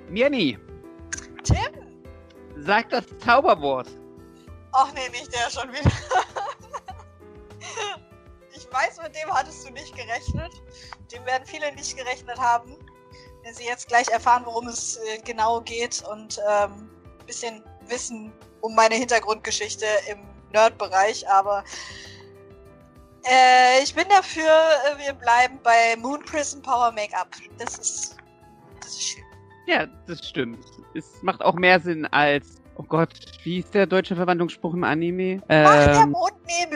Mirni, Tim? sag das Zauberwort. Ach nee, nicht der schon wieder. Ich weiß, mit dem hattest du nicht gerechnet. Dem werden viele nicht gerechnet haben, wenn sie jetzt gleich erfahren, worum es genau geht und ein bisschen wissen um meine Hintergrundgeschichte im Nerd-Bereich. Aber ich bin dafür, wir bleiben bei Moon Prism Power Make-up. Das ist schön. Ja, das stimmt. Es macht auch mehr Sinn als, oh Gott, wie ist der deutsche Verwandlungsspruch im Anime? Mach der Mondnebel!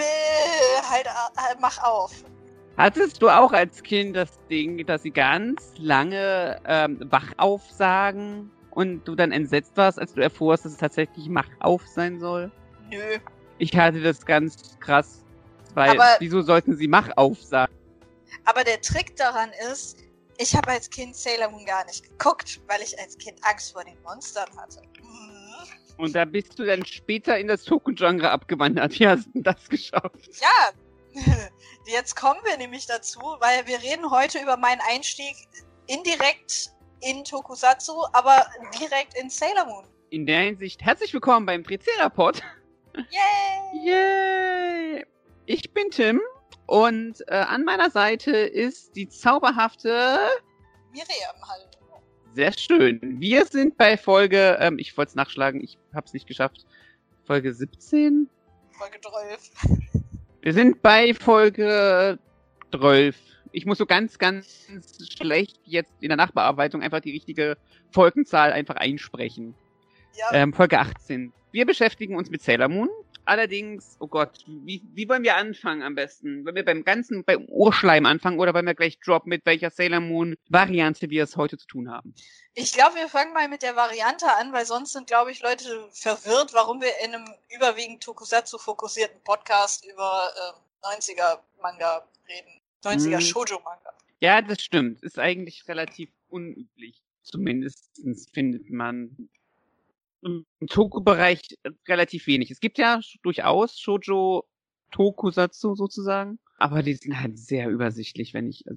Mach auf. Hattest du auch als Kind das Ding, dass sie ganz lange wach auf sagen und du dann entsetzt warst, als du erfuhrst, dass es tatsächlich Mach auf sein soll? Nö. Ich hatte das ganz krass, weil wieso sollten sie Mach auf sagen? Aber der Trick daran ist, ich habe als Kind Sailor Moon gar nicht geguckt, weil ich als Kind Angst vor den Monstern hatte. Und da bist du dann später in das Toku-Genre abgewandert. Wie hast du das geschafft? Ja, jetzt kommen wir nämlich dazu, weil wir reden heute über meinen Einstieg indirekt in Tokusatsu, aber direkt in Sailor Moon. In der Hinsicht, herzlich willkommen beim Tricerapod. Yay! Yay! Ich bin Tim und an meiner Seite ist die zauberhafte Miriam, hallo. Sehr schön. Wir sind bei Folge, ich wollte es nachschlagen, ich habe es nicht geschafft. Folge 17? Folge 12. Wir sind bei Folge 12. Ich muss so ganz, ganz schlecht jetzt in der Nachbearbeitung einfach die richtige Folgenzahl einfach einsprechen. Ja. Folge 18. Wir beschäftigen uns mit Sailor Moon. Allerdings, oh Gott, wie wollen wir anfangen am besten? Wollen wir beim Urschleim anfangen oder wollen wir gleich droppen, mit welcher Sailor Moon Variante wir es heute zu tun haben? Ich glaube, wir fangen mal mit der Variante an, weil sonst sind, glaube ich, Leute verwirrt, warum wir in einem überwiegend Tokusatsu-fokussierten Podcast über 90er-Manga reden. 90er Shoujo-Manga. Ja, das stimmt. Ist eigentlich relativ unüblich. Zumindest findet man im Toku-Bereich relativ wenig. Es gibt ja durchaus Shoujo-Tokusatsu sozusagen, aber die sind halt sehr übersichtlich,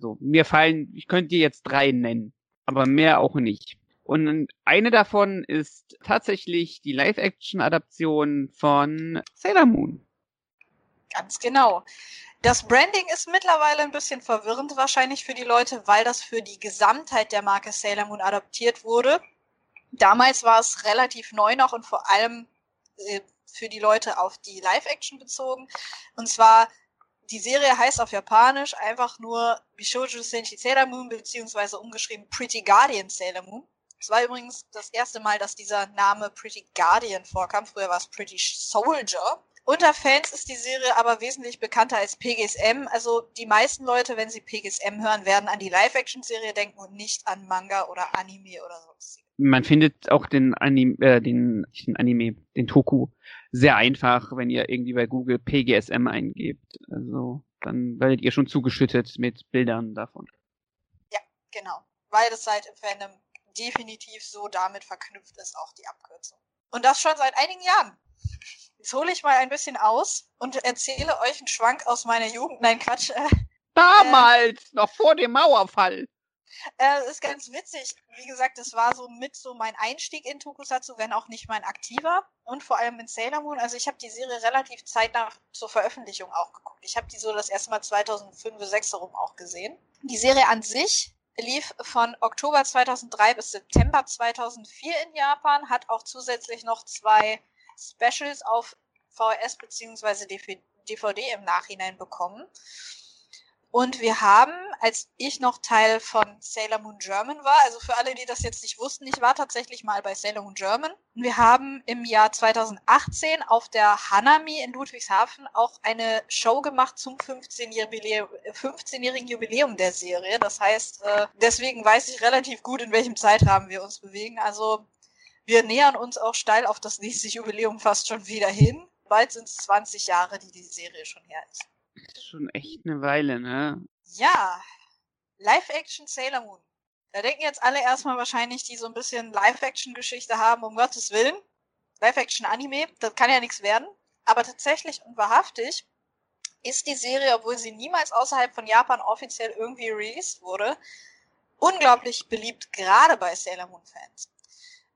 ich könnte dir jetzt 3 nennen, aber mehr auch nicht. Und eine davon ist tatsächlich die Live-Action-Adaption von Sailor Moon. Ganz genau. Das Branding ist mittlerweile ein bisschen verwirrend wahrscheinlich für die Leute, weil das für die Gesamtheit der Marke Sailor Moon adaptiert wurde. Damals war es relativ neu noch und vor allem für die Leute auf die Live-Action bezogen. Und zwar, die Serie heißt auf Japanisch einfach nur Bishoujo Senshi Sailor Moon, beziehungsweise umgeschrieben Pretty Guardian Sailor Moon. Es war übrigens das erste Mal, dass dieser Name Pretty Guardian vorkam. Früher war es Pretty Soldier. Unter Fans ist die Serie aber wesentlich bekannter als PGSM. Also die meisten Leute, wenn sie PGSM hören, werden an die Live-Action-Serie denken und nicht an Manga oder Anime oder sonst. Man findet auch den Toku sehr einfach, wenn ihr irgendwie bei Google PGSM eingebt. Also dann werdet ihr schon zugeschüttet mit Bildern davon. Ja, genau. Weil das halt im Fandom definitiv so damit verknüpft ist, auch die Abkürzung. Und das schon seit einigen Jahren. Jetzt hole ich mal ein bisschen aus und erzähle euch einen Schwank aus meiner Jugend. Nein, Quatsch. Damals, noch vor dem Mauerfall. Das ist ganz witzig. Wie gesagt, das war so mein Einstieg in Tokusatsu, wenn auch nicht mein aktiver. Und vor allem in Sailor Moon. Also ich habe die Serie relativ zeitnah zur Veröffentlichung auch geguckt. Ich habe die so das erste Mal 2005, 2006 herum auch gesehen. Die Serie an sich lief von Oktober 2003 bis September 2004 in Japan, hat auch zusätzlich noch 2 Specials auf VHS bzw. DVD im Nachhinein bekommen. Und wir haben, als ich noch Teil von Sailor Moon German war, also für alle, die das jetzt nicht wussten, ich war tatsächlich mal bei Sailor Moon German. Und wir haben im Jahr 2018 auf der Hanami in Ludwigshafen auch eine Show gemacht zum 15-jährigen Jubiläum der Serie. Das heißt, deswegen weiß ich relativ gut, in welchem Zeitrahmen wir uns bewegen. Also wir nähern uns auch steil auf das nächste Jubiläum fast schon wieder hin. Bald sind es 20 Jahre, die Serie schon her ist. Das ist schon echt eine Weile, ne? Ja, Live-Action Sailor Moon. Da denken jetzt alle erstmal wahrscheinlich, die so ein bisschen Live-Action-Geschichte haben, um Gottes Willen. Live-Action-Anime, das kann ja nichts werden. Aber tatsächlich und wahrhaftig ist die Serie, obwohl sie niemals außerhalb von Japan offiziell irgendwie released wurde, unglaublich beliebt, gerade bei Sailor Moon-Fans.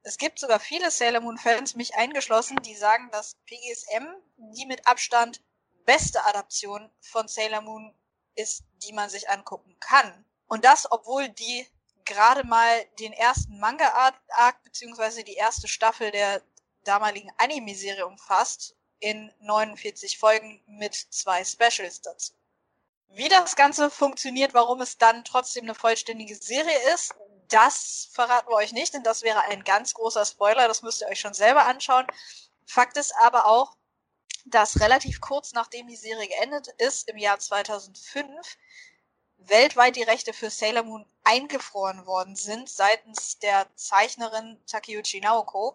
Es gibt sogar viele Sailor Moon-Fans, mich eingeschlossen, die sagen, dass PGSM die mit Abstand beste Adaption von Sailor Moon ist, die man sich angucken kann. Und das, obwohl die gerade mal den ersten Manga-Arc beziehungsweise die erste Staffel der damaligen Anime-Serie umfasst, in 49 Folgen mit 2 Specials dazu. Wie das Ganze funktioniert, warum es dann trotzdem eine vollständige Serie ist, das verraten wir euch nicht, denn das wäre ein ganz großer Spoiler, das müsst ihr euch schon selber anschauen. Fakt ist aber auch, dass relativ kurz nachdem die Serie geendet ist, im Jahr 2005, weltweit die Rechte für Sailor Moon eingefroren worden sind seitens der Zeichnerin Takeuchi Naoko.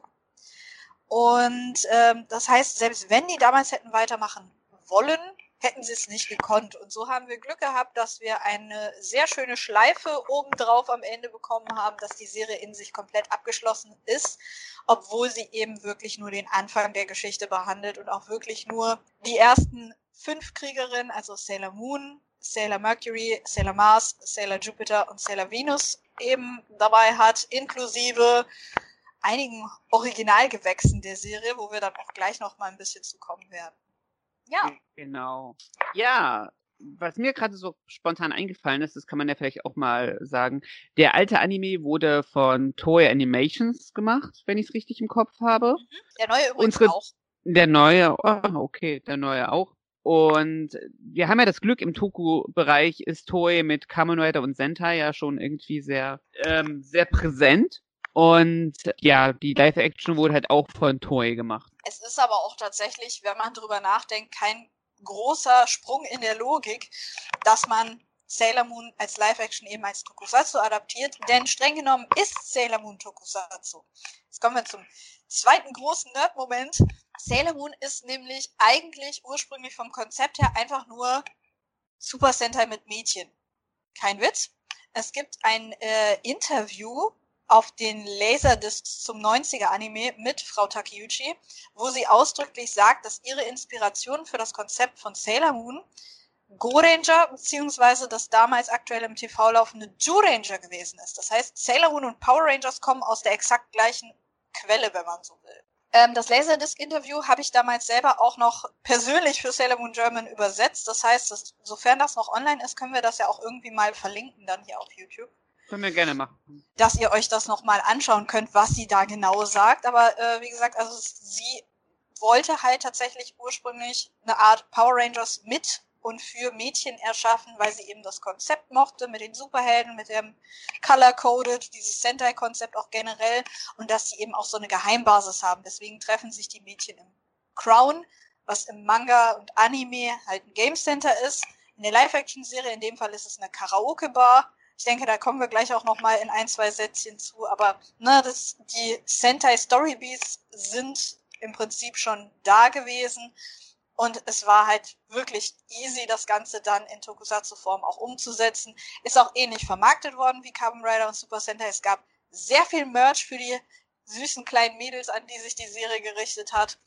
Und das heißt, selbst wenn die damals hätten weitermachen wollen, hätten sie es nicht gekonnt. Und so haben wir Glück gehabt, dass wir eine sehr schöne Schleife obendrauf am Ende bekommen haben, dass die Serie in sich komplett abgeschlossen ist, obwohl sie eben wirklich nur den Anfang der Geschichte behandelt und auch wirklich nur die ersten 5 Kriegerinnen, also Sailor Moon, Sailor Mercury, Sailor Mars, Sailor Jupiter und Sailor Venus eben dabei hat, inklusive einigen Originalgewächsen der Serie, wo wir dann auch gleich noch mal ein bisschen zukommen werden. Ja. Genau. Ja, was mir gerade so spontan eingefallen ist, das kann man ja vielleicht auch mal sagen, der alte Anime wurde von Toei Animations gemacht, wenn ich es richtig im Kopf habe. Der neue übrigens auch. Der neue, okay, der neue auch. Und wir haben ja das Glück, im Toku-Bereich ist Toei mit Kamen Rider und Sentai ja schon irgendwie sehr präsent. Und ja, die Live-Action wurde halt auch von Toei gemacht. Es ist aber auch tatsächlich, wenn man drüber nachdenkt, kein großer Sprung in der Logik, dass man Sailor Moon als Live-Action eben als Tokusatsu adaptiert, denn streng genommen ist Sailor Moon Tokusatsu. Jetzt kommen wir zum zweiten großen Nerd-Moment. Sailor Moon ist nämlich eigentlich ursprünglich vom Konzept her einfach nur Super Sentai mit Mädchen. Kein Witz. Es gibt ein Interview auf den Laserdiscs zum 90er-Anime mit Frau Takeuchi, wo sie ausdrücklich sagt, dass ihre Inspiration für das Konzept von Sailor Moon Go-Ranger bzw. das damals aktuell im TV laufende Zyuranger gewesen ist. Das heißt, Sailor Moon und Power Rangers kommen aus der exakt gleichen Quelle, wenn man so will. Das Laserdisc-Interview habe ich damals selber auch noch persönlich für Sailor Moon German übersetzt. Das heißt, sofern das noch online ist, können wir das ja auch irgendwie mal verlinken dann hier auf YouTube. Können wir gerne machen. Dass ihr euch das nochmal anschauen könnt, was sie da genau sagt. Aber wie gesagt, also sie wollte halt tatsächlich ursprünglich eine Art Power Rangers mit und für Mädchen erschaffen, weil sie eben das Konzept mochte mit den Superhelden, mit dem Color-Coded, dieses Sentai-Konzept auch generell und dass sie eben auch so eine Geheimbasis haben. Deswegen treffen sich die Mädchen im Crown, was im Manga und Anime halt ein Game Center ist. In der Live-Action-Serie, in dem Fall ist es eine Karaoke-Bar. Ich denke, da kommen wir gleich auch noch mal in 1, 2 Sätzchen zu. Aber die Sentai-Story-Beats sind im Prinzip schon da gewesen. Und es war halt wirklich easy, das Ganze dann in Tokusatsu-Form auch umzusetzen. Ist auch ähnlich vermarktet worden wie Kamen Rider und Super Sentai. Es gab sehr viel Merch für die süßen kleinen Mädels, an die sich die Serie gerichtet hat.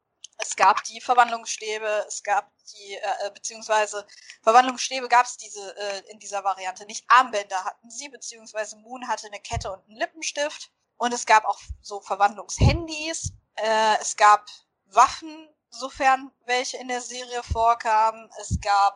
Es gab die Verwandlungsstäbe, es gab die, beziehungsweise Verwandlungsstäbe gab es in dieser Variante nicht. Armbänder hatten sie, beziehungsweise Moon hatte eine Kette und einen Lippenstift. Und es gab auch so Verwandlungshandys. Es gab Waffen, sofern welche in der Serie vorkamen. Es gab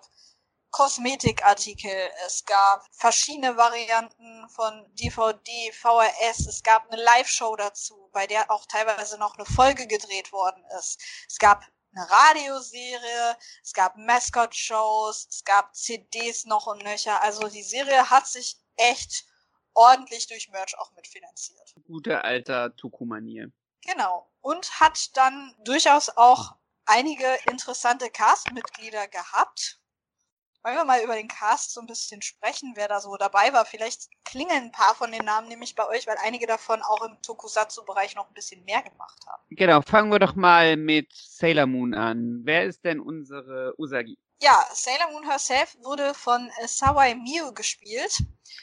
Kosmetikartikel, es gab verschiedene Varianten von DVD, VHS, es gab eine Live-Show dazu, bei der auch teilweise noch eine Folge gedreht worden ist. Es gab eine Radioserie, es gab Mascot-Shows, es gab CDs noch und nöcher. Also die Serie hat sich echt ordentlich durch Merch auch mitfinanziert. Gute alter Toku-Manier. Genau. Und hat dann durchaus auch einige interessante Cast-Mitglieder gehabt. Wollen wir mal über den Cast so ein bisschen sprechen, wer da so dabei war. Vielleicht klingeln ein paar von den Namen nämlich bei euch, weil einige davon auch im Tokusatsu-Bereich noch ein bisschen mehr gemacht haben. Genau, fangen wir doch mal mit Sailor Moon an. Wer ist denn unsere Usagi? Ja, Sailor Moon herself wurde von Sawai Miu gespielt.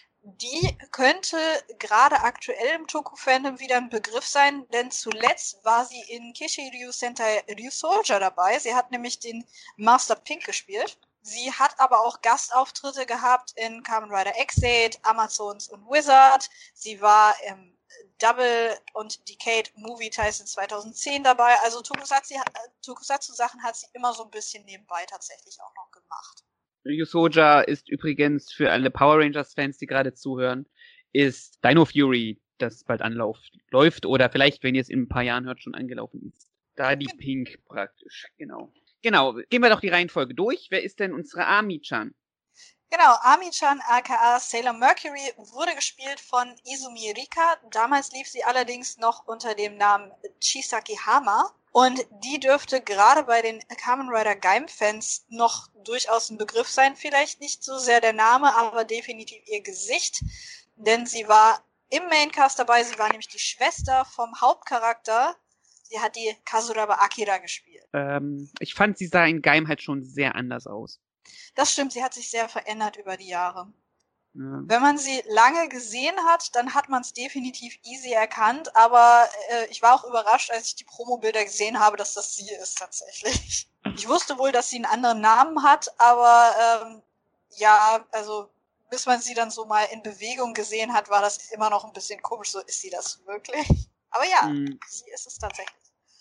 Die könnte gerade aktuell im Toku-Fandom wieder ein Begriff sein, denn zuletzt war sie in Kishiryu Sentai Ryusoulja dabei. Sie hat nämlich den Master Pink gespielt. Sie hat aber auch Gastauftritte gehabt in Kamen Rider Ex-Aid, Amazons und Wizard. Sie war im Double und Decade Movie Teils in 2010 dabei. Also Tokusatsu-Sachen hat sie immer so ein bisschen nebenbei tatsächlich auch noch gemacht. Ryu Soja ist übrigens für alle Power Rangers-Fans, die gerade zuhören, ist Dino Fury, das bald läuft oder vielleicht, wenn ihr es in ein paar Jahren hört, schon angelaufen ist. Da die Pink praktisch, genau. Genau, gehen wir doch die Reihenfolge durch. Wer ist denn unsere Ami-chan? Genau, Ami-chan aka Sailor Mercury wurde gespielt von Izumi Rika. Damals lief sie allerdings noch unter dem Namen Chisaki Hama. Und die dürfte gerade bei den Kamen Rider Gaim-Fans noch durchaus ein Begriff sein. Vielleicht nicht so sehr der Name, aber definitiv ihr Gesicht. Denn sie war im Maincast dabei. Sie war nämlich die Schwester vom Hauptcharakter. Sie hat die Kazuraba Akira gespielt. Ich fand, sie sah in Gaim halt schon sehr anders aus. Das stimmt, sie hat sich sehr verändert über die Jahre. Ja. Wenn man sie lange gesehen hat, dann hat man es definitiv easy erkannt, aber ich war auch überrascht, als ich die Promo-Bilder gesehen habe, dass das sie ist tatsächlich. Ich wusste wohl, dass sie einen anderen Namen hat, aber ja, also bis man sie dann so mal in Bewegung gesehen hat, war das immer noch ein bisschen komisch, so ist sie das wirklich? Aber ja, sie ist es tatsächlich.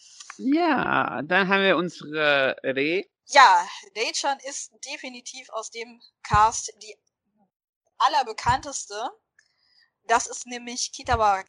Ja, dann haben wir unsere Reh. Ja, Rei-chan ist definitiv aus dem Cast die allerbekannteste. Das ist nämlich Kitagawa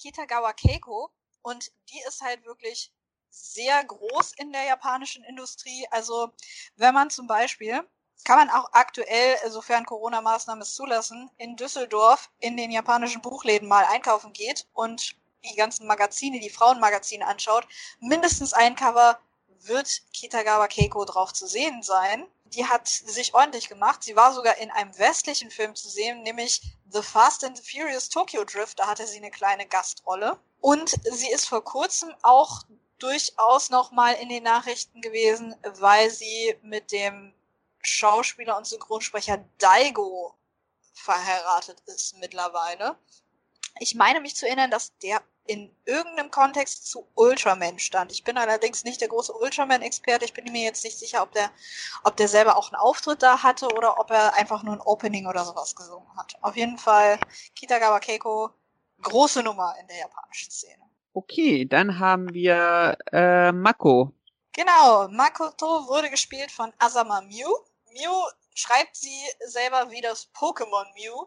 Keiko und die ist halt wirklich sehr groß in der japanischen Industrie. Also wenn man zum Beispiel, kann man auch aktuell, sofern Corona-Maßnahmen es zulassen, in Düsseldorf in den japanischen Buchläden mal einkaufen geht und die ganzen Magazine, die Frauenmagazine anschaut, mindestens ein Cover wird Kitagawa Keiko drauf zu sehen sein. Die hat sich ordentlich gemacht. Sie war sogar in einem westlichen Film zu sehen, nämlich The Fast and the Furious Tokyo Drift. Da hatte sie eine kleine Gastrolle. Und sie ist vor kurzem auch durchaus noch mal in den Nachrichten gewesen, weil sie mit dem Schauspieler und Synchronsprecher Daigo verheiratet ist mittlerweile. Ich meine mich zu erinnern, dass der in irgendeinem Kontext zu Ultraman stand. Ich bin allerdings nicht der große Ultraman-Experte. Ich bin mir jetzt nicht sicher, ob der selber auch einen Auftritt da hatte oder ob er einfach nur ein Opening oder sowas gesungen hat. Auf jeden Fall Kitagawa Keiko, große Nummer in der japanischen Szene. Okay, dann haben wir Mako. Genau, Makoto wurde gespielt von Asama Mew. Mew schreibt sie selber wie das Pokémon Mew.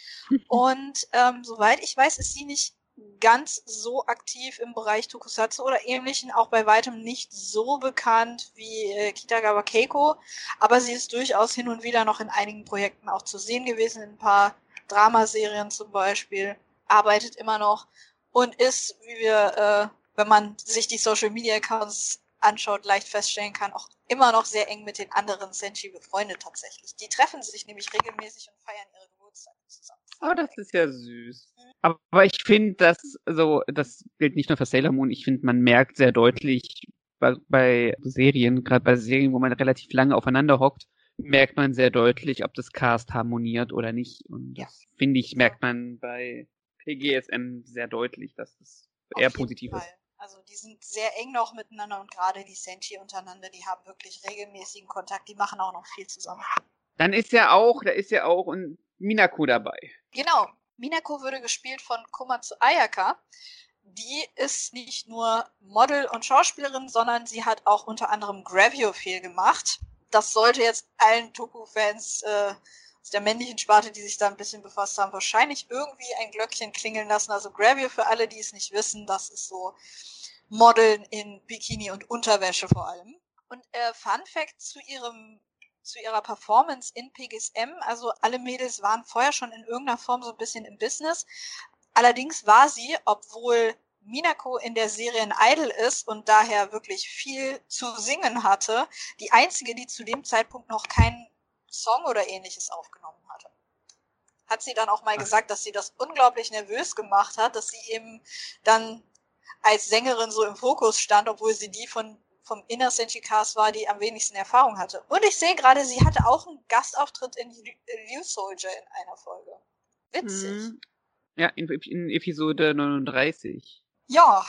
Und soweit ich weiß, ist sie nicht ganz so aktiv im Bereich Tokusatsu oder Ähnlichen, auch bei weitem nicht so bekannt wie Kitagawa Keiko, aber sie ist durchaus hin und wieder noch in einigen Projekten auch zu sehen gewesen, in ein paar Dramaserien zum Beispiel, arbeitet immer noch und ist, wie wir, wenn man sich die Social-Media-Accounts anschaut, leicht feststellen kann, auch immer noch sehr eng mit den anderen Senshi befreundet tatsächlich. Die treffen sich nämlich regelmäßig und feiern ihre Geburtstage zusammen. Oh, das ist ja süß. Aber ich finde, das gilt nicht nur für Sailor Moon, ich finde, man merkt sehr deutlich bei Serien, gerade bei Serien, wo man relativ lange aufeinander hockt, merkt man sehr deutlich, ob das Cast harmoniert oder nicht. Und das, finde ich, merkt man bei PGSM sehr deutlich, dass das eher positiv ist. Also die sind sehr eng noch miteinander und gerade die Senshi untereinander, die haben wirklich regelmäßigen Kontakt, die machen auch noch viel zusammen. Da ist ja auch ein Minako dabei. Genau. Minako wurde gespielt von Komatsu Ayaka. Die ist nicht nur Model und Schauspielerin, sondern sie hat auch unter anderem Gravio-Fehl gemacht. Das sollte jetzt allen Toku-Fans aus der männlichen Sparte, die sich da ein bisschen befasst haben, wahrscheinlich irgendwie ein Glöckchen klingeln lassen. Also Gravio, für alle, die es nicht wissen, das ist so Modeln in Bikini und Unterwäsche vor allem. Und Fun Fact zu ihrer Performance in PGSM, also alle Mädels waren vorher schon in irgendeiner Form so ein bisschen im Business. Allerdings war sie, obwohl Minako in der Serie ein Idol ist und daher wirklich viel zu singen hatte, die einzige, die zu dem Zeitpunkt noch keinen Song oder ähnliches aufgenommen hatte. Hat sie dann auch mal gesagt, dass sie das unglaublich nervös gemacht hat, dass sie eben dann als Sängerin so im Fokus stand, obwohl sie die vom Inner Senshi Cast war, die am wenigsten Erfahrung hatte. Und ich sehe gerade, sie hatte auch einen Gastauftritt in Ryu Soldier in einer Folge. Witzig. Ja, in Episode 39. Ja.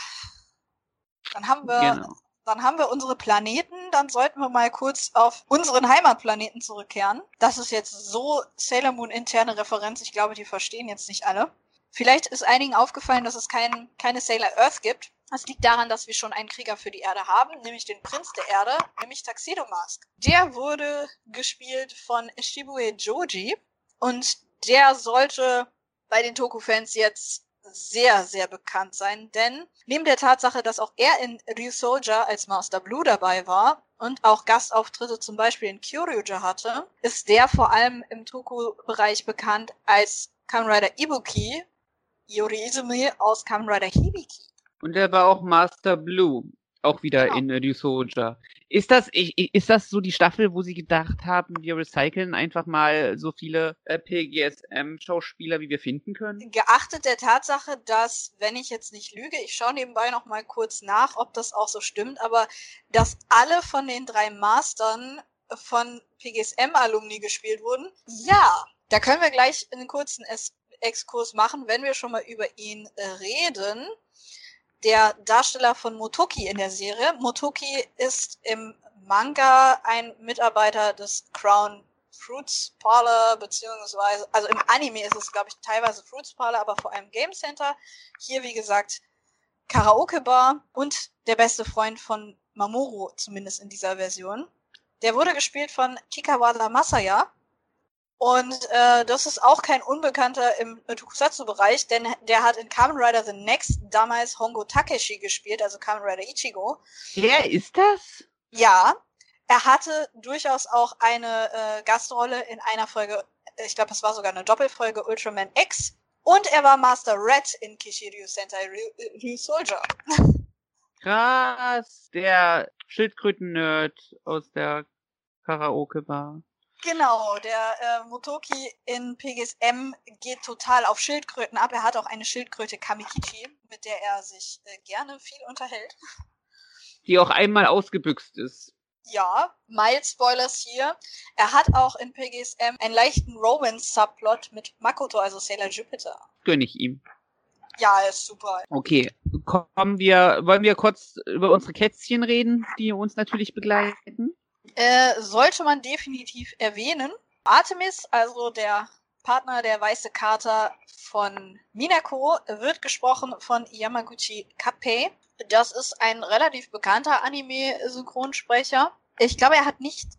Dann haben wir unsere Planeten, dann sollten wir mal kurz auf unseren Heimatplaneten zurückkehren. Das ist jetzt so Sailor Moon interne Referenz, ich glaube, die verstehen jetzt nicht alle. Vielleicht ist einigen aufgefallen, dass es keine Sailor Earth gibt. Das liegt daran, dass wir schon einen Krieger für die Erde haben, nämlich den Prinz der Erde, nämlich Tuxedo Mask. Der wurde gespielt von Shibue Joji und der sollte bei den Toku-Fans jetzt sehr, sehr bekannt sein, denn neben der Tatsache, dass auch er in Ryusoulja als Master Blue dabei war und auch Gastauftritte zum Beispiel in Kyoryuja hatte, ist der vor allem im Toku-Bereich bekannt als Kamen Rider Ibuki, Yori Izumi aus Kamen Rider Hibiki. Und er war auch Master Blue, auch wieder Genau. in Ryusoulja. Ist das so die Staffel, wo sie gedacht haben, wir recyceln einfach mal so viele PGSM-Schauspieler, wie wir finden können? Geachtet der Tatsache, dass, wenn ich jetzt nicht lüge, ich schaue nebenbei noch mal kurz nach, ob das auch so stimmt, aber dass alle von den 3 Mastern von PGSM-Alumni gespielt wurden, ja, da können wir gleich einen kurzen Exkurs machen, wenn wir schon mal über ihn reden. Der Darsteller von Motoki in der Serie. Motoki ist im Manga ein Mitarbeiter des Crown Fruits Parlor, beziehungsweise, also im Anime ist es, glaube ich, teilweise Fruits Parlor, aber vor allem Game Center. Hier, wie gesagt, Karaoke Bar und der beste Freund von Mamoru, zumindest in dieser Version. Der wurde gespielt von Kikawada Masaya. Und das ist auch kein Unbekannter im Tokusatsu-Bereich, denn der hat in Kamen Rider The Next damals Hongo Takeshi gespielt, also Kamen Rider Ichigo. Wer ist das? Ja, er hatte durchaus auch eine Gastrolle in einer Folge, ich glaube, das war sogar eine Doppelfolge Ultraman X. Und er war Master Red in Kishiryu Sentai Ryusoulja. Krass, der Schildkröten-Nerd aus der Karaoke-Bar. Genau, der Motoki in PGSM geht total auf Schildkröten ab. Er hat auch eine Schildkröte Kamikichi, mit der er sich gerne viel unterhält. Die auch einmal ausgebüxt ist. Ja, mild Spoilers hier. Er hat auch in PGSM einen leichten Romance-Subplot mit Makoto, also Sailor Jupiter. Gönn ich ihm. Ja, er ist super. Okay, wollen wir kurz über unsere Kätzchen reden, die uns natürlich begleiten? Sollte man definitiv erwähnen. Artemis, also der Partner der Weiße Kater von Minako, wird gesprochen von Yamaguchi Kappei. Das ist ein relativ bekannter Anime-Synchronsprecher. Ich glaube, er hat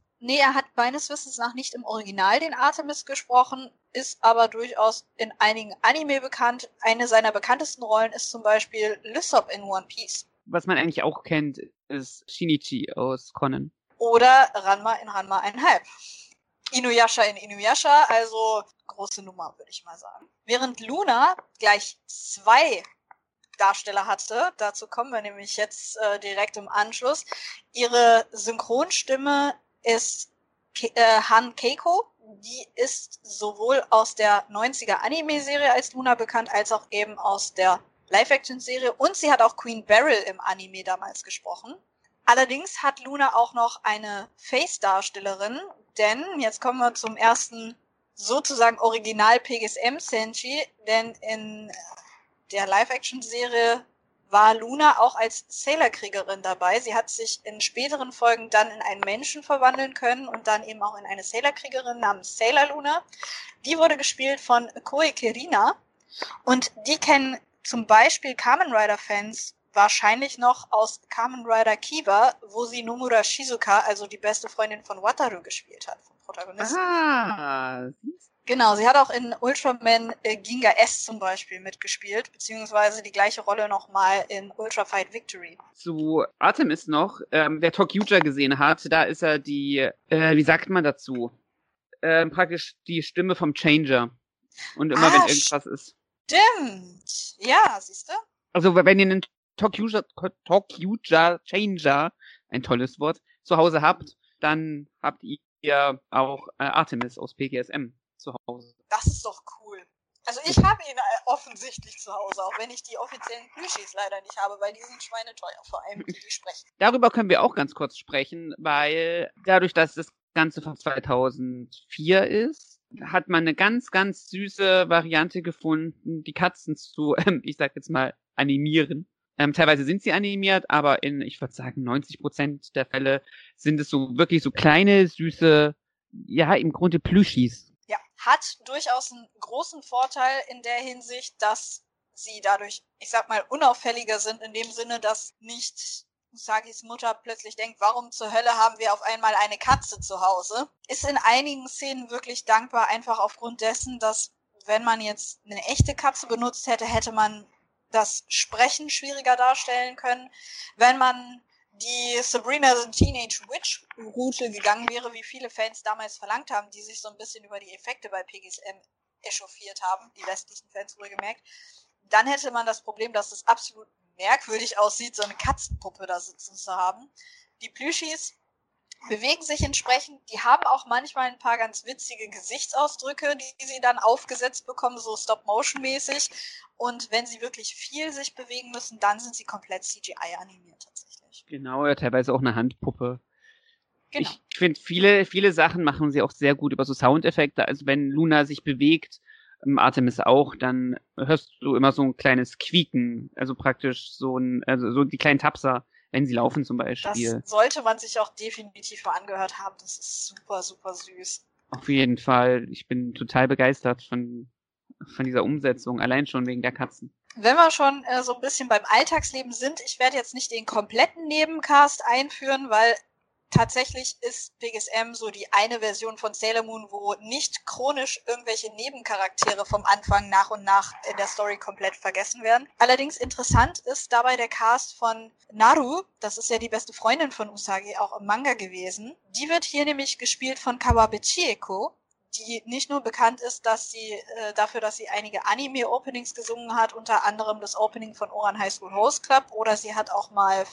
meines Wissens nach nicht im Original den Artemis gesprochen, ist aber durchaus in einigen Anime bekannt. Eine seiner bekanntesten Rollen ist zum Beispiel Lysop in One Piece. Was man eigentlich auch kennt, ist Shinichi aus Conan. Oder Ranma in Ranma 1,5. Inuyasha in Inuyasha, also große Nummer, würde ich mal sagen. Während Luna gleich 2 Darsteller hatte, dazu kommen wir nämlich jetzt direkt im Anschluss. Ihre Synchronstimme ist Han Keiko. Die ist sowohl aus der 90er Anime-Serie als Luna bekannt, als auch eben aus der Live-Action-Serie. Und sie hat auch Queen Beryl im Anime damals gesprochen. Allerdings hat Luna auch noch eine Face-Darstellerin, denn jetzt kommen wir zum ersten sozusagen Original-PGSM-Senshi, denn in der Live-Action-Serie war Luna auch als Sailor-Kriegerin dabei. Sie hat sich in späteren Folgen dann in einen Menschen verwandeln können und dann eben auch in eine Sailor-Kriegerin namens Sailor Luna. Die wurde gespielt von Koe Kirina und die kennen zum Beispiel Kamen Rider-Fans wahrscheinlich noch aus Kamen Rider Kiba, wo sie Nomura Shizuka, also die beste Freundin von Wataru, gespielt hat, vom Protagonisten. Ah, Genau, sie hat auch in Ultraman Ginga S zum Beispiel mitgespielt, beziehungsweise die gleiche Rolle nochmal in Ultra Fight Victory. zu Artemis noch, wer Tokyuja gesehen hat, da ist er die, wie sagt man dazu? Praktisch die Stimme vom Changer. Und immer wenn irgendwas ist. Stimmt. Ja, siehst du? Also wenn ihr einen Tokyuja Changer, ein tolles Wort, zu Hause habt, dann habt ihr auch Artemis aus PGSM zu Hause. Das ist doch cool. Also ich habe ihn offensichtlich zu Hause, auch wenn ich die offiziellen Plüschis leider nicht habe, weil die sind schweineteuer, vor allem die sprechen. Darüber können wir auch ganz kurz sprechen, weil dadurch, dass das Ganze von 2004 ist, hat man eine ganz, ganz süße Variante gefunden, die Katzen zu, ich sag jetzt mal, animieren. Teilweise sind sie animiert, aber ich würde sagen, 90% der Fälle sind es so wirklich so kleine, süße, ja, im Grunde Plüschis. Ja, hat durchaus einen großen Vorteil in der Hinsicht, dass sie dadurch, ich sag mal, unauffälliger sind, in dem Sinne, dass nicht Usagis Mutter plötzlich denkt, warum zur Hölle haben wir auf einmal eine Katze zu Hause? Ist in einigen Szenen wirklich dankbar, einfach aufgrund dessen, dass, wenn man jetzt eine echte Katze benutzt hätte, hätte man das Sprechen schwieriger darstellen können. Wenn man die Sabrina the Teenage Witch Route gegangen wäre, wie viele Fans damals verlangt haben, die sich so ein bisschen über die Effekte bei PGSM echauffiert haben, die westlichen Fans wohlgemerkt, dann hätte man das Problem, dass es absolut merkwürdig aussieht, so eine Katzenpuppe da sitzen zu haben. Die Plüschis bewegen sich entsprechend, die haben auch manchmal ein paar ganz witzige Gesichtsausdrücke, die sie dann aufgesetzt bekommen, so Stop-Motion-mäßig. Und wenn sie wirklich viel sich bewegen müssen, dann sind sie komplett CGI-animiert tatsächlich. Genau, ja, teilweise auch eine Handpuppe. Genau. Ich finde, viele Sachen machen sie auch sehr gut über so Soundeffekte. Also wenn Luna sich bewegt, Artemis auch, dann hörst du immer so ein kleines Quieken, also praktisch so die kleinen Tapser, wenn sie laufen zum Beispiel. Das sollte man sich auch definitiv mal angehört haben. Das ist super, super süß. Auf jeden Fall. Ich bin total begeistert von dieser Umsetzung, allein schon wegen der Katzen. Wenn wir schon so ein bisschen beim Alltagsleben sind, ich werde jetzt nicht den kompletten Nebencast einführen, weil tatsächlich ist PGSM so die eine Version von Sailor Moon, wo nicht chronisch irgendwelche Nebencharaktere vom Anfang nach und nach in der Story komplett vergessen werden. Allerdings interessant ist dabei der Cast von Naru, das ist ja die beste Freundin von Usagi, auch im Manga gewesen. Die wird hier nämlich gespielt von Kawabe Chieko, die nicht nur bekannt ist, dass sie dafür, dass sie einige Anime-Openings gesungen hat, unter anderem das Opening von Ouran High School Host Club, oder sie hat auch mal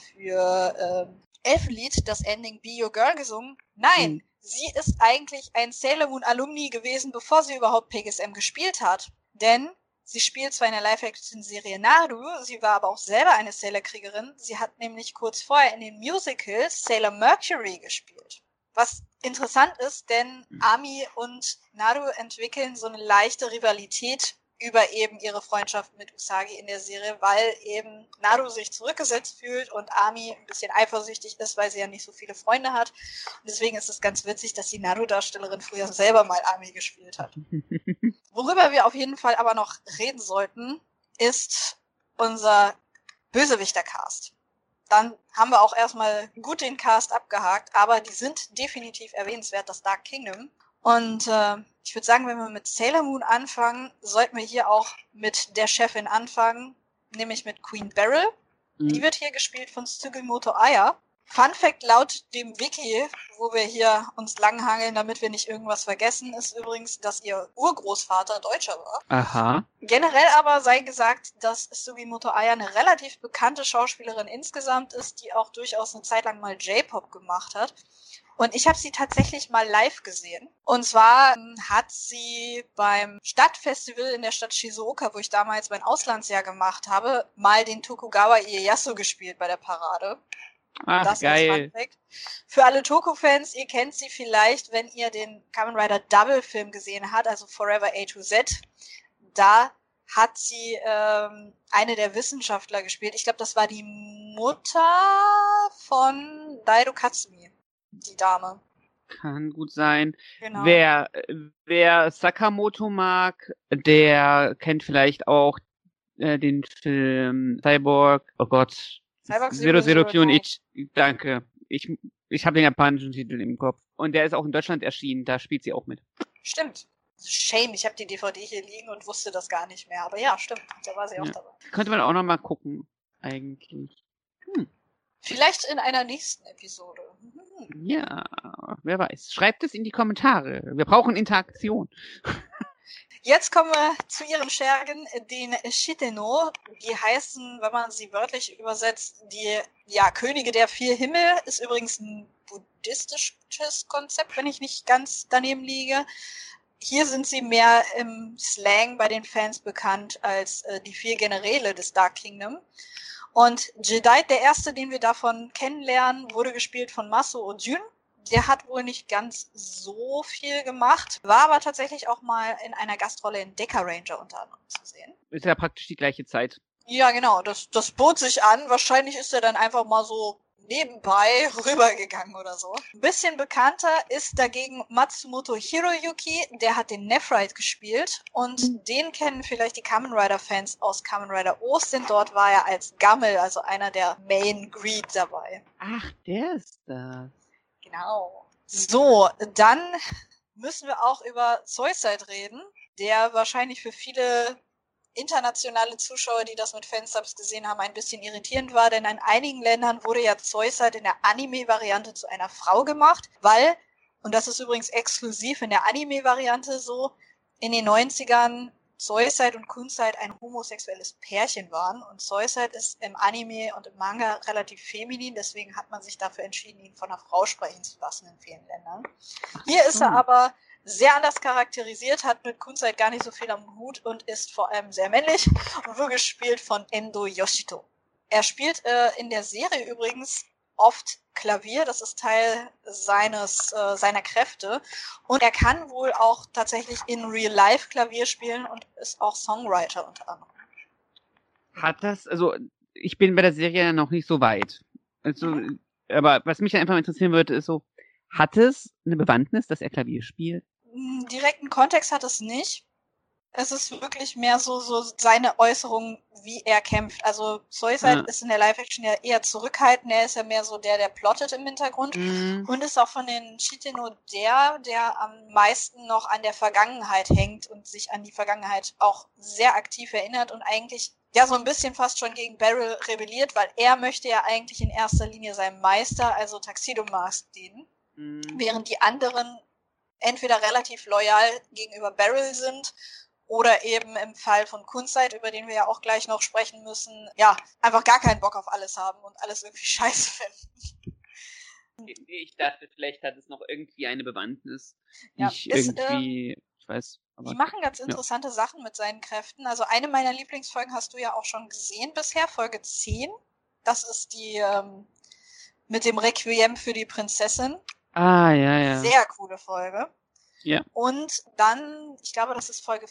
für Elfenlied das Ending Be Your Girl gesungen. Nein, sie ist eigentlich ein Sailor Moon Alumni gewesen, bevor sie überhaupt PGSM gespielt hat. Denn sie spielt zwar in der Live-Action-Serie Naru, sie war aber auch selber eine Sailor-Kriegerin. Sie hat nämlich kurz vorher in den Musicals Sailor Mercury gespielt. Was interessant ist, denn Ami und Naru entwickeln so eine leichte Rivalität über eben ihre Freundschaft mit Usagi in der Serie, weil eben Naru sich zurückgesetzt fühlt und Ami ein bisschen eifersüchtig ist, weil sie ja nicht so viele Freunde hat. Und deswegen ist es ganz witzig, dass die Naru-Darstellerin früher selber mal Ami gespielt hat. Worüber wir auf jeden Fall aber noch reden sollten, ist unser Bösewichter-Cast. Dann haben wir auch erstmal gut den Cast abgehakt, aber die sind definitiv erwähnenswert, das Dark Kingdom. Und ich würde sagen, wenn wir mit Sailor Moon anfangen, sollten wir hier auch mit der Chefin anfangen, nämlich mit Queen Beryl. Die wird hier gespielt von Sugimoto Aya. Fun Fact laut dem Wiki, wo wir hier uns langhangeln, damit wir nicht irgendwas vergessen, ist übrigens, dass ihr Urgroßvater Deutscher war. Aha. Generell aber sei gesagt, dass Sugimoto Aya eine relativ bekannte Schauspielerin insgesamt ist, die auch durchaus eine Zeit lang mal J-Pop gemacht hat. Und ich habe sie tatsächlich mal live gesehen. Und zwar hat sie beim Stadtfestival in der Stadt Shizuoka, wo ich damals mein Auslandsjahr gemacht habe, mal den Tokugawa Ieyasu gespielt bei der Parade. Ach, das geil. Als Funfact. Für alle Toku-Fans, ihr kennt sie vielleicht, wenn ihr den Kamen Rider Double-Film gesehen habt, also Forever A to Z. Da hat sie eine der Wissenschaftler gespielt. Ich glaube, das war die Mutter von Daido Katsumi. Die Dame. Kann gut sein. Genau. Wer Sakamoto mag, der kennt vielleicht auch den Film Cyborg. Oh Gott. Cyborg 009. Danke. Ich habe den japanischen Titel im Kopf. Und der ist auch in Deutschland erschienen. Da spielt sie auch mit. Stimmt. Shame, ich habe die DVD hier liegen und wusste das gar nicht mehr. Aber ja, stimmt. Da war sie auch dabei. Könnte man auch noch mal gucken, eigentlich. Vielleicht in einer nächsten Episode. Ja, wer weiß. Schreibt es in die Kommentare. Wir brauchen Interaktion. Jetzt kommen wir zu ihren Schergen, den Shiteno. Die heißen, wenn man sie wörtlich übersetzt, die Könige der vier Himmel. Ist übrigens ein buddhistisches Konzept, wenn ich nicht ganz daneben liege. Hier sind sie mehr im Slang bei den Fans bekannt als die vier Generäle des Dark Kingdom. Und Jedi, der erste, den wir davon kennenlernen, wurde gespielt von Maso Ojun. Der hat wohl nicht ganz so viel gemacht, war aber tatsächlich auch mal in einer Gastrolle in Deca Ranger unter anderem zu sehen. Ist ja praktisch die gleiche Zeit. Ja, genau, das bot sich an. Wahrscheinlich ist er dann einfach mal so nebenbei rübergegangen oder so. Ein bisschen bekannter ist dagegen Matsumoto Hiroyuki, der hat den Nephrite gespielt und den kennen vielleicht die Kamen Rider-Fans aus Kamen Rider Ost, denn dort war er als Gammel, also einer der Main Greed dabei. Ach, der ist das. Genau. So, dann müssen wir auch über Zoisite reden, der wahrscheinlich für viele internationale Zuschauer, die das mit Fansubs gesehen haben, ein bisschen irritierend war, denn in einigen Ländern wurde ja Zoisite in der Anime-Variante zu einer Frau gemacht, weil, und das ist übrigens exklusiv in der Anime-Variante so, in den 90ern Zoisite und Kunzite ein homosexuelles Pärchen waren und Zoisite ist im Anime und im Manga relativ feminin, deswegen hat man sich dafür entschieden, ihn von einer Frau sprechen zu lassen in vielen Ländern. Hier ist er aber sehr anders charakterisiert, hat mit Kunzite gar nicht so viel am Hut und ist vor allem sehr männlich und wird gespielt von Endo Yoshito. Er spielt in der Serie übrigens oft Klavier, das ist Teil seiner Kräfte und er kann wohl auch tatsächlich in Real Life Klavier spielen und ist auch Songwriter unter anderem. Also ich bin bei der Serie noch nicht so weit. Also, aber was mich einfach interessieren würde, ist so, hat es eine Bewandtnis, dass er Klavier spielt? Direkten Kontext hat es nicht. Es ist wirklich mehr so seine Äußerung, wie er kämpft. Also Zoisite ist in der Live-Action ja eher zurückhaltend, er ist ja mehr so der plottet im Hintergrund und ist auch von den Shiteno der am meisten noch an der Vergangenheit hängt und sich an die Vergangenheit auch sehr aktiv erinnert und eigentlich ja so ein bisschen fast schon gegen Beryl rebelliert, weil er möchte ja eigentlich in erster Linie seinem Meister, also Tuxedo Mask, dienen, während die anderen entweder relativ loyal gegenüber Beryl sind oder eben im Fall von Kunzite, über den wir ja auch gleich noch sprechen müssen, ja, einfach gar keinen Bock auf alles haben und alles irgendwie scheiße finden. Ich dachte, vielleicht hat es noch irgendwie eine Bewandtnis. Ja, ich weiß. Aber die machen ganz interessante Sachen mit seinen Kräften. Also eine meiner Lieblingsfolgen hast du ja auch schon gesehen bisher, Folge 10. Das ist die mit dem Requiem für die Prinzessin. Ah, ja. Sehr coole Folge. Ja. Und dann, ich glaube, das ist Folge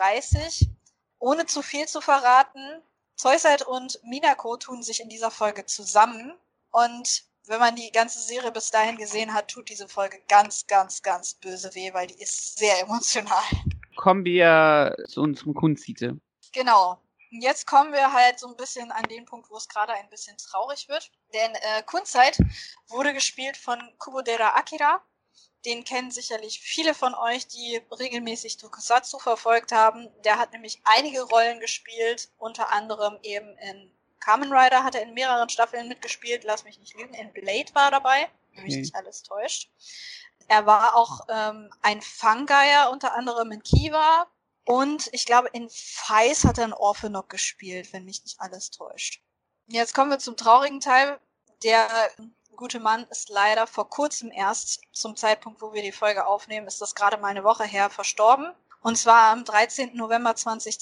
35, ohne zu viel zu verraten, Zoisite und Minako tun sich in dieser Folge zusammen. Und wenn man die ganze Serie bis dahin gesehen hat, tut diese Folge ganz, ganz, ganz böse weh, weil die ist sehr emotional. Kommen wir zu unserem Kunzite. Genau. Und jetzt kommen wir halt so ein bisschen an den Punkt, wo es gerade ein bisschen traurig wird. Denn Kunzite wurde gespielt von Kubodera Akira. Den kennen sicherlich viele von euch, die regelmäßig Tokusatsu verfolgt haben. Der hat nämlich einige Rollen gespielt, unter anderem eben in Kamen Rider hat er in mehreren Staffeln mitgespielt. Lass mich nicht lügen, in Blade war er dabei, wenn mich nicht alles täuscht. Er war auch ein Fangeier, unter anderem in Kiva. Und ich glaube, in Feis hat er einen Orphanok gespielt, wenn mich nicht alles täuscht. Jetzt kommen wir zum traurigen Teil. Der gute Mann ist leider vor kurzem erst, zum Zeitpunkt, wo wir die Folge aufnehmen, ist das gerade mal eine Woche her, verstorben. Und zwar am 13. November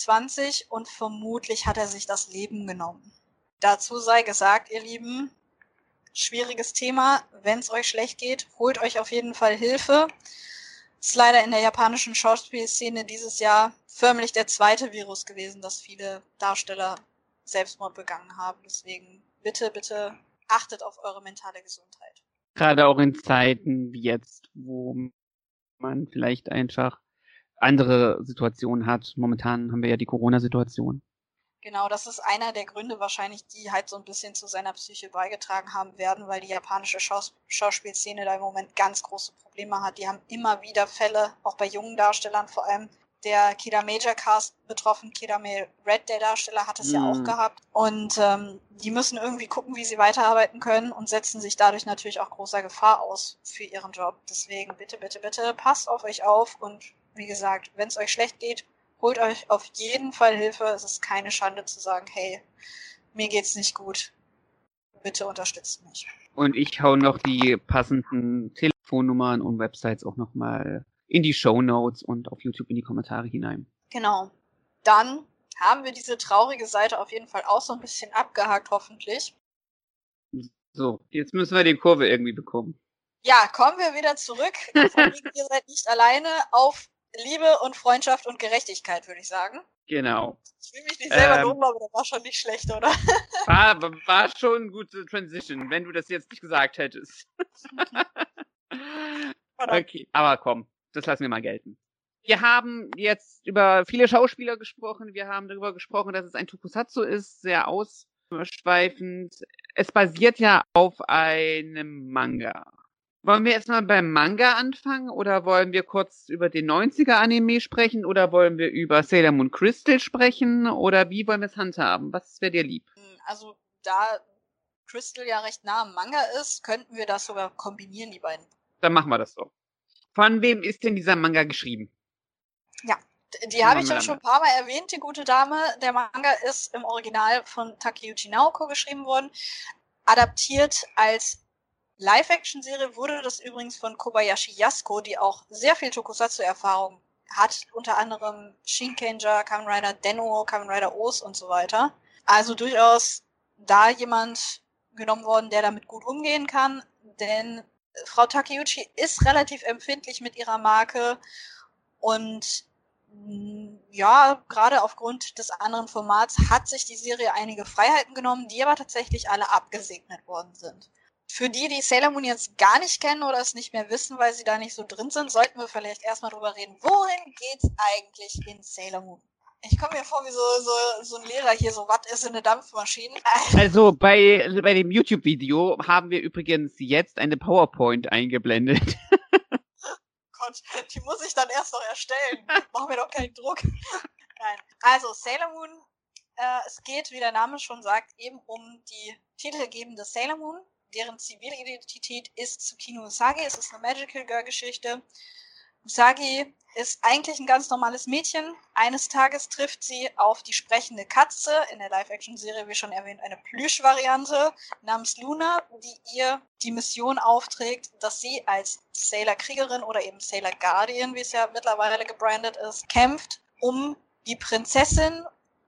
2020 und vermutlich hat er sich das Leben genommen. Dazu sei gesagt, ihr Lieben, schwieriges Thema. Wenn es euch schlecht geht, holt euch auf jeden Fall Hilfe. Ist leider in der japanischen Schauspielszene dieses Jahr förmlich der zweite Virus gewesen, dass viele Darsteller Selbstmord begangen haben. Deswegen bitte, bitte achtet auf eure mentale Gesundheit. Gerade auch in Zeiten wie jetzt, wo man vielleicht einfach andere Situationen hat. Momentan haben wir ja die Corona-Situation. Genau, das ist einer der Gründe wahrscheinlich, die halt so ein bisschen zu seiner Psyche beigetragen haben werden, weil die japanische Schauspielszene da im Moment ganz große Probleme hat. Die haben immer wieder Fälle, auch bei jungen Darstellern vor allem. Der Kira Major Cast betroffen, Kirame Red, der Darsteller, hat es ja auch gehabt. Und die müssen irgendwie gucken, wie sie weiterarbeiten können und setzen sich dadurch natürlich auch großer Gefahr aus für ihren Job. Deswegen bitte, bitte, bitte passt auf euch auf und wie gesagt, wenn es euch schlecht geht, holt euch auf jeden Fall Hilfe. Es ist keine Schande zu sagen, hey, mir geht's nicht gut. Bitte unterstützt mich. Und ich hau noch die passenden Telefonnummern und Websites auch nochmal in die Shownotes und auf YouTube in die Kommentare hinein. Genau. Dann haben wir diese traurige Seite auf jeden Fall auch so ein bisschen abgehakt, hoffentlich. So, jetzt müssen wir die Kurve irgendwie bekommen. Ja, kommen wir wieder zurück. Von wegen, ihr seid nicht alleine auf Liebe und Freundschaft und Gerechtigkeit, würde ich sagen. Genau. Ich will mich nicht selber loben, aber der war schon nicht schlecht, oder? War schon eine gute Transition, wenn du das jetzt nicht gesagt hättest. Okay, aber komm, das lassen wir mal gelten. Wir haben jetzt über viele Schauspieler gesprochen. Wir haben darüber gesprochen, dass es ein Tokusatsu ist, sehr ausschweifend. Es basiert ja auf einem Manga. Wollen wir erstmal beim Manga anfangen oder wollen wir kurz über den 90er-Anime sprechen oder wollen wir über Sailor Moon Crystal sprechen oder wie wollen wir es handhaben? Was wäre dir lieb? Also, da Crystal ja recht nah am Manga ist, könnten wir das sogar kombinieren, die beiden. Dann machen wir das so. Von wem ist denn dieser Manga geschrieben? Ja, die habe ich ja schon ein paar Mal erwähnt, die gute Dame. Der Manga ist im Original von Takeuchi Naoko geschrieben worden. Adaptiert als Live-Action-Serie wurde das übrigens von Kobayashi Yasuko, die auch sehr viel Tokusatsu-Erfahrung hat, unter anderem Shinkenger, Kamen Rider Denno, Kamen Rider O's und so weiter. Also durchaus da jemand genommen worden, der damit gut umgehen kann, denn Frau Takeuchi ist relativ empfindlich mit ihrer Marke und ja, gerade aufgrund des anderen Formats hat sich die Serie einige Freiheiten genommen, die aber tatsächlich alle abgesegnet worden sind. Für die, die Sailor Moon jetzt gar nicht kennen oder es nicht mehr wissen, weil sie da nicht so drin sind, sollten wir vielleicht erstmal drüber reden, wohin geht's eigentlich in Sailor Moon? Ich komme mir vor wie so ein Lehrer hier, so, was ist eine Dampfmaschine? Also bei dem YouTube-Video haben wir übrigens jetzt eine PowerPoint eingeblendet. Gott, die muss ich dann erst noch erstellen. Mach mir doch keinen Druck. Nein. Also Sailor Moon, es geht, wie der Name schon sagt, eben um die titelgebende Sailor Moon. Deren Zivilidentität ist Tsukino Usagi. Es ist eine Magical Girl Geschichte. Usagi ist eigentlich ein ganz normales Mädchen. Eines Tages trifft sie auf die sprechende Katze, in der Live-Action-Serie, wie schon erwähnt, eine Plüsch-Variante namens Luna, die ihr die Mission aufträgt, dass sie als Sailor-Kriegerin oder eben Sailor Guardian, wie es ja mittlerweile gebrandet ist, kämpft, um die Prinzessin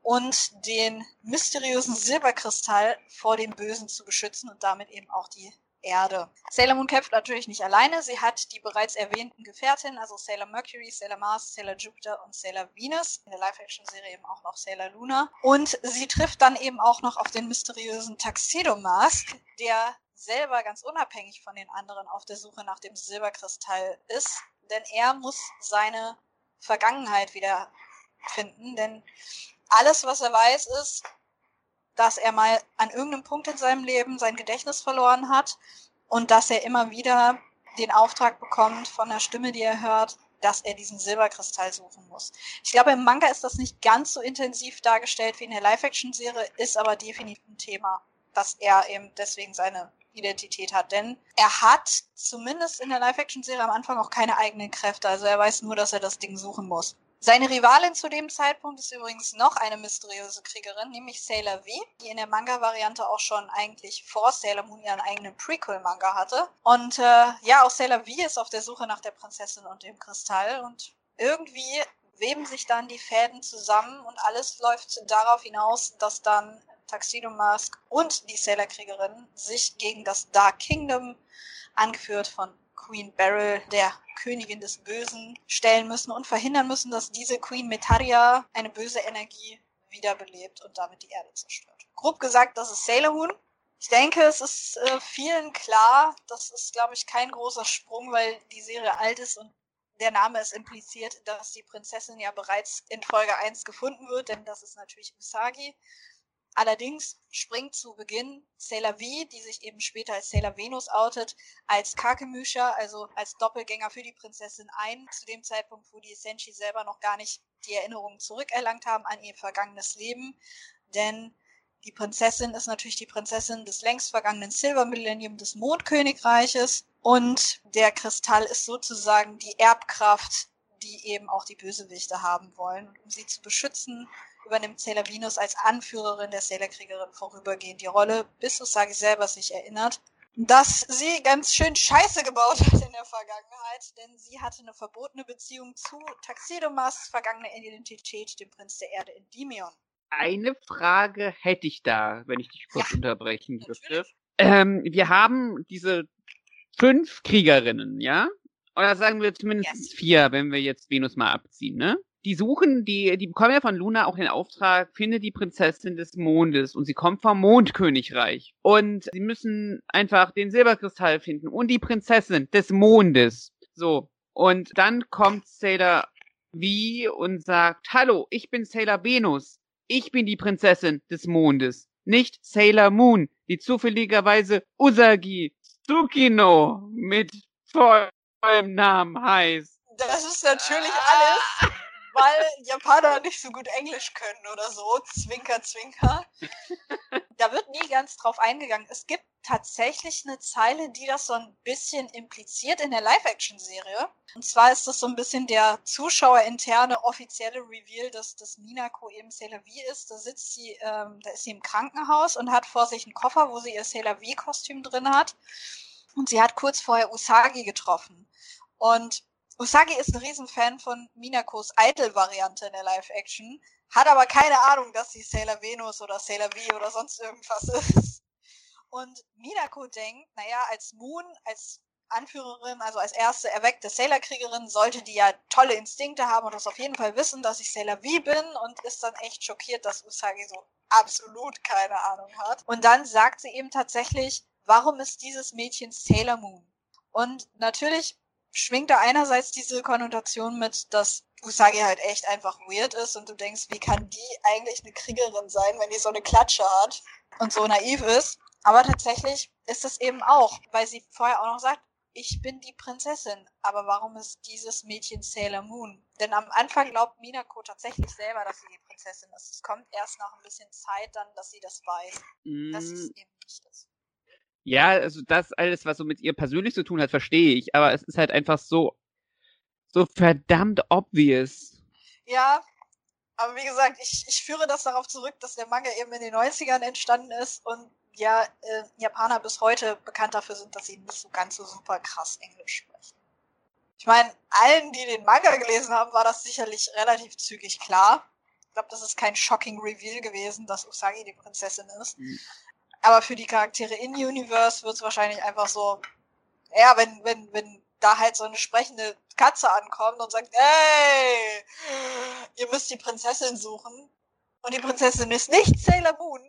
und den mysteriösen Silberkristall vor dem Bösen zu beschützen und damit eben auch die Erde. Sailor Moon kämpft natürlich nicht alleine. Sie hat die bereits erwähnten Gefährtinnen, also Sailor Mercury, Sailor Mars, Sailor Jupiter und Sailor Venus. In der Live-Action-Serie eben auch noch Sailor Luna. Und sie trifft dann eben auch noch auf den mysteriösen Tuxedo Mask, der selber ganz unabhängig von den anderen auf der Suche nach dem Silberkristall ist. Denn er muss seine Vergangenheit wieder finden. Denn alles, was er weiß, ist, dass er mal an irgendeinem Punkt in seinem Leben sein Gedächtnis verloren hat und dass er immer wieder den Auftrag bekommt von der Stimme, die er hört, dass er diesen Silberkristall suchen muss. Ich glaube, im Manga ist das nicht ganz so intensiv dargestellt wie in der Live-Action-Serie, ist aber definitiv ein Thema, dass er eben deswegen seine Identität hat. Denn er hat zumindest in der Live-Action-Serie am Anfang auch keine eigenen Kräfte. Also er weiß nur, dass er das Ding suchen muss. Seine Rivalin zu dem Zeitpunkt ist übrigens noch eine mysteriöse Kriegerin, nämlich Sailor V, die in der Manga-Variante auch schon eigentlich vor Sailor Moon ihren eigenen Prequel-Manga hatte. Und ja, auch Sailor V ist auf der Suche nach der Prinzessin und dem Kristall. Und irgendwie weben sich dann die Fäden zusammen und alles läuft darauf hinaus, dass dann Tuxedo Mask und die Sailor-Kriegerin sich gegen das Dark Kingdom, angeführt von Queen Beryl, der Königin des Bösen, stellen müssen und verhindern müssen, dass diese Queen Metaria eine böse Energie wiederbelebt und damit die Erde zerstört. Grob gesagt, das ist Sailor Moon. Ich denke, es ist vielen klar, das ist, glaube ich, kein großer Sprung, weil die Serie alt ist und der Name ist impliziert, dass die Prinzessin ja bereits in Folge 1 gefunden wird, denn das ist natürlich Usagi. Allerdings springt zu Beginn Sailor V, die sich eben später als Sailor Venus outet, als Kakemysha, also als Doppelgänger für die Prinzessin ein, zu dem Zeitpunkt, wo die Senshi selber noch gar nicht die Erinnerungen zurückerlangt haben an ihr vergangenes Leben. Denn die Prinzessin ist natürlich die Prinzessin des längst vergangenen Silver Millennium des Mondkönigreiches und der Kristall ist sozusagen die Erbkraft, die eben auch die Bösewichte haben wollen. Und um sie zu beschützen, übernimmt Sailor Venus als Anführerin der Sailor-Kriegerin vorübergehend die Rolle, bis Usagi selber sich erinnert, dass sie ganz schön Scheiße gebaut hat in der Vergangenheit, denn sie hatte eine verbotene Beziehung zu Tuxedo Masks vergangener Identität, dem Prinz der Erde Endymion. Eine Frage hätte ich da, wenn ich dich kurz unterbrechen dürfte. Wir haben diese 5 Kriegerinnen, ja? Oder sagen wir zumindest 4, wenn wir jetzt Venus mal abziehen, ne? die bekommen ja von Luna auch den Auftrag, finde die Prinzessin des Mondes und sie kommt vom Mondkönigreich. Und sie müssen einfach den Silberkristall finden und die Prinzessin des Mondes. So. Und dann kommt Sailor V und sagt, hallo, ich bin Sailor Venus. Ich bin die Prinzessin des Mondes. Nicht Sailor Moon, die zufälligerweise Usagi Tsukino mit vollem Namen heißt. Das ist natürlich alles, weil Japaner nicht so gut Englisch können oder so. Zwinker, zwinker. Da wird nie ganz drauf eingegangen. Es gibt tatsächlich eine Zeile, die das so ein bisschen impliziert in der Live-Action-Serie. Und zwar ist das so ein bisschen der zuschauerinterne offizielle Reveal, dass Minako eben Sailor V ist. Da ist sie im Krankenhaus und hat vor sich einen Koffer, wo sie ihr Sailor V-Kostüm drin hat. Und sie hat kurz vorher Usagi getroffen. Und Usagi ist ein Riesenfan von Minakos Idol-Variante in der Live-Action, hat aber keine Ahnung, dass sie Sailor Venus oder Sailor V oder sonst irgendwas ist. Und Minako denkt, naja, als Moon, als Anführerin, also als erste erweckte Sailor-Kriegerin, sollte die ja tolle Instinkte haben und das auf jeden Fall wissen, dass ich Sailor V bin, und ist dann echt schockiert, dass Usagi so absolut keine Ahnung hat. Und dann sagt sie eben tatsächlich, warum ist dieses Mädchen Sailor Moon? Und natürlich schwingt da einerseits diese Konnotation mit, dass Usagi halt echt einfach weird ist und du denkst, wie kann die eigentlich eine Kriegerin sein, wenn die so eine Klatsche hat und so naiv ist? Aber tatsächlich ist es eben auch, weil sie vorher auch noch sagt, ich bin die Prinzessin, aber warum ist dieses Mädchen Sailor Moon? Denn am Anfang glaubt Minako tatsächlich selber, dass sie die Prinzessin ist. Es kommt erst nach ein bisschen Zeit dann, dass sie das weiß, dass sie es eben nicht ist. Ja, also das alles, was so mit ihr persönlich zu tun hat, verstehe ich. Aber es ist halt einfach so verdammt obvious. Ja, aber wie gesagt, ich führe das darauf zurück, dass der Manga eben in den 90ern entstanden ist und ja, Japaner bis heute bekannt dafür sind, dass sie nicht so ganz so super krass Englisch sprechen. Ich meine, allen, die den Manga gelesen haben, war das sicherlich relativ zügig klar. Ich glaube, das ist kein shocking Reveal gewesen, dass Usagi die Prinzessin ist. Mhm. Aber für die Charaktere in Universe wird es wahrscheinlich einfach so, ja, wenn da halt so eine sprechende Katze ankommt und sagt, hey, ihr müsst die Prinzessin suchen und die Prinzessin ist nicht Sailor Moon.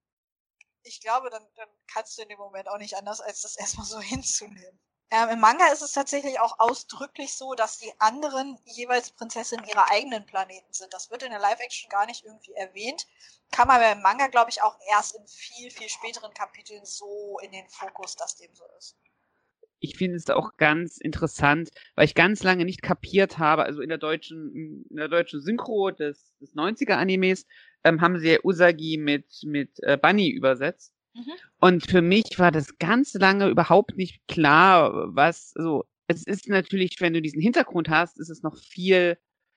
Ich glaube, dann kannst du in dem Moment auch nicht anders, als das erstmal so hinzunehmen. Im Manga ist es tatsächlich auch ausdrücklich so, dass die anderen jeweils Prinzessinnen ihrer eigenen Planeten sind. Das wird in der Live-Action gar nicht irgendwie erwähnt. Kann man beim Manga, glaube ich, auch erst in viel, viel späteren Kapiteln so in den Fokus, dass dem so ist. Ich finde es auch ganz interessant, weil ich ganz lange nicht kapiert habe, also in der deutschen Synchro des 90er-Animes haben sie ja Usagi mit Bunny übersetzt. Mhm. Und für mich war das ganz lange überhaupt nicht klar, was so. Es ist natürlich, wenn du diesen Hintergrund hast, ist es noch viel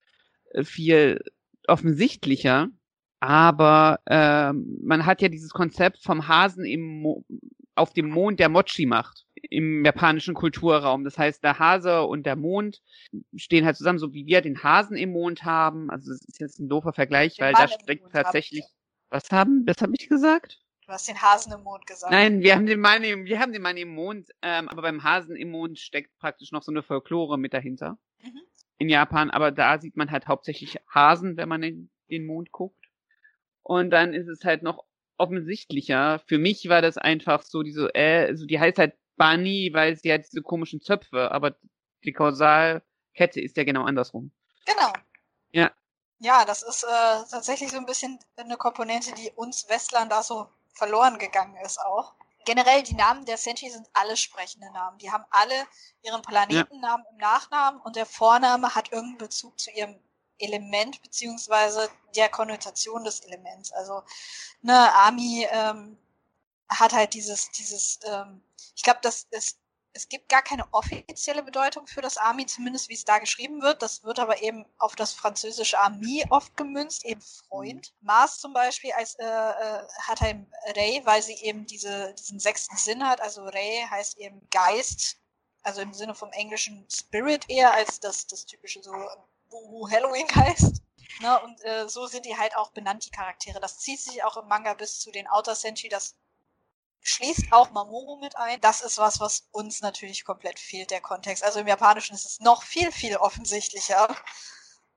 offensichtlicher. Aber man hat ja dieses Konzept vom Hasen auf dem Mond, der Mochi macht, im japanischen Kulturraum. Das heißt, der Hase und der Mond stehen halt zusammen, so wie wir den Hasen im Mond haben. Also das ist jetzt ein doofer Vergleich, weil da steckt tatsächlich... Was habe ich gesagt? Du hast den Hasen im Mond gesagt. Nein, wir haben den Mann im Mond, aber beim Hasen im Mond steckt praktisch noch so eine Folklore mit dahinter. Mhm. In Japan, aber da sieht man halt hauptsächlich Hasen, wenn man in den Mond guckt. Und dann ist es halt noch offensichtlicher. Für mich war das einfach so die heißt halt Bunny, weil sie hat diese komischen Zöpfe, aber die Kausalkette ist ja genau andersrum. Genau. Ja. Ja, das ist tatsächlich so ein bisschen eine Komponente, die uns Westlern da so verloren gegangen ist auch. Generell, die Namen der Senshi sind alle sprechende Namen. Die haben alle ihren Planetennamen im Nachnamen und der Vorname hat irgendeinen Bezug zu ihrem Element beziehungsweise der Konnotation des Elements. Also Ami hat halt dieses ich glaube, es gibt gar keine offizielle Bedeutung für das Ami, zumindest wie es da geschrieben wird. Das wird aber eben auf das französische Ami oft gemünzt, eben Freund. Mars zum Beispiel hat halt Rei, weil sie eben diesen sechsten Sinn hat. Also Rei heißt eben Geist, also im Sinne vom englischen Spirit eher als das typische so Halloween heißt. Ne? Und so sind die halt auch benannt, die Charaktere. Das zieht sich auch im Manga bis zu den Outer Senshi, das schließt auch Mamoru mit ein. Das ist was uns natürlich komplett fehlt, der Kontext. Also im Japanischen ist es noch viel, viel offensichtlicher.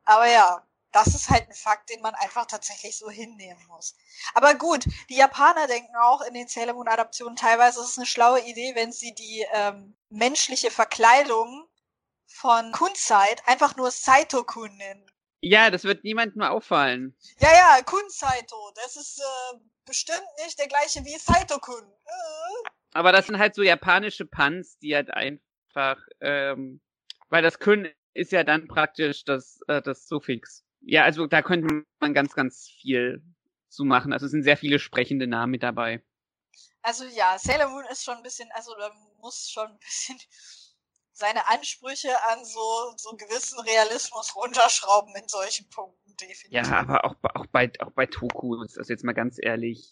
Aber ja, das ist halt ein Fakt, den man einfach tatsächlich so hinnehmen muss. Aber gut, die Japaner denken auch in den Sailor Moon Adaptionen teilweise, ist es eine schlaue Idee, wenn sie die menschliche Verkleidung von Kunzeit einfach nur Saito-kun nennen. Ja, das wird niemandem auffallen. Ja, Kun-Saito, das ist bestimmt nicht der gleiche wie Saito-kun. Aber das sind halt so japanische Puns, die halt einfach, weil das Kun ist ja dann praktisch das Suffix. Ja, also da könnte man ganz, ganz viel zu machen. Also es sind sehr viele sprechende Namen mit dabei. Also ja, Sailor Moon ist schon ein bisschen, also da muss schon ein bisschen seine Ansprüche an so gewissen Realismus runterschrauben in solchen Punkten, definitiv. Ja, aber auch bei Toku, also jetzt mal ganz ehrlich.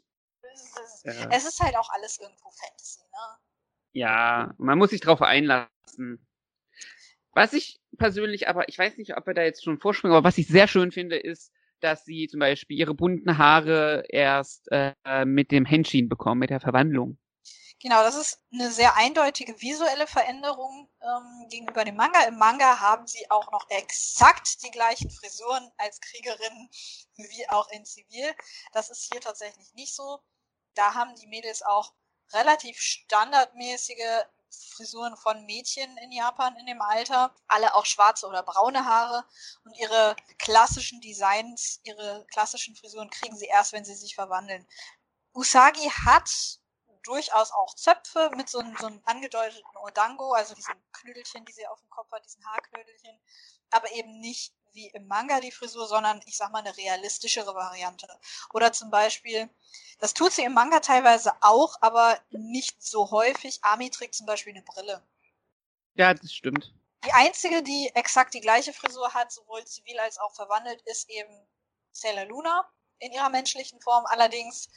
Es ist halt auch alles irgendwo Fantasy, ne? Ja, man muss sich drauf einlassen. Was ich persönlich aber, ich weiß nicht, ob wir da jetzt schon vorspringen, aber was ich sehr schön finde, ist, dass sie zum Beispiel ihre bunten Haare erst mit dem Henshin bekommen, mit der Verwandlung. Genau, das ist eine sehr eindeutige visuelle Veränderung gegenüber dem Manga. Im Manga haben sie auch noch exakt die gleichen Frisuren als Kriegerinnen wie auch in Zivil. Das ist hier tatsächlich nicht so. Da haben die Mädels auch relativ standardmäßige Frisuren von Mädchen in Japan in dem Alter. Alle auch schwarze oder braune Haare. Und ihre klassischen Designs, ihre klassischen Frisuren kriegen sie erst, wenn sie sich verwandeln. Usagi hat durchaus auch Zöpfe mit so einem angedeuteten Odango, also diesen Knödelchen, die sie auf dem Kopf hat, diesen Haarknödelchen, aber eben nicht wie im Manga die Frisur, sondern ich sag mal eine realistischere Variante. Oder zum Beispiel, das tut sie im Manga teilweise auch, aber nicht so häufig. Ami trägt zum Beispiel eine Brille. Ja, das stimmt. Die einzige, die exakt die gleiche Frisur hat, sowohl zivil als auch verwandelt, ist eben Sailor Luna in ihrer menschlichen Form. Allerdings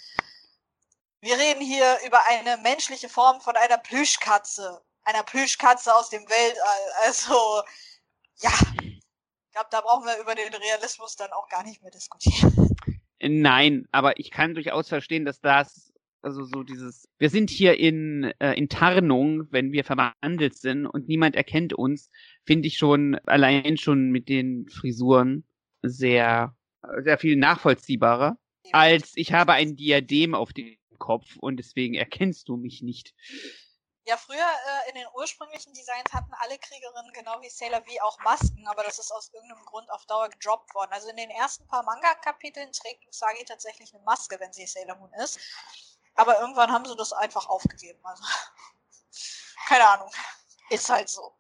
wir reden hier über eine menschliche Form von einer Plüschkatze. Einer Plüschkatze aus dem Weltall. Also, ja. Ich glaube, da brauchen wir über den Realismus dann auch gar nicht mehr diskutieren. Nein, aber ich kann durchaus verstehen, dass das, also so dieses, wir sind hier in Tarnung, wenn wir verwandelt sind und niemand erkennt uns, finde ich schon, allein schon mit den Frisuren sehr, sehr viel nachvollziehbarer, als ich habe ein Diadem auf dem Kopf und deswegen erkennst du mich nicht. Ja, früher in den ursprünglichen Designs hatten alle Kriegerinnen genau wie Sailor V auch Masken, aber das ist aus irgendeinem Grund auf Dauer gedroppt worden. Also in den ersten paar Manga-Kapiteln trägt Usagi tatsächlich eine Maske, wenn sie Sailor Moon ist. Aber irgendwann haben sie das einfach aufgegeben. Also keine Ahnung. Ist halt so.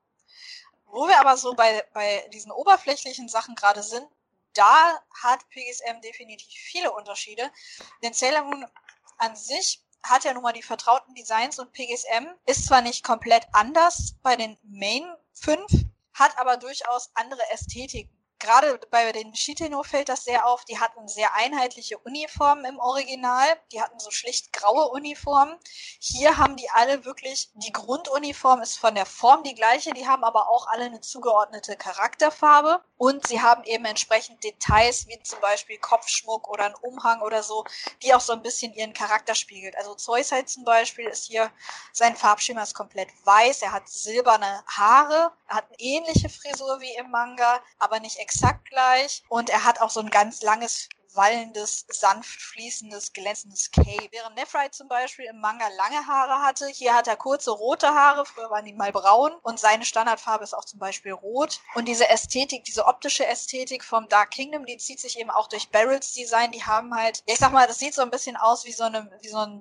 Wo wir aber so bei diesen oberflächlichen Sachen gerade sind, da hat PGSM definitiv viele Unterschiede. Denn Sailor Moon an sich hat ja nun mal die vertrauten Designs und PGSM ist zwar nicht komplett anders bei den Main 5, hat aber durchaus andere Ästhetiken. Gerade bei den Shiteno fällt das sehr auf. Die hatten sehr einheitliche Uniformen im Original. Die hatten so schlicht graue Uniformen. Hier haben die alle wirklich, die Grunduniform ist von der Form die gleiche. Die haben aber auch alle eine zugeordnete Charakterfarbe. Und sie haben eben entsprechend Details, wie zum Beispiel Kopfschmuck oder ein Umhang oder so, die auch so ein bisschen ihren Charakter spiegelt. Also Zeus halt zum Beispiel ist hier, sein Farbschema ist komplett weiß. Er hat silberne Haare. Er hat eine ähnliche Frisur wie im Manga, aber nicht exakt gleich. Und er hat auch so ein ganz langes, wallendes, sanft fließendes, glänzendes Cape. Während Nephrite zum Beispiel im Manga lange Haare hatte, hier hat er kurze rote Haare, früher waren die mal braun. Und seine Standardfarbe ist auch zum Beispiel rot. Und diese Ästhetik, diese optische Ästhetik vom Dark Kingdom, die zieht sich eben auch durch Beryls Design. Die haben halt, ich sag mal, das sieht so ein bisschen aus wie so ein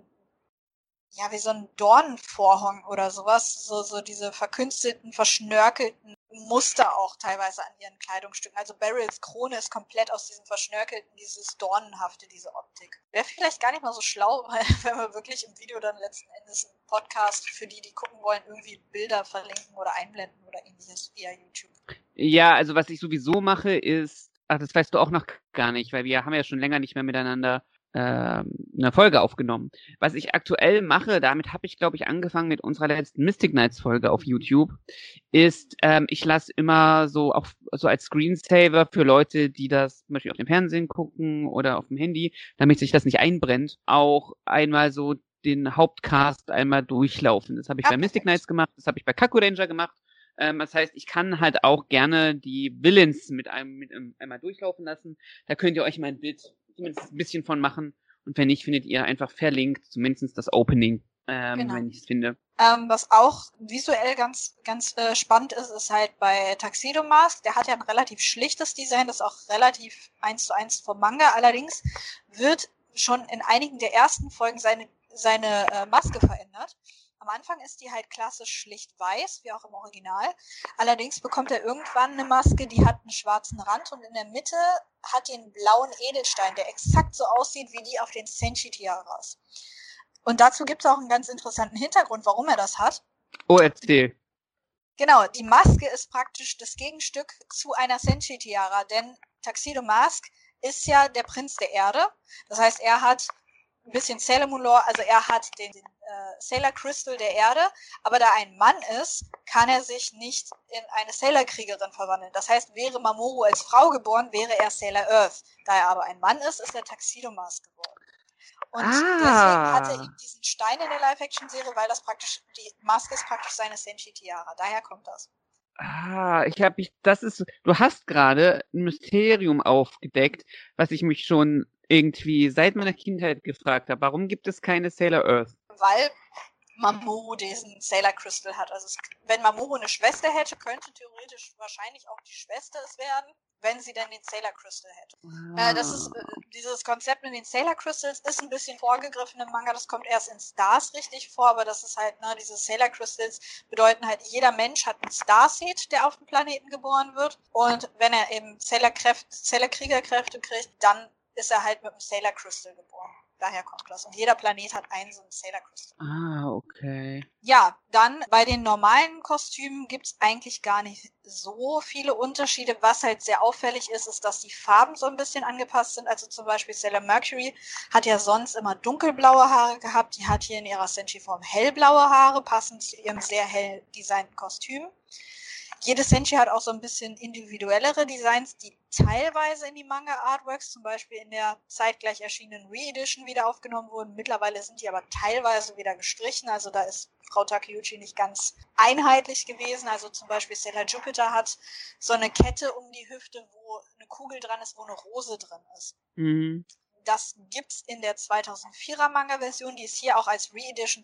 Dornenvorhang oder sowas. So diese verkünstelten, verschnörkelten Muster auch teilweise an ihren Kleidungsstücken. Also Beryls Krone ist komplett aus diesem verschnörkelten, dieses Dornenhafte, diese Optik. Wäre vielleicht gar nicht mal so schlau, wenn wir wirklich im Video dann letzten Endes im Podcast für die gucken wollen, irgendwie Bilder verlinken oder einblenden oder ähnliches via YouTube. Ja, also was ich sowieso mache ist, das weißt du auch noch gar nicht, weil wir haben ja schon länger nicht mehr miteinander eine Folge aufgenommen. Was ich aktuell mache, damit habe ich, glaube ich, angefangen mit unserer letzten Mystic Knights Folge auf YouTube, ist, ich lasse immer so auch so als Screensaver für Leute, die das zum Beispiel auf dem Fernsehen gucken oder auf dem Handy, damit sich das nicht einbrennt, auch einmal so den Hauptcast einmal durchlaufen. Das habe ich bei Mystic Knights gemacht, das habe ich bei Kaku Ranger gemacht. Das heißt, ich kann halt auch gerne die Villains mit einmal durchlaufen lassen. Da könnt ihr euch mal ein Bild zumindest ein bisschen von machen. Und wenn nicht, findet ihr einfach verlinkt, zumindest das Opening, Genau. wenn ich es finde. Was auch visuell ganz spannend ist, ist halt bei Tuxedo Mask. Der hat ja ein relativ schlichtes Design, das ist auch relativ 1:1 vom Manga. Allerdings wird schon in einigen der ersten Folgen seine Maske verändert. Am Anfang ist die halt klassisch schlicht weiß, wie auch im Original. Allerdings bekommt er irgendwann eine Maske, die hat einen schwarzen Rand und in der Mitte hat die einen blauen Edelstein, der exakt so aussieht wie die auf den Senshi Tiaras. Und dazu gibt es auch einen ganz interessanten Hintergrund, warum er das hat. Oh, erzähl. Genau, die Maske ist praktisch das Gegenstück zu einer Senshi Tiara, denn Tuxedo Mask ist ja der Prinz der Erde. Das heißt, er hat ein bisschen Sailor Moon Lore, also er hat den Sailor Crystal der Erde, aber da er ein Mann ist, kann er sich nicht in eine Sailor Kriegerin verwandeln. Das heißt, wäre Mamoru als Frau geboren, wäre er Sailor Earth. Da er aber ein Mann ist, ist er Tuxedo Mask geworden. Und deswegen hat er eben diesen Stein in der Live-Action-Serie, weil das praktisch, die Maske ist praktisch seine Senshi Tiara. Daher kommt das. Du hast gerade ein Mysterium aufgedeckt, was ich mich schon irgendwie seit meiner Kindheit gefragt habe. Warum gibt es keine Sailor Earth? Weil Mamoru diesen Sailor Crystal hat. Also wenn Mamoru eine Schwester hätte, könnte theoretisch wahrscheinlich auch die Schwester es werden, wenn sie denn den Sailor Crystal hätte. Das ist dieses Konzept mit den Sailor Crystals ist ein bisschen vorgegriffen im Manga. Das kommt erst in Stars richtig vor, aber das ist halt, diese Sailor Crystals bedeuten halt, jeder Mensch hat einen Starseed, der auf dem Planeten geboren wird. Und wenn er eben Sailor-Kriegerkräfte kriegt, dann ist er halt mit einem Sailor Crystal geboren. Daher kommt das. Und jeder Planet hat einen so einen Sailor Crystal. Okay. Ja, dann bei den normalen Kostümen gibt's eigentlich gar nicht so viele Unterschiede. Was halt sehr auffällig ist, ist, dass die Farben so ein bisschen angepasst sind. Also zum Beispiel Sailor Mercury hat ja sonst immer dunkelblaue Haare gehabt. Die hat hier in ihrer Senshi-Form hellblaue Haare, passend zu ihrem sehr hell designten Kostüm. Jede Senshi hat auch so ein bisschen individuellere Designs, die teilweise in die Manga-Artworks, zum Beispiel in der zeitgleich erschienenen Re-Edition wieder aufgenommen wurden. Mittlerweile sind die aber teilweise wieder gestrichen, also da ist Frau Takeuchi nicht ganz einheitlich gewesen. Also zum Beispiel Sailor Jupiter hat so eine Kette um die Hüfte, wo eine Kugel dran ist, wo eine Rose drin ist. Mhm. Das gibt's in der 2004er Manga-Version, die ist hier auch als Re-Edition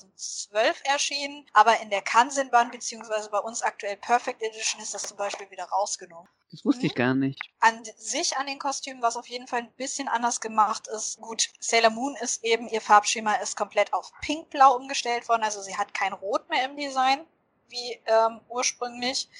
2012 erschienen, aber in der Kansenban beziehungsweise bei uns aktuell Perfect Edition ist das zum Beispiel wieder rausgenommen. Das wusste ich gar nicht. An den Kostümen, was auf jeden Fall ein bisschen anders gemacht ist. Gut, Sailor Moon ist eben, ihr Farbschema ist komplett auf Pink-Blau umgestellt worden, also sie hat kein Rot mehr im Design, wie ursprünglich.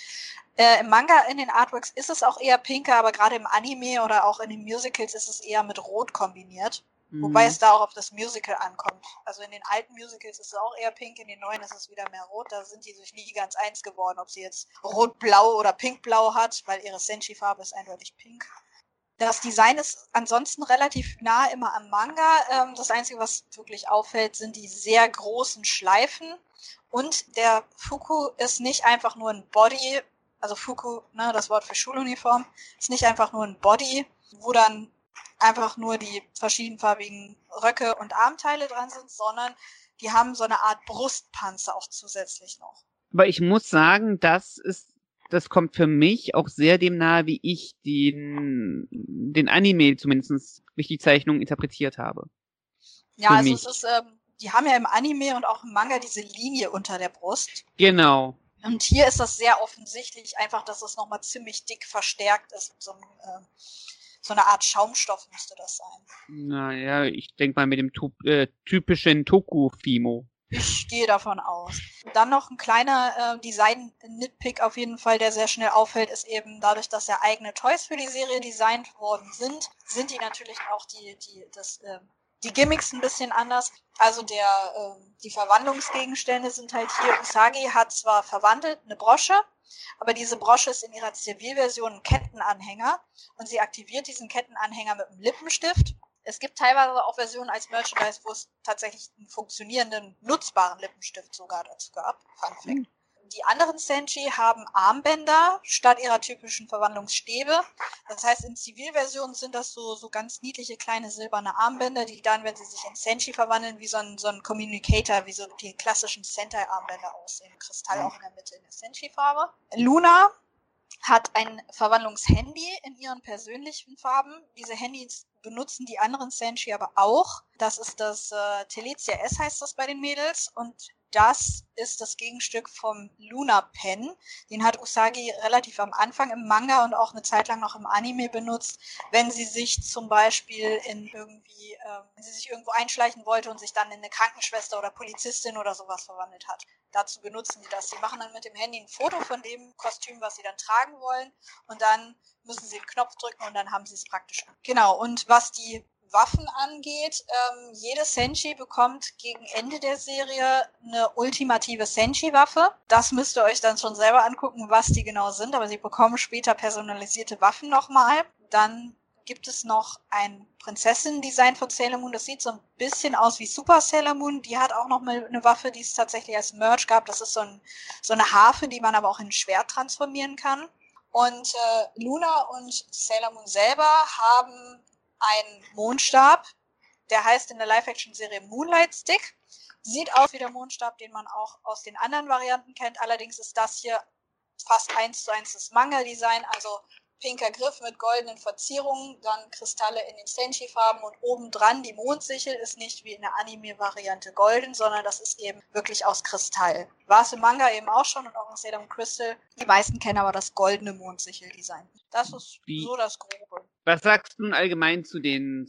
Im Manga, in den Artworks ist es auch eher pinker, aber gerade im Anime oder auch in den Musicals ist es eher mit Rot kombiniert. Wobei es da auch auf das Musical ankommt. Also in den alten Musicals ist es auch eher pink, in den neuen ist es wieder mehr rot. Da sind die sich nie ganz eins geworden, ob sie jetzt rot-blau oder pink-blau hat, weil ihre Senshi-Farbe ist eindeutig pink. Das Design ist ansonsten relativ nah immer am Manga. Das Einzige, was wirklich auffällt, sind die sehr großen Schleifen. Und der Fuku ist nicht einfach nur ein Body, also Fuku, das Wort für Schuluniform, ist nicht einfach nur ein Body, wo dann einfach nur die verschiedenfarbigen Röcke und Armteile dran sind, sondern die haben so eine Art Brustpanzer auch zusätzlich noch. Aber ich muss sagen, das kommt für mich auch sehr dem nahe, wie ich den Anime zumindest durch die Zeichnung interpretiert habe. Ja, also es ist, die haben ja im Anime und auch im Manga diese Linie unter der Brust. Genau. Und hier ist das sehr offensichtlich einfach, dass es nochmal ziemlich dick verstärkt ist. So eine Art Schaumstoff müsste das sein. Naja, ich denke mal mit dem typischen Toku-Fimo. Ich gehe davon aus. Dann noch ein kleiner Design-Nitpick auf jeden Fall, der sehr schnell auffällt, ist eben dadurch, dass ja eigene Toys für die Serie designt worden sind die natürlich auch die Gimmicks ein bisschen anders. Also die Verwandlungsgegenstände sind halt hier, Usagi hat zwar verwandelt eine Brosche, aber diese Brosche ist in ihrer Zivilversion ein Kettenanhänger und sie aktiviert diesen Kettenanhänger mit einem Lippenstift. Es gibt teilweise auch Versionen als Merchandise, wo es tatsächlich einen funktionierenden, nutzbaren Lippenstift sogar dazu gab. Fun Fact. Die anderen Senshi haben Armbänder statt ihrer typischen Verwandlungsstäbe. Das heißt, in Zivilversionen sind das so ganz niedliche kleine silberne Armbänder, die dann, wenn sie sich in Senshi verwandeln, wie so ein Communicator, wie so die klassischen Sentai-Armbänder aussehen. Kristall auch in der Mitte in der Senshi-Farbe. Luna hat ein Verwandlungshandy in ihren persönlichen Farben. Diese Handys benutzen die anderen Senshi aber auch. Das ist das Telecia S, heißt das bei den Mädels. Und das ist das Gegenstück vom Luna Pen. Den hat Usagi relativ am Anfang im Manga und auch eine Zeit lang noch im Anime benutzt, wenn sie sich zum Beispiel wenn sie sich irgendwo einschleichen wollte und sich dann in eine Krankenschwester oder Polizistin oder sowas verwandelt hat. Dazu benutzen die das. Sie machen dann mit dem Handy ein Foto von dem Kostüm, was sie dann tragen wollen, und dann müssen sie den Knopf drücken und dann haben sie es praktisch an. Genau, und was die Waffen angeht, jedes Senshi bekommt gegen Ende der Serie eine ultimative Senshi-Waffe. Das müsst ihr euch dann schon selber angucken, was die genau sind, aber sie bekommen später personalisierte Waffen nochmal. Dann gibt es noch ein Prinzessin-Design von Sailor Moon. Das sieht so ein bisschen aus wie Super Sailor Moon. Die hat auch noch mal eine Waffe, die es tatsächlich als Merch gab. Das ist so eine Harfe, die man aber auch in ein Schwert transformieren kann. Und Luna und Sailor Moon selber haben einen Mondstab, der heißt in der Live-Action-Serie Moonlight Stick. Sieht aus wie der Mondstab, den man auch aus den anderen Varianten kennt. Allerdings ist das hier fast 1:1 das Manga-Design, also pinker Griff mit goldenen Verzierungen, dann Kristalle in den Senshi-Farben und obendran die Mondsichel ist nicht wie in der Anime-Variante golden, sondern das ist eben wirklich aus Kristall. War es im Manga eben auch schon und auch in Sailor Moon Crystal. Die meisten kennen aber das goldene Mondsichel-Design. Das ist so das Grobe. Was sagst du nun allgemein zu den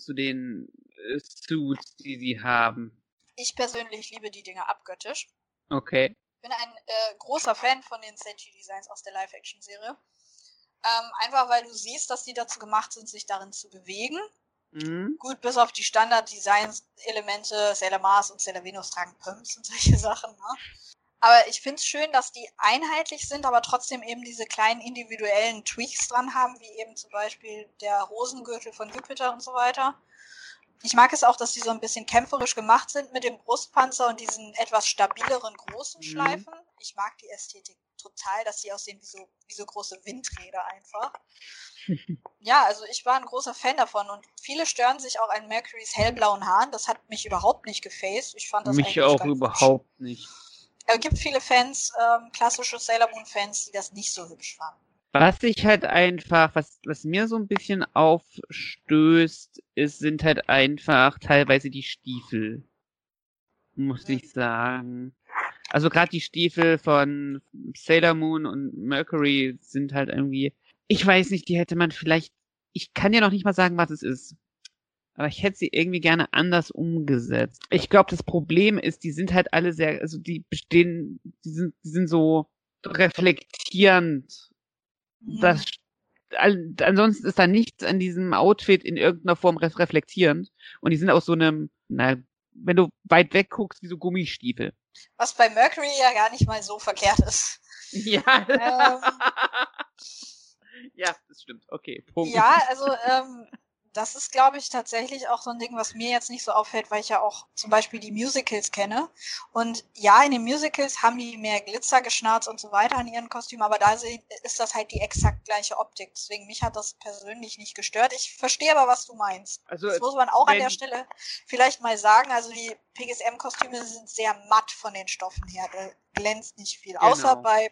Suits, die sie haben? Ich persönlich liebe die Dinger abgöttisch. Okay. Ich bin ein großer Fan von den Senshi-Designs aus der Live-Action-Serie. Einfach weil du siehst, dass die dazu gemacht sind, sich darin zu bewegen. Mhm. Gut, bis auf die Standard-Design-Elemente, Sailor Mars und Sailor Venus tragen Pumps und solche Sachen. Ne? Aber ich finde es schön, dass die einheitlich sind, aber trotzdem eben diese kleinen individuellen Tweaks dran haben, wie eben zum Beispiel der Rosengürtel von Jupiter und so weiter. Ich mag es auch, dass die so ein bisschen kämpferisch gemacht sind mit dem Brustpanzer und diesen etwas stabileren großen Schleifen. Ich mag die Ästhetik total, dass die aussehen wie so große Windräder einfach. Ja, also ich war ein großer Fan davon und viele stören sich auch an Mercurys hellblauen Haaren. Das hat mich überhaupt nicht gefaced. Ich fand das mich auch überhaupt nicht. Es gibt viele Fans, klassische Sailor Moon Fans, die das nicht so hübsch fanden. Was ich halt einfach, was mir so ein bisschen aufstößt, sind halt einfach teilweise die Stiefel. Muss ich sagen. Also gerade die Stiefel von Sailor Moon und Mercury sind halt irgendwie, ich weiß nicht, die hätte man vielleicht, ich kann ja noch nicht mal sagen, was es ist. Aber ich hätte sie irgendwie gerne anders umgesetzt. Ich glaube, das Problem ist, die sind halt alle sehr, also die sind so reflektierend. Das, ansonsten ist da nichts an diesem Outfit in irgendeiner Form reflektierend. Und die sind aus so einem, wenn du weit weg guckst, wie so Gummistiefel. Was bei Mercury ja gar nicht mal so verkehrt ist. Ja. Ja, das stimmt. Okay, Punkt. Ja, also das ist, glaube ich, tatsächlich auch so ein Ding, was mir jetzt nicht so auffällt, weil ich ja auch zum Beispiel die Musicals kenne. Und ja, in den Musicals haben die mehr Glitzer geschnarzt und so weiter an ihren Kostümen, aber da ist das halt die exakt gleiche Optik. Deswegen, mich hat das persönlich nicht gestört. Ich verstehe aber, was du meinst. Also, das muss man auch an der Stelle vielleicht mal sagen. Also die PGSM-Kostüme sind sehr matt von den Stoffen her. Da glänzt nicht viel. Genau. Außer bei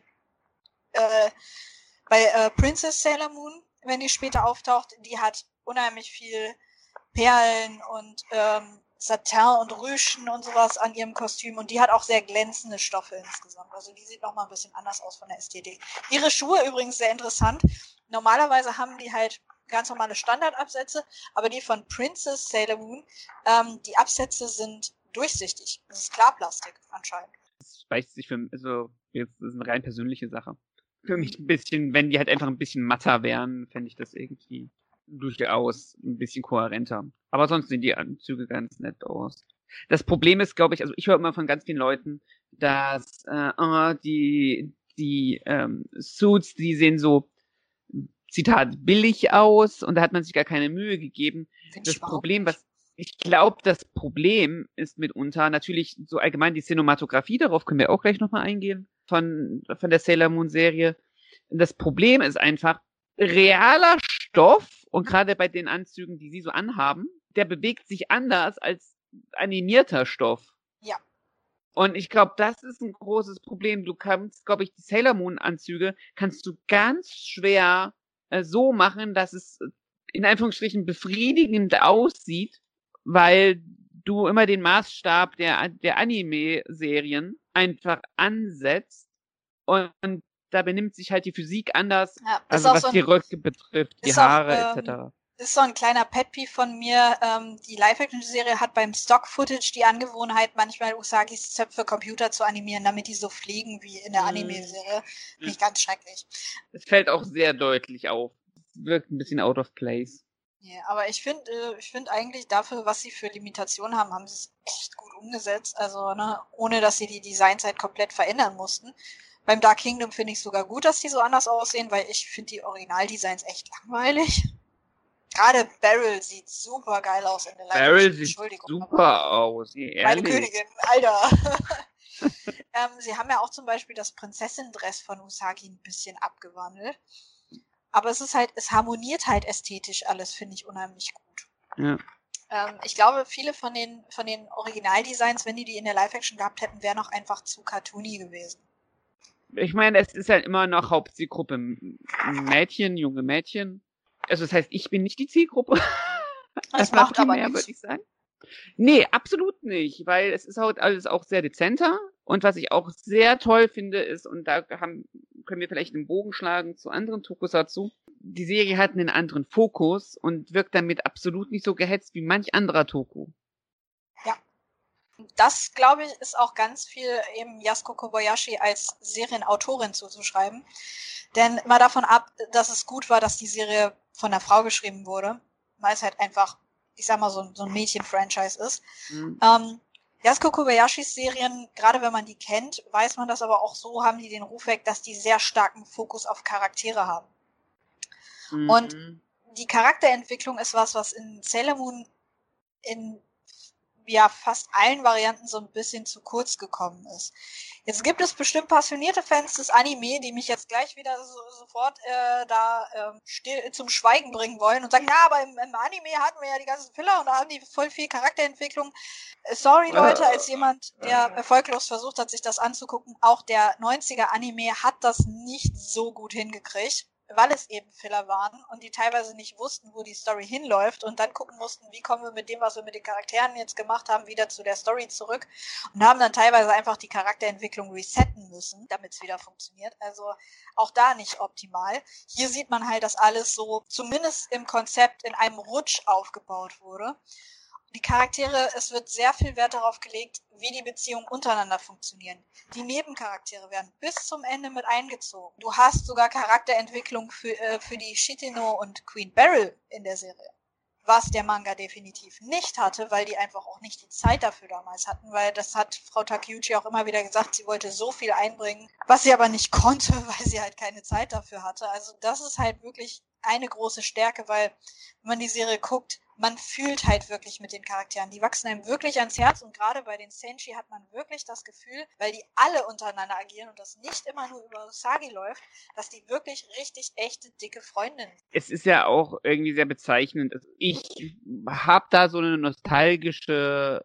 Princess Sailor Moon, wenn die später auftaucht, die hat unheimlich viel Perlen und Satin und Rüschen und sowas an ihrem Kostüm und die hat auch sehr glänzende Stoffe insgesamt. Also die sieht nochmal ein bisschen anders aus von der Ästhetik. Ihre Schuhe übrigens sehr interessant. Normalerweise haben die halt ganz normale Standardabsätze, aber die von Princess Sailor Moon, die Absätze sind durchsichtig. Das ist Klarplastik anscheinend. Das speist sich also jetzt ist eine rein persönliche Sache. Für mich ein bisschen, wenn die halt einfach ein bisschen matter wären, fände ich das irgendwie durchaus ein bisschen kohärenter. Aber sonst sehen die Anzüge ganz nett aus. Das Problem ist, glaube ich, also ich höre immer von ganz vielen Leuten, dass die Suits, die sehen so, Zitat, billig aus und da hat man sich gar keine Mühe gegeben. Das Problem, ich glaube, das Problem ist mitunter natürlich so allgemein die Cinematografie, darauf können wir auch gleich nochmal eingehen. von der Sailor Moon Serie. Das Problem ist einfach, realer Stoff, und gerade bei den Anzügen, die sie so anhaben, der bewegt sich anders als animierter Stoff. Ja. Und ich glaube, das ist ein großes Problem. Du kannst, glaube ich, die Sailor Moon Anzüge kannst du ganz schwer so machen, dass es in Anführungsstrichen befriedigend aussieht, weil du immer den Maßstab der Anime-Serien einfach ansetzt und da benimmt sich halt die Physik anders, Ja, also was die Röcke betrifft, die Haare etc. Ist so ein kleiner Pet-Peeve von mir. Die Live-Action-Serie hat beim Stock-Footage die Angewohnheit, manchmal Usagis Zöpfe Computer zu animieren, damit die so fliegen wie in der Anime-Serie. Finde ich ganz schrecklich. Es fällt auch sehr deutlich auf. Es wirkt ein bisschen out of place. Ja, aber ich finde eigentlich dafür, was sie für Limitationen haben, haben sie es echt gut umgesetzt. Also, ne, ohne dass sie die Designs halt komplett verändern mussten. Beim Dark Kingdom finde ich sogar gut, dass die so anders aussehen, weil ich finde die Originaldesigns echt langweilig. Gerade Beryl sieht super geil aus in der Live-Action. Beryl sieht super aus, ehrlich. Meine Königin, Alter. Sie haben ja auch zum Beispiel das Prinzessin-Dress von Usagi ein bisschen abgewandelt. Aber es harmoniert halt ästhetisch alles, finde ich unheimlich gut. Ja. Ich glaube, viele von den Originaldesigns, wenn die in der Live-Action gehabt hätten, wären auch einfach zu cartoony gewesen. Ich meine, es ist ja immer noch Hauptzielgruppe Mädchen, junge Mädchen. Also das heißt, ich bin nicht die Zielgruppe. Das macht aber nichts. Würde ich sagen. Nee, absolut nicht, weil es ist halt alles auch sehr dezenter. Und was ich auch sehr toll finde ist, und da können wir vielleicht einen Bogen schlagen zu anderen Tokusatsu, die Serie hat einen anderen Fokus und wirkt damit absolut nicht so gehetzt wie manch anderer Toku. Ja. Das, glaube ich, ist auch ganz viel eben Yasuko Kobayashi als Serienautorin zuzuschreiben. Denn mal davon ab, dass es gut war, dass die Serie von einer Frau geschrieben wurde, weil es halt einfach, ich sag mal, so ein Mädchen-Franchise ist. Yasuko Kobayashis Serien, gerade wenn man die kennt, weiß man das aber auch so, haben die den Ruf weg, dass die sehr starken Fokus auf Charaktere haben. Und die Charakterentwicklung ist was in Sailor Moon in fast allen Varianten so ein bisschen zu kurz gekommen ist. Jetzt gibt es bestimmt passionierte Fans des Anime, die mich jetzt gleich wieder sofort zum Schweigen bringen wollen und sagen, ja, aber im Anime hatten wir ja die ganzen Filler und da haben die voll viel Charakterentwicklung. Sorry Leute, als jemand, der erfolglos versucht hat, sich das anzugucken, auch der 90er Anime hat das nicht so gut hingekriegt, weil es eben Filler waren und die teilweise nicht wussten, wo die Story hinläuft und dann gucken mussten, wie kommen wir mit dem, was wir mit den Charakteren jetzt gemacht haben, wieder zu der Story zurück und haben dann teilweise einfach die Charakterentwicklung resetten müssen, damit es wieder funktioniert. Also auch da nicht optimal. Hier sieht man halt, dass alles so zumindest im Konzept in einem Rutsch aufgebaut wurde. Die Charaktere, es wird sehr viel Wert darauf gelegt, wie die Beziehungen untereinander funktionieren. Die Nebencharaktere werden bis zum Ende mit eingezogen. Du hast sogar Charakterentwicklung für die Shitino und Queen Beryl in der Serie. Was der Manga definitiv nicht hatte, weil die einfach auch nicht die Zeit dafür damals hatten, weil das hat Frau Takeuchi auch immer wieder gesagt, sie wollte so viel einbringen, was sie aber nicht konnte, weil sie halt keine Zeit dafür hatte. Also das ist halt wirklich eine große Stärke, weil wenn man die Serie guckt, man fühlt halt wirklich mit den Charakteren. Die wachsen einem wirklich ans Herz und gerade bei den Senshi hat man wirklich das Gefühl, weil die alle untereinander agieren und das nicht immer nur über Usagi läuft, dass die wirklich richtig echte, dicke Freundinnen sind. Es ist ja auch irgendwie sehr bezeichnend. Ich habe da so ein nostalgisches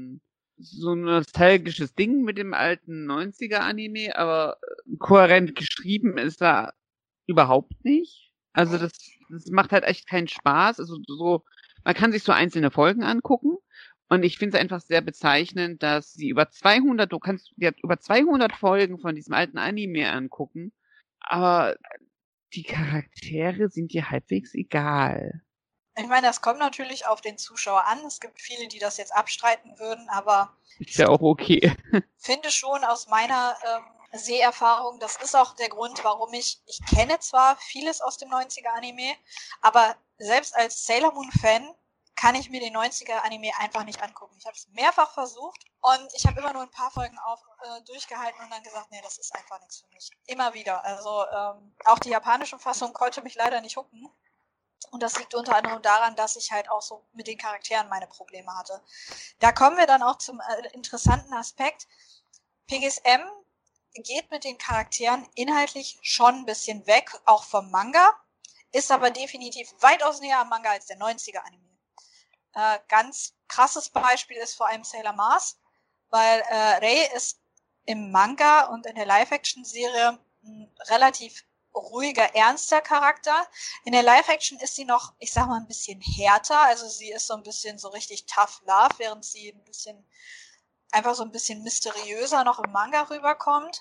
Ding mit dem alten 90er Anime, aber kohärent geschrieben ist da überhaupt nicht. Also das macht halt echt keinen Spaß. Also so, man kann sich so einzelne Folgen angucken und ich finde es einfach sehr bezeichnend, dass sie du kannst dir über 200 Folgen von diesem alten Anime angucken, aber die Charaktere sind dir halbwegs egal. Ich meine, das kommt natürlich auf den Zuschauer an. Es gibt viele, die das jetzt abstreiten würden, aber ist ja auch okay. Finde schon aus meiner Seherfahrung, das ist auch der Grund, warum ich kenne zwar vieles aus dem 90er Anime, aber selbst als Sailor Moon Fan kann ich mir den 90er Anime einfach nicht angucken. Ich habe es mehrfach versucht und ich habe immer nur ein paar Folgen durchgehalten und dann gesagt, nee, das ist einfach nichts für mich. Immer wieder. Also auch die japanische Fassung konnte mich leider nicht hooken. Und das liegt unter anderem daran, dass ich halt auch so mit den Charakteren meine Probleme hatte. Da kommen wir dann auch zum interessanten Aspekt. PGSM geht mit den Charakteren inhaltlich schon ein bisschen weg, auch vom Manga, ist aber definitiv weitaus näher am Manga als der 90er-Anime. Ganz krasses Beispiel ist vor allem Sailor Mars, weil Rei ist im Manga und in der Live-Action-Serie ein relativ ruhiger, ernster Charakter. In der Live-Action ist sie noch, ich sag mal, ein bisschen härter, also sie ist so ein bisschen so richtig tough love, während sie ein bisschen einfach so ein bisschen mysteriöser noch im Manga rüberkommt.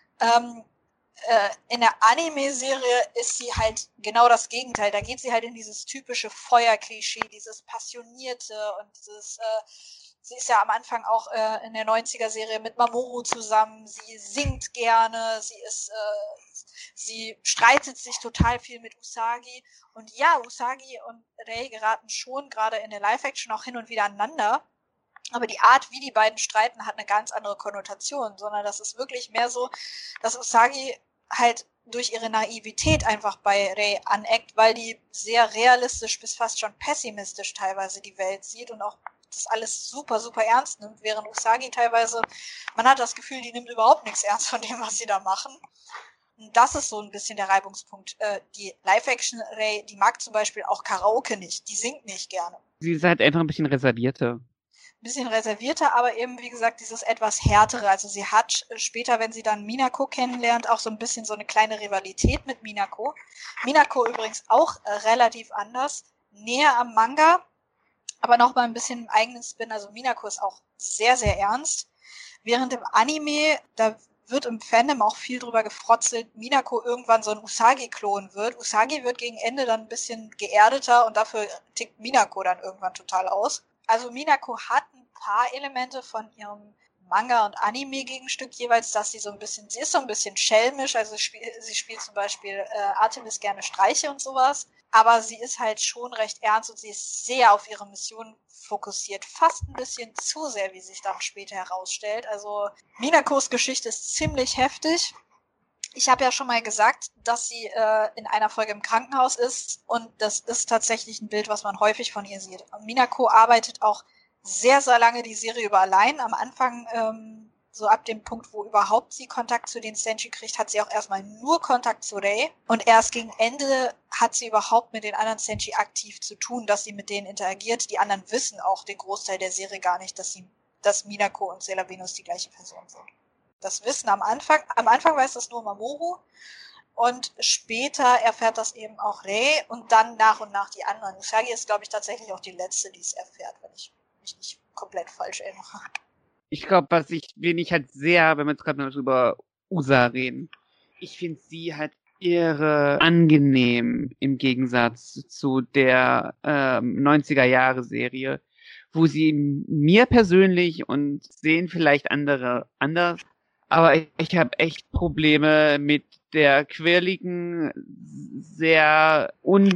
In der Anime-Serie ist sie halt genau das Gegenteil. Da geht sie halt in dieses typische Feuerklischee, dieses Passionierte und dieses, sie ist ja am Anfang auch in der 90er-Serie mit Mamoru zusammen, sie singt gerne, sie streitet sich total viel mit Usagi. Und ja, Usagi und Rei geraten schon gerade in der Live-Action auch hin und wieder aneinander. Aber die Art, wie die beiden streiten, hat eine ganz andere Konnotation, sondern das ist wirklich mehr so, dass Usagi halt durch ihre Naivität einfach bei Rei aneckt, weil die sehr realistisch bis fast schon pessimistisch teilweise die Welt sieht und auch das alles super, super ernst nimmt, während Usagi teilweise, man hat das Gefühl, die nimmt überhaupt nichts ernst von dem, was sie da machen. Und das ist so ein bisschen der Reibungspunkt. Die Live-Action-Rei, die mag zum Beispiel auch Karaoke nicht, die singt nicht gerne. Sie ist halt einfach ein bisschen reservierter. Bisschen reservierter, aber eben, wie gesagt, dieses etwas härtere. Also sie hat später, wenn sie dann Minako kennenlernt, auch so ein bisschen so eine kleine Rivalität mit Minako. Minako übrigens auch relativ anders, näher am Manga, aber noch mal ein bisschen im eigenen Spin. Also Minako ist auch sehr, sehr ernst. Während im Anime, da wird im Fandom auch viel drüber gefrotzelt, Minako irgendwann so ein Usagi-Klon wird. Usagi wird gegen Ende dann ein bisschen geerdeter und dafür tickt Minako dann irgendwann total aus. Also Minako hat ein paar Elemente von ihrem Manga- und Anime-Gegenstück jeweils, dass sie ist so ein bisschen schelmisch, also sie spielt zum Beispiel Artemis gerne Streiche und sowas, aber sie ist halt schon recht ernst und sie ist sehr auf ihre Mission fokussiert, fast ein bisschen zu sehr, wie sich dann später herausstellt. Also Minakos Geschichte ist ziemlich heftig. Ich habe ja schon mal gesagt, dass sie in einer Folge im Krankenhaus ist und das ist tatsächlich ein Bild, was man häufig von ihr sieht. Minako arbeitet auch sehr, sehr lange die Serie über allein. Am Anfang, so ab dem Punkt, wo überhaupt sie Kontakt zu den Senshi kriegt, hat sie auch erstmal nur Kontakt zu Rei. Und erst gegen Ende hat sie überhaupt mit den anderen Senshi aktiv zu tun, dass sie mit denen interagiert. Die anderen wissen auch den Großteil der Serie gar nicht, dass Minako und Sailor Venus die gleiche Person sind. Das Wissen am Anfang weiß das nur Mamoru und später erfährt das eben auch Rei und dann nach und nach die anderen. Usagi ist, glaube ich, tatsächlich auch die letzte, die es erfährt, wenn ich mich nicht komplett falsch erinnere. Ich glaube, wen ich halt sehr, wenn wir jetzt gerade mal über Usa reden, ich finde sie halt irre angenehm im Gegensatz zu der 90er-Jahre-Serie, wo sie mir persönlich und sehen vielleicht andere anders, aber ich habe echt Probleme mit der quirligen, sehr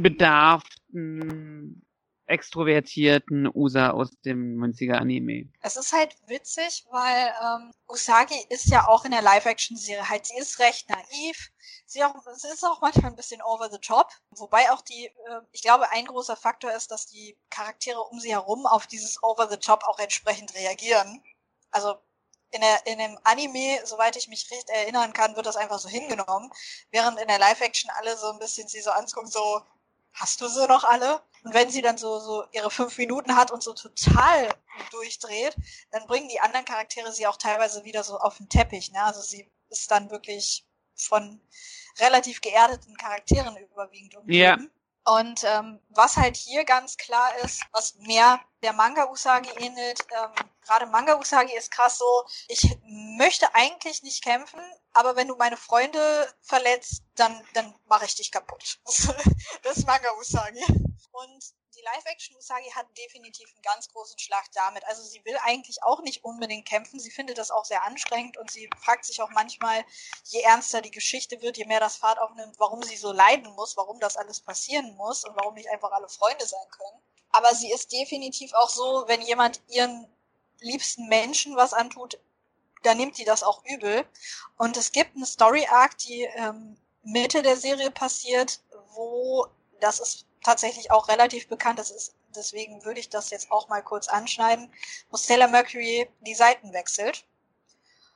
unbedarften, extrovertierten Usa aus dem 90er-Anime. Es ist halt witzig, weil Usagi ist ja auch in der Live-Action-Serie halt, sie ist recht naiv, sie ist auch manchmal ein bisschen over the top, wobei auch ich glaube, ein großer Faktor ist, dass die Charaktere um sie herum auf dieses over the top auch entsprechend reagieren. Also in dem Anime, soweit ich mich recht erinnern kann, wird das einfach so hingenommen, während in der Live-Action alle so ein bisschen sie so angucken, so, hast du sie noch alle? Und wenn sie dann so ihre 5 Minuten hat und so total durchdreht, dann bringen die anderen Charaktere sie auch teilweise wieder so auf den Teppich, ne? Also sie ist dann wirklich von relativ geerdeten Charakteren überwiegend umgeben. Ja. Und was halt hier ganz klar ist, was mehr der Manga Usagi ähnelt, gerade Manga Usagi ist krass so, ich möchte eigentlich nicht kämpfen, aber wenn du meine Freunde verletzt, dann mache ich dich kaputt. Das ist Manga Usagi. Und die Live-Action Usagi hat definitiv einen ganz großen Schlag damit. Also sie will eigentlich auch nicht unbedingt kämpfen. Sie findet das auch sehr anstrengend und sie fragt sich auch manchmal, je ernster die Geschichte wird, je mehr das Fahrt aufnimmt, warum sie so leiden muss, warum das alles passieren muss und warum nicht einfach alle Freunde sein können. Aber sie ist definitiv auch so, wenn jemand ihren liebsten Menschen was antut, dann nimmt sie das auch übel. Und es gibt eine Story-Arc, die Mitte der Serie passiert, wo, das ist tatsächlich auch relativ bekannt, deswegen würde ich das jetzt auch mal kurz anschneiden, wo Sailor Mercury die Seiten wechselt.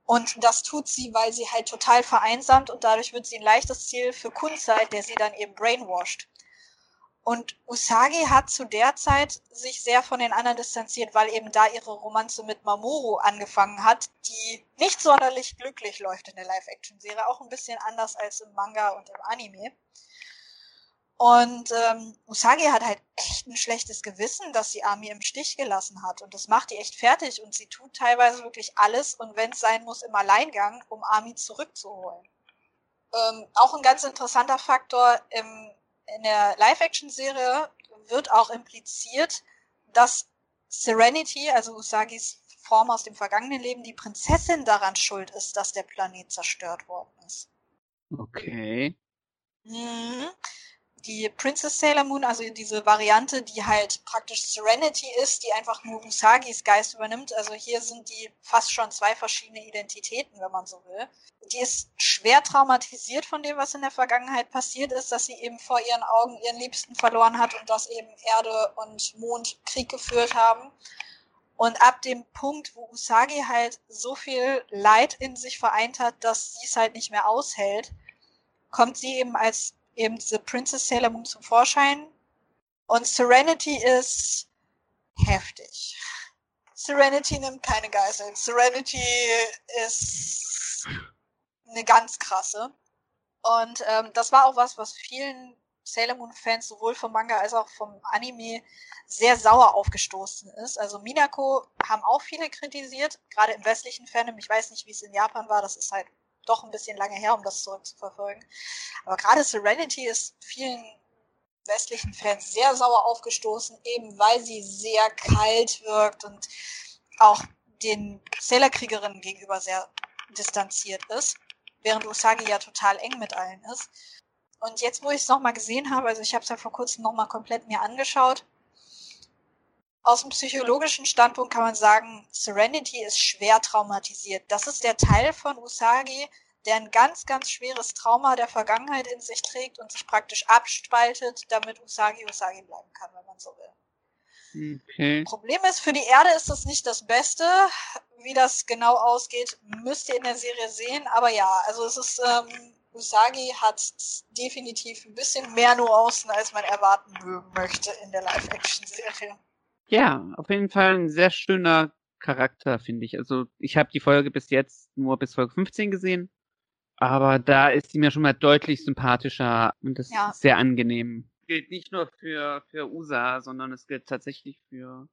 Und das tut sie, weil sie halt total vereinsamt und dadurch wird sie ein leichtes Ziel für Kunzite, der sie dann eben brainwashed. Und Usagi hat zu der Zeit sich sehr von den anderen distanziert, weil eben da ihre Romanze mit Mamoru angefangen hat, die nicht sonderlich glücklich läuft in der Live-Action-Serie, auch ein bisschen anders als im Manga und im Anime. Und Usagi hat halt echt ein schlechtes Gewissen, dass sie Ami im Stich gelassen hat. Und das macht die echt fertig. Und sie tut teilweise wirklich alles und wenn es sein muss, im Alleingang, um Ami zurückzuholen. Auch ein ganz interessanter Faktor, in der Live-Action-Serie wird auch impliziert, dass Serenity, also Usagis Form aus dem vergangenen Leben, die Prinzessin daran schuld ist, dass der Planet zerstört worden ist. Okay. Die Princess Sailor Moon, also diese Variante, die halt praktisch Serenity ist, die einfach nur Usagis Geist übernimmt. Also hier sind die fast schon zwei verschiedene Identitäten, wenn man so will. Die ist schwer traumatisiert von dem, was in der Vergangenheit passiert ist, dass sie eben vor ihren Augen ihren Liebsten verloren hat und dass eben Erde und Mond Krieg geführt haben. Und ab dem Punkt, wo Usagi halt so viel Leid in sich vereint hat, dass sie es halt nicht mehr aushält, kommt sie eben als eben diese Princess Sailor Moon zum Vorschein. Und Serenity ist heftig. Serenity nimmt keine Geiseln. Serenity ist eine ganz krasse. Und das war auch was vielen Sailor Moon Fans sowohl vom Manga als auch vom Anime sehr sauer aufgestoßen ist. Also Minako haben auch viele kritisiert, gerade im westlichen Fandom. Ich weiß nicht, wie es in Japan war. Das ist halt doch ein bisschen lange her, um das zurückzuverfolgen. Aber gerade Serenity ist vielen westlichen Fans sehr sauer aufgestoßen, eben weil sie sehr kalt wirkt und auch den Sailor-Kriegerinnen gegenüber sehr distanziert ist, während Usagi ja total eng mit allen ist. Und jetzt, wo ich es nochmal gesehen habe, also ich habe es ja vor kurzem nochmal komplett mir angeschaut, aus dem psychologischen Standpunkt kann man sagen, Serenity ist schwer traumatisiert. Das ist der Teil von Usagi, der ein ganz, ganz schweres Trauma der Vergangenheit in sich trägt und sich praktisch abspaltet, damit Usagi Usagi bleiben kann, wenn man so will. Okay. Problem ist, für die Erde ist das nicht das Beste. Wie das genau ausgeht, müsst ihr in der Serie sehen. Aber ja, also es ist, Usagi hat definitiv ein bisschen mehr Nuancen, als man erwarten möchte in der Live-Action-Serie. Ja, auf jeden Fall ein sehr schöner Charakter, finde ich. Also ich habe die Folge bis jetzt nur bis Folge 15 gesehen, aber da ist sie mir schon mal deutlich sympathischer und das ist sehr angenehm. Gilt nicht nur für Usa, sondern es gilt tatsächlich für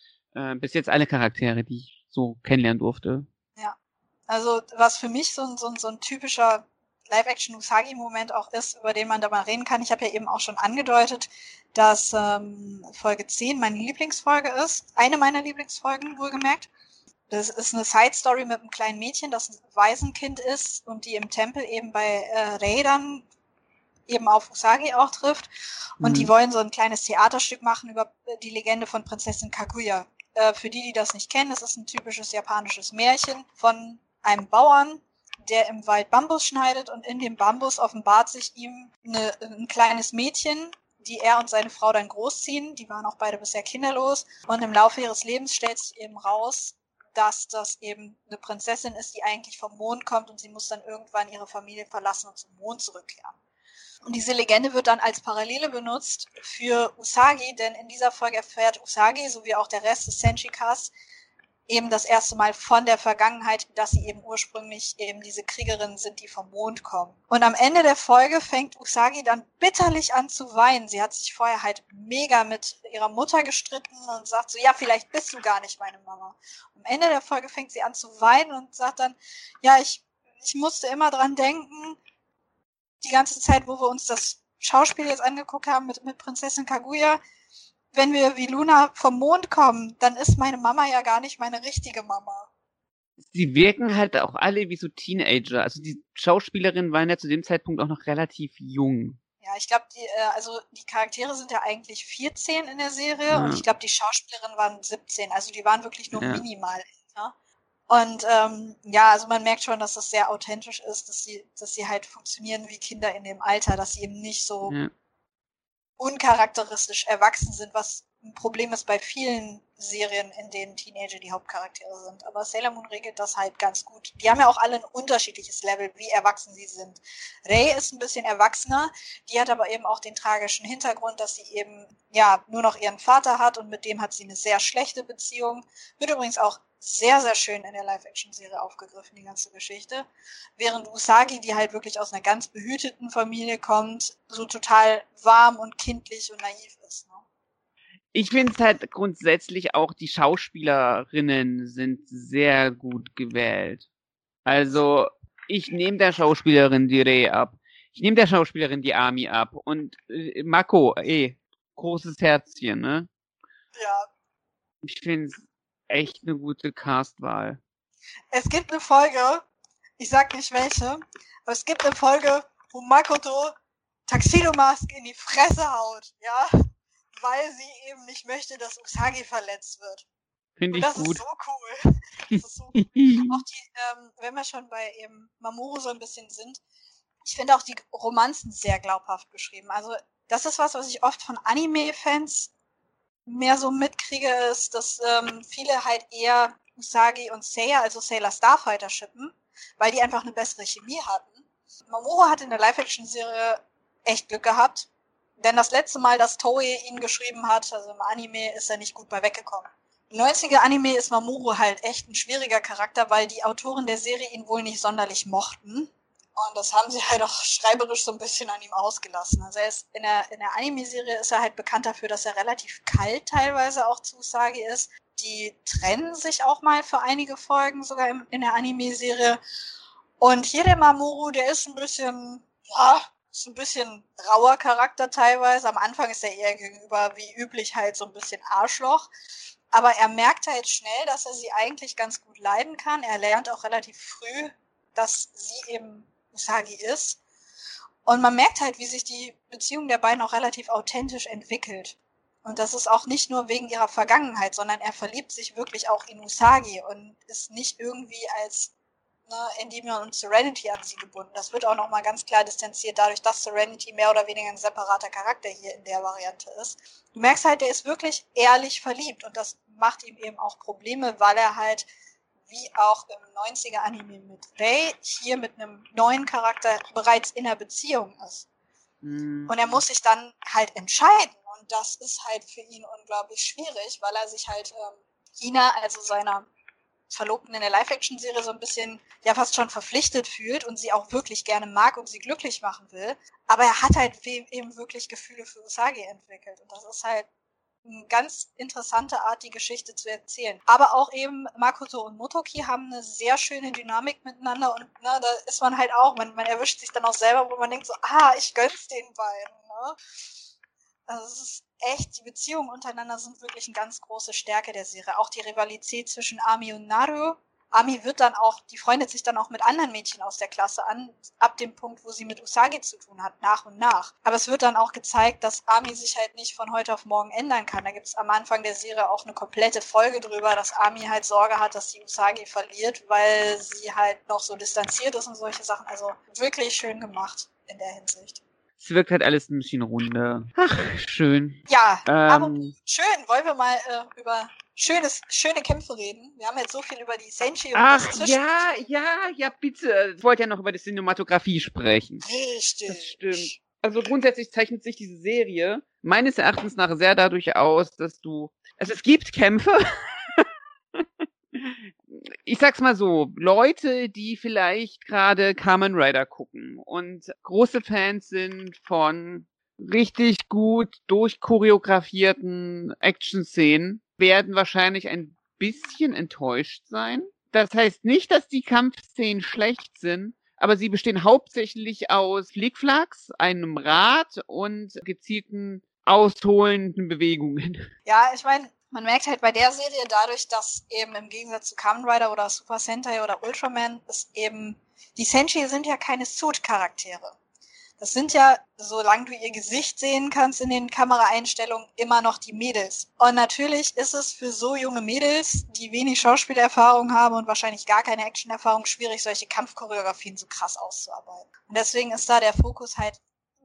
bis jetzt alle Charaktere, die ich so kennenlernen durfte. Ja, also was für mich so ein typischer Live-Action-Usagi-Moment auch ist, über den man da mal reden kann. Ich habe ja eben auch schon angedeutet, dass Folge 10 meine Lieblingsfolge ist. Eine meiner Lieblingsfolgen, wohlgemerkt. Das ist eine Side-Story mit einem kleinen Mädchen, das ein Waisenkind ist und die im Tempel eben bei Rei dann eben auf Usagi auch trifft. Und die wollen so ein kleines Theaterstück machen über die Legende von Prinzessin Kaguya. Für die das nicht kennen, es ist ein typisches japanisches Märchen von einem Bauern, der im Wald Bambus schneidet und in dem Bambus offenbart sich ihm ein kleines Mädchen, die er und seine Frau dann großziehen. Die waren auch beide bisher kinderlos. Und im Laufe ihres Lebens stellt sich eben raus, dass das eben eine Prinzessin ist, die eigentlich vom Mond kommt und sie muss dann irgendwann ihre Familie verlassen und zum Mond zurückkehren. Und diese Legende wird dann als Parallele benutzt für Usagi, denn in dieser Folge erfährt Usagi, sowie auch der Rest des Senshi-Casts, eben das erste Mal von der Vergangenheit, dass sie eben ursprünglich eben diese Kriegerinnen sind, die vom Mond kommen. Und am Ende der Folge fängt Usagi dann bitterlich an zu weinen. Sie hat sich vorher halt mega mit ihrer Mutter gestritten und sagt so, ja, vielleicht bist du gar nicht meine Mama. Am Ende der Folge fängt sie an zu weinen und sagt dann, ja, ich musste immer dran denken, die ganze Zeit, wo wir uns das Schauspiel jetzt angeguckt haben mit Prinzessin Kaguya, wenn wir wie Luna vom Mond kommen, dann ist meine Mama ja gar nicht meine richtige Mama. Sie wirken halt auch alle wie so Teenager. Also die Schauspielerinnen waren ja zu dem Zeitpunkt auch noch relativ jung. Ja, ich glaube, die Charaktere sind ja eigentlich 14 in der Serie und ich glaube, die Schauspielerinnen waren 17. Also die waren wirklich nur minimal älter. Und also man merkt schon, dass das sehr authentisch ist, dass sie halt funktionieren wie Kinder in dem Alter, dass sie eben nicht so uncharakteristisch erwachsen sind, was ein Problem ist bei vielen Serien, in denen Teenager die Hauptcharaktere sind. Aber Sailor Moon regelt das halt ganz gut. Die haben ja auch alle ein unterschiedliches Level, wie erwachsen sie sind. Rei ist ein bisschen erwachsener, die hat aber eben auch den tragischen Hintergrund, dass sie eben ja nur noch ihren Vater hat und mit dem hat sie eine sehr schlechte Beziehung. Wird übrigens auch sehr, sehr schön in der Live-Action-Serie aufgegriffen, die ganze Geschichte. Während Usagi, die halt wirklich aus einer ganz behüteten Familie kommt, so total warm und kindlich und naiv ist. Ne? Ich finde es halt grundsätzlich auch, die Schauspielerinnen sind sehr gut gewählt. Also, ich nehme der Schauspielerin die Rei ab. Ich nehme der Schauspielerin die Ami ab. Und Mako, großes Herzchen, ne? Ja. Ich finde es echt eine gute Castwahl. Es gibt eine Folge, ich sag nicht welche, aber es gibt eine Folge, wo Makoto Tuxedo Mask in die Fresse haut, ja? Weil sie eben nicht möchte, dass Usagi verletzt wird. Finde ich gut. Das ist so cool. Das ist so cool. Auch die, wenn wir schon bei eben Mamoru so ein bisschen sind, ich finde auch die Romanzen sehr glaubhaft beschrieben. Also das ist was ich oft von Anime-Fans mehr so mitkriege, ist, dass viele halt eher Usagi und Seiya, also Sailor Starfighter, shippen, weil die einfach eine bessere Chemie hatten. Mamoru hat in der Live-Action-Serie echt Glück gehabt, denn das letzte Mal, dass Toei ihn geschrieben hat, also im Anime, ist er nicht gut bei weggekommen. Im 90er-Anime ist Mamoru halt echt ein schwieriger Charakter, weil die Autoren der Serie ihn wohl nicht sonderlich mochten. Und das haben sie halt auch schreiberisch so ein bisschen an ihm ausgelassen. Also er ist in der Anime-Serie ist er halt bekannt dafür, dass er relativ kalt teilweise auch zu Usagi ist. Die trennen sich auch mal für einige Folgen sogar in der Anime-Serie. Und hier der Mamoru, der ist ein bisschen, ja, ist ein bisschen rauer Charakter teilweise. Am Anfang ist er eher gegenüber, wie üblich, halt so ein bisschen Arschloch. Aber er merkt halt schnell, dass er sie eigentlich ganz gut leiden kann. Er lernt auch relativ früh, dass sie eben Usagi ist. Und man merkt halt, wie sich die Beziehung der beiden auch relativ authentisch entwickelt. Und das ist auch nicht nur wegen ihrer Vergangenheit, sondern er verliebt sich wirklich auch in Usagi und ist nicht irgendwie als Endymion und Serenity an sie gebunden. Das wird auch nochmal ganz klar distanziert, dadurch, dass Serenity mehr oder weniger ein separater Charakter hier in der Variante ist. Du merkst halt, der ist wirklich ehrlich verliebt und das macht ihm eben auch Probleme, weil er halt wie auch im 90er-Anime mit Rei hier mit einem neuen Charakter bereits in einer Beziehung ist. Und er muss sich dann halt entscheiden. Und das ist halt für ihn unglaublich schwierig, weil er sich halt Hina, also seiner Verlobten in der Live-Action-Serie, so ein bisschen ja fast schon verpflichtet fühlt und sie auch wirklich gerne mag und sie glücklich machen will. Aber er hat halt eben wirklich Gefühle für Usagi entwickelt. Und das ist halt eine ganz interessante Art, die Geschichte zu erzählen. Aber auch eben Makoto und Motoki haben eine sehr schöne Dynamik miteinander und da ist man halt auch, man erwischt sich dann auch selber, wo man denkt so, ich gönn's den beiden. Ne? Also es ist echt, die Beziehungen untereinander sind wirklich eine ganz große Stärke der Serie. Auch die Rivalität zwischen Ami und Naru. Ami die freundet sich dann auch mit anderen Mädchen aus der Klasse an, ab dem Punkt, wo sie mit Usagi zu tun hat, nach und nach. Aber es wird dann auch gezeigt, dass Ami sich halt nicht von heute auf morgen ändern kann. Da gibt es am Anfang der Serie auch eine komplette Folge drüber, dass Ami halt Sorge hat, dass sie Usagi verliert, weil sie halt noch so distanziert ist und solche Sachen. Also wirklich schön gemacht in der Hinsicht. Es wirkt halt alles ein bisschen runder. Ach, schön. Ja, aber schön. Wollen wir mal über schöne Kämpfe reden? Wir haben jetzt so viel über die Senshi und das Zwischen... Ja, bitte. Ich wollte ja noch über die Cinematografie sprechen. Richtig. Das stimmt. Also grundsätzlich zeichnet sich diese Serie meines Erachtens nach sehr dadurch aus, dass es gibt Kämpfe. Ich sag's mal so, Leute, die vielleicht gerade Kamen Rider gucken und große Fans sind von richtig gut durchchoreografierten Action-Szenen, werden wahrscheinlich ein bisschen enttäuscht sein. Das heißt nicht, dass die Kampfszenen schlecht sind, aber sie bestehen hauptsächlich aus Flickflacks, einem Rad und gezielten ausholenden Bewegungen. Ja, ich meine, man merkt halt bei der Serie dadurch, dass eben im Gegensatz zu Kamen Rider oder Super Sentai oder Ultraman ist eben, die Senshi sind ja keine Suit-Charaktere. Das sind ja, solange du ihr Gesicht sehen kannst in den Kameraeinstellungen, immer noch die Mädels. Und natürlich ist es für so junge Mädels, die wenig Schauspielerfahrung haben und wahrscheinlich gar keine Actionerfahrung, schwierig, solche Kampfchoreografien so krass auszuarbeiten. Und deswegen ist da der Fokus halt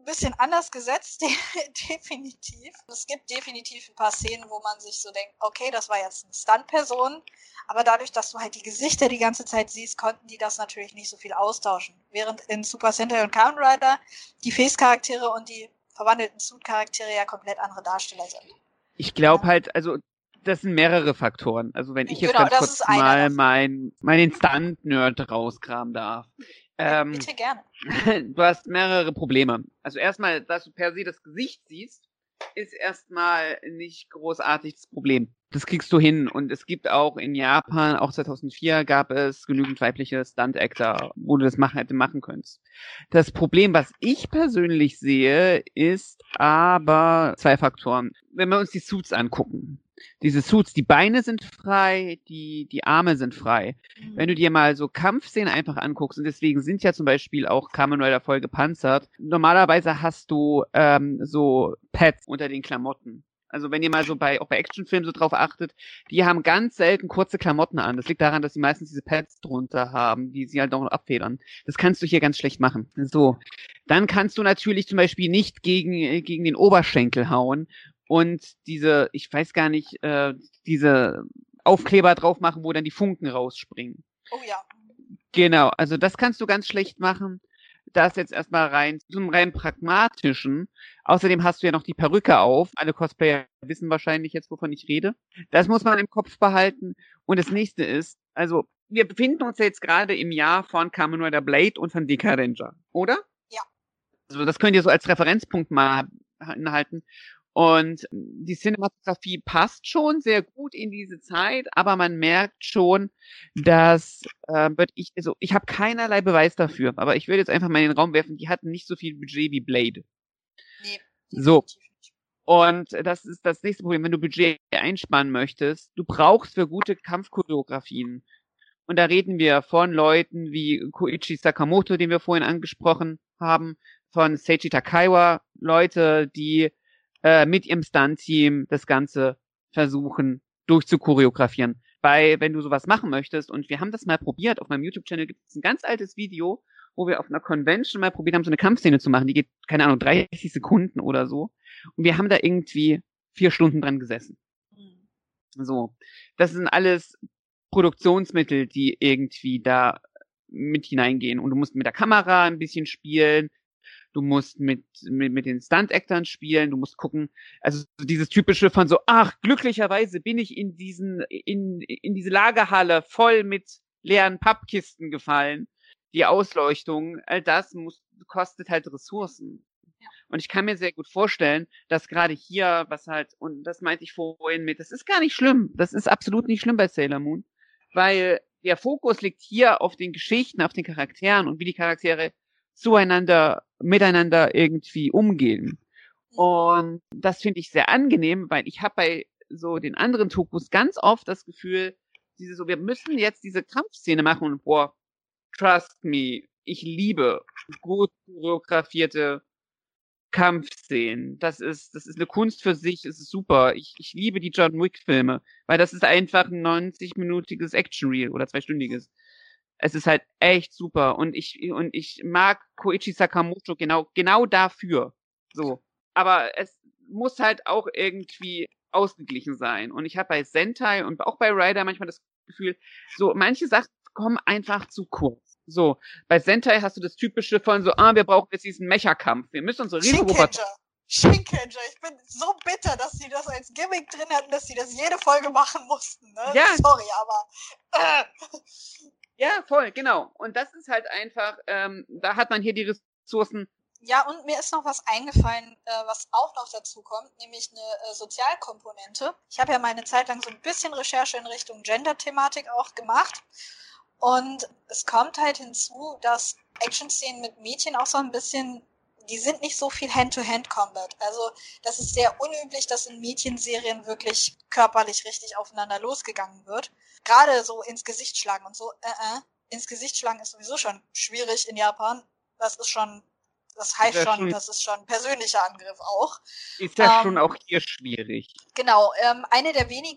ein bisschen anders gesetzt, definitiv. Es gibt definitiv ein paar Szenen, wo man sich so denkt, okay, das war jetzt eine Stunt-Person, aber dadurch, dass du halt die Gesichter die ganze Zeit siehst, konnten die das natürlich nicht so viel austauschen. Während in Super Sentai und Kamen Rider die Face-Charaktere und die verwandelten Suit-Charaktere ja komplett andere Darsteller sind. Ich glaube halt, also das sind mehrere Faktoren. Also wenn ich jetzt Genau, ganz kurz mal meinen Stunt-Nerd rauskramen darf. Bitte gerne. Du hast mehrere Probleme. Also erstmal, dass du per se das Gesicht siehst, ist erstmal nicht großartig das Problem. Das kriegst du hin. Und es gibt auch in Japan, auch 2004, gab es genügend weibliche Stunt-Actor, wo du das hätte machen könntest. Das Problem, was ich persönlich sehe, ist aber zwei Faktoren. Wenn wir uns die Suits angucken. Diese Suits, die Beine sind frei, die Arme sind frei. Wenn du dir mal so Kampfszenen einfach anguckst, und deswegen sind ja zum Beispiel auch Kamen Rider voll gepanzert, normalerweise hast du so Pads unter den Klamotten. Also wenn ihr mal so auch bei Actionfilmen so drauf achtet, die haben ganz selten kurze Klamotten an. Das liegt daran, dass sie meistens diese Pads drunter haben, die sie halt noch abfedern. Das kannst du hier ganz schlecht machen. So. Dann kannst du natürlich zum Beispiel nicht gegen den Oberschenkel hauen und diese, ich weiß gar nicht, diese Aufkleber drauf machen, wo dann die Funken rausspringen. Oh ja. Genau, also das kannst du ganz schlecht machen. Das jetzt erstmal rein zum rein pragmatischen. Außerdem hast du ja noch die Perücke auf. Alle Cosplayer wissen wahrscheinlich jetzt, wovon ich rede. Das muss man im Kopf behalten. Und das nächste ist, also wir befinden uns ja jetzt gerade im Jahr von Kamen Rider Blade und von Dekaranger, oder? Ja. Also das könnt ihr so als Referenzpunkt mal inhalten. Und die Cinematografie passt schon sehr gut in diese Zeit, aber man merkt schon, dass ich habe keinerlei Beweis dafür, aber ich würde jetzt einfach mal in den Raum werfen, die hatten nicht so viel Budget wie Blade. Nee. So. Und das ist das nächste Problem, wenn du Budget einsparen möchtest, du brauchst für gute Kampfchoreografien. Und da reden wir von Leuten wie Koichi Sakamoto, den wir vorhin angesprochen haben, von Seiji Takaiwa, Leute, die mit ihrem Stunt-Team das Ganze versuchen durchzuchoreografieren. Wenn du sowas machen möchtest, und wir haben das mal probiert, auf meinem YouTube-Channel gibt es ein ganz altes Video, wo wir auf einer Convention mal probiert haben, so eine Kampfszene zu machen, die geht, keine Ahnung, 30 Sekunden oder so. Und wir haben da irgendwie 4 Stunden dran gesessen. So. Das sind alles Produktionsmittel, die irgendwie da mit hineingehen. Und du musst mit der Kamera ein bisschen spielen. Du musst mit den Stunt-Actern spielen, du musst gucken, also dieses typische von so, ach, glücklicherweise bin ich in diese Lagerhalle voll mit leeren Pappkisten gefallen. Die Ausleuchtung, all das kostet halt Ressourcen. Ja. Und ich kann mir sehr gut vorstellen, dass gerade hier, und das meinte ich vorhin mit, das ist gar nicht schlimm, das ist absolut nicht schlimm bei Sailor Moon, weil der Fokus liegt hier auf den Geschichten, auf den Charakteren und wie die Charaktere miteinander irgendwie umgehen. Und das finde ich sehr angenehm, weil ich habe bei so den anderen Tokus ganz oft das Gefühl, wir müssen jetzt diese Kampfszene machen und boah, trust me, ich liebe gut choreografierte Kampfszenen. Das ist eine Kunst für sich, es ist super. Ich liebe die John Wick Filme, weil das ist einfach ein 90-minütiges Action-Reel oder 2-stündiges. Es ist halt echt super und ich mag Koichi Sakamoto genau dafür. So. Aber es muss halt auch irgendwie ausgeglichen sein. Und ich habe bei Sentai und auch bei Rider manchmal das Gefühl, so manche Sachen kommen einfach zu kurz. So, bei Sentai hast du das typische von so, wir brauchen jetzt diesen Mecha-Kampf. Wir müssen unsere Riesenroboter... Shinkenger. Ich bin so bitter, dass sie das als Gimmick drin hatten, dass sie das jede Folge machen mussten. Ne? Ja. Sorry, aber... Ja, voll, genau. Und das ist halt einfach, da hat man hier die Ressourcen. Ja, und mir ist noch was eingefallen, was auch noch dazu kommt, nämlich eine Sozialkomponente. Ich habe ja mal eine Zeit lang so ein bisschen Recherche in Richtung Gender-Thematik auch gemacht. Und es kommt halt hinzu, dass Action-Szenen mit Mädchen auch so ein bisschen, die sind nicht so viel Hand-to-Hand-Combat. Also das ist sehr unüblich, dass in Mädchenserien wirklich körperlich richtig aufeinander losgegangen wird. Gerade so ins Gesicht schlagen und so. Ins Gesicht schlagen ist sowieso schon schwierig in Japan. Das ist schon Das ist schon ein persönlicher Angriff auch. Ist ja schon auch hier schwierig. Genau, eine der wenigen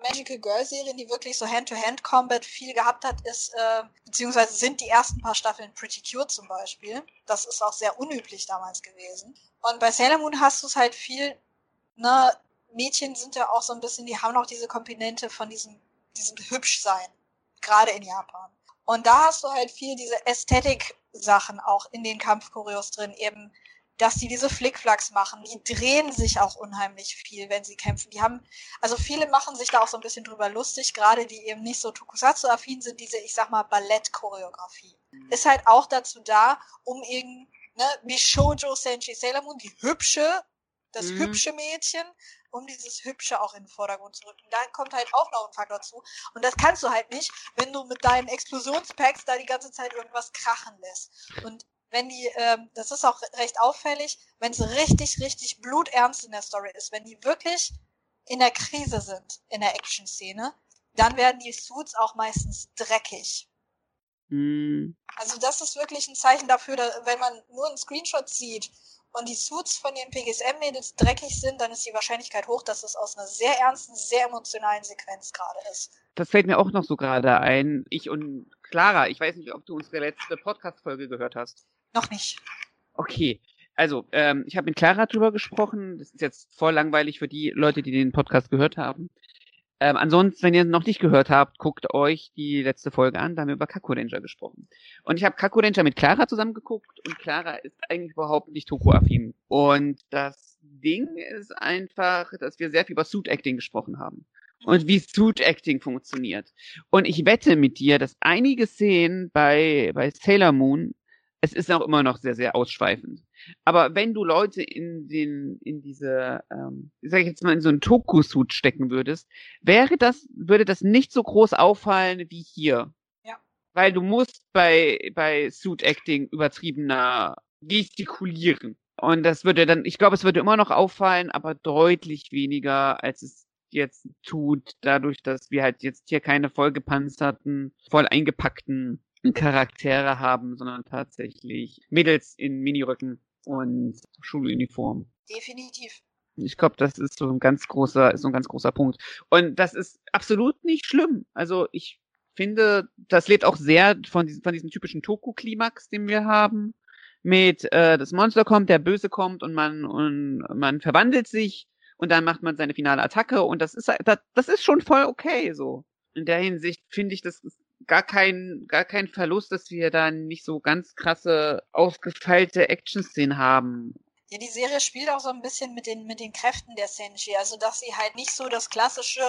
Magical Girl Serien, die wirklich so Hand-to-Hand-Combat viel gehabt hat, ist, beziehungsweise sind die ersten paar Staffeln Pretty Cure zum Beispiel. Das ist auch sehr unüblich damals gewesen. Und bei Sailor Moon hast du es halt viel, ne, Mädchen sind ja auch so ein bisschen, die haben auch diese Komponente von diesem Hübschsein. Gerade in Japan. Und da hast du halt viel diese Ästhetik-Sachen auch in den Kampfchoreos drin, eben, dass die diese Flickflacks machen. Die drehen sich auch unheimlich viel, wenn sie kämpfen. Also viele machen sich da auch so ein bisschen drüber lustig, gerade die eben nicht so Tokusatsu-affin sind, diese, ich sag mal, Ballett-Choreografie. Ist halt auch dazu da, um eben, ne, wie Shoujo Senshi Sailor Moon, das hübsche Mädchen, um dieses Hübsche auch in den Vordergrund zu rücken. Da kommt halt auch noch ein Faktor zu. Und das kannst du halt nicht, wenn du mit deinen Explosionspacks da die ganze Zeit irgendwas krachen lässt. Und wenn die, das ist auch recht auffällig, wenn es richtig, richtig bluternst in der Story ist, wenn die wirklich in der Krise sind, in der Action-Szene, dann werden die Suits auch meistens dreckig. Also das ist wirklich ein Zeichen dafür, wenn man nur einen Screenshot sieht und die Suits von den PGSM-Mädels dreckig sind, dann ist die Wahrscheinlichkeit hoch, dass es aus einer sehr ernsten, sehr emotionalen Sequenz gerade ist. Das fällt mir auch noch so gerade ein. Ich und Clara, ich weiß nicht, ob du unsere letzte Podcast-Folge gehört hast. Noch nicht. Okay, also ich habe mit Clara drüber gesprochen. Das ist jetzt voll langweilig für die Leute, die den Podcast gehört haben. Ansonsten, wenn ihr noch nicht gehört habt, guckt euch die letzte Folge an. Da haben wir über Kaku Ranger gesprochen. Und ich habe Kaku Ranger mit Clara zusammen geguckt und Clara ist eigentlich überhaupt nicht Toku-affin. Und das Ding ist einfach, dass wir sehr viel über Suit-Acting gesprochen haben. Und wie Suit-Acting funktioniert. Und ich wette mit dir, dass einige Szenen bei Sailor Moon, es ist auch immer noch sehr, sehr ausschweifend. Aber wenn du Leute in diese, sag ich jetzt mal, in so einen Toku-Suit stecken würdest, würde das nicht so groß auffallen wie hier. Ja. Weil du musst bei Suit-Acting übertriebener gestikulieren. Und das würde dann, ich glaube, es würde immer noch auffallen, aber deutlich weniger, als es jetzt tut, dadurch, dass wir halt jetzt hier keine vollgepanzerten, voll eingepackten Charaktere haben, sondern tatsächlich Mädels in Miniröcken und Schuluniform. Definitiv. Ich glaube, das ist so ein ganz großer Punkt. Und das ist absolut nicht schlimm. Also ich finde, das lebt auch sehr von diesem typischen Toku-Klimax, den wir haben. Mit das Monster kommt, der Böse kommt und man verwandelt sich und dann macht man seine finale Attacke und das ist schon voll okay so. In der Hinsicht finde ich, das ist gar kein Verlust, dass wir da nicht so ganz krasse, ausgefeilte Action-Szenen haben. Ja, die Serie spielt auch so ein bisschen mit den Kräften der Senshi, also dass sie halt nicht so das klassische,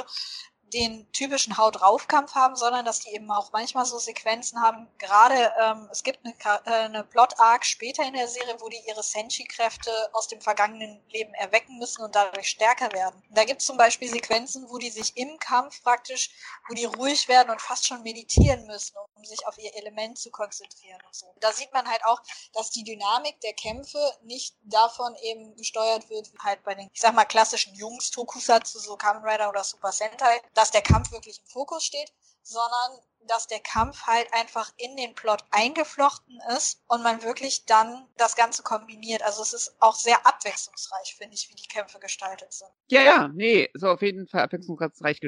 den typischen Haut-drauf-Kampf haben, sondern dass die eben auch manchmal so Sequenzen haben. Gerade es gibt eine Plot-Arc später in der Serie, wo die ihre Senshi-Kräfte aus dem vergangenen Leben erwecken müssen und dadurch stärker werden. Da gibt es zum Beispiel Sequenzen, wo die sich im Kampf praktisch, wo die ruhig werden und fast schon meditieren müssen, um sich auf ihr Element zu konzentrieren und so. Da sieht man halt auch, dass die Dynamik der Kämpfe nicht davon eben gesteuert wird, wie halt bei den, ich sag mal, klassischen Jungs-Tokusatsu, so Kamen Rider oder Super Sentai, dass der Kampf wirklich im Fokus steht, sondern dass der Kampf halt einfach in den Plot eingeflochten ist und man wirklich dann das Ganze kombiniert. Also es ist auch sehr abwechslungsreich, finde ich, wie die Kämpfe gestaltet sind. Ja, nee, so auf jeden Fall abwechslungsreich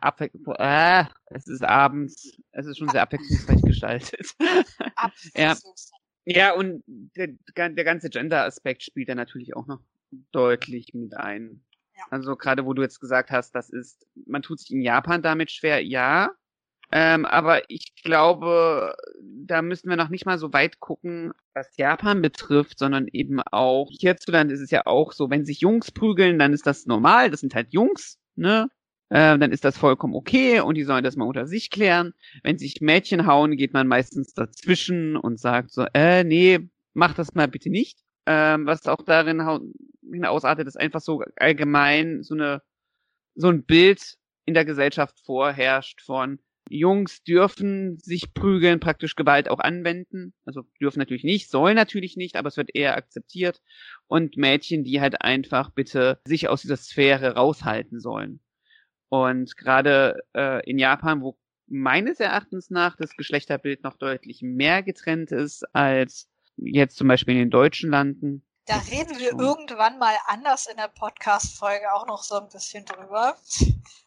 es ist abends, es ist schon sehr abwechslungsreich gestaltet. Abwechslungsreich. Ja, und der ganze Gender-Aspekt spielt da natürlich auch noch deutlich mit ein. Ja. Also gerade wo du jetzt gesagt hast, man tut sich in Japan damit schwer, ja. Aber ich glaube, da müssen wir noch nicht mal so weit gucken, was Japan betrifft, sondern eben auch hierzulande ist es ja auch so, wenn sich Jungs prügeln, dann ist das normal, das sind halt Jungs, ne? Dann ist das vollkommen okay und die sollen das mal unter sich klären. Wenn sich Mädchen hauen, geht man meistens dazwischen und sagt so, nee, mach das mal bitte nicht. Was auch darin hinausartet, ist einfach so allgemein so ein Bild in der Gesellschaft vorherrscht von Jungs dürfen sich prügeln, praktisch Gewalt auch anwenden. Also dürfen natürlich nicht, sollen natürlich nicht, aber es wird eher akzeptiert. Und Mädchen, die halt einfach bitte sich aus dieser Sphäre raushalten sollen. Und gerade in Japan, wo meines Erachtens nach das Geschlechterbild noch deutlich mehr getrennt ist als jetzt zum Beispiel in den deutschen Landen. Da reden wir irgendwann mal anders in der Podcast-Folge auch noch so ein bisschen drüber.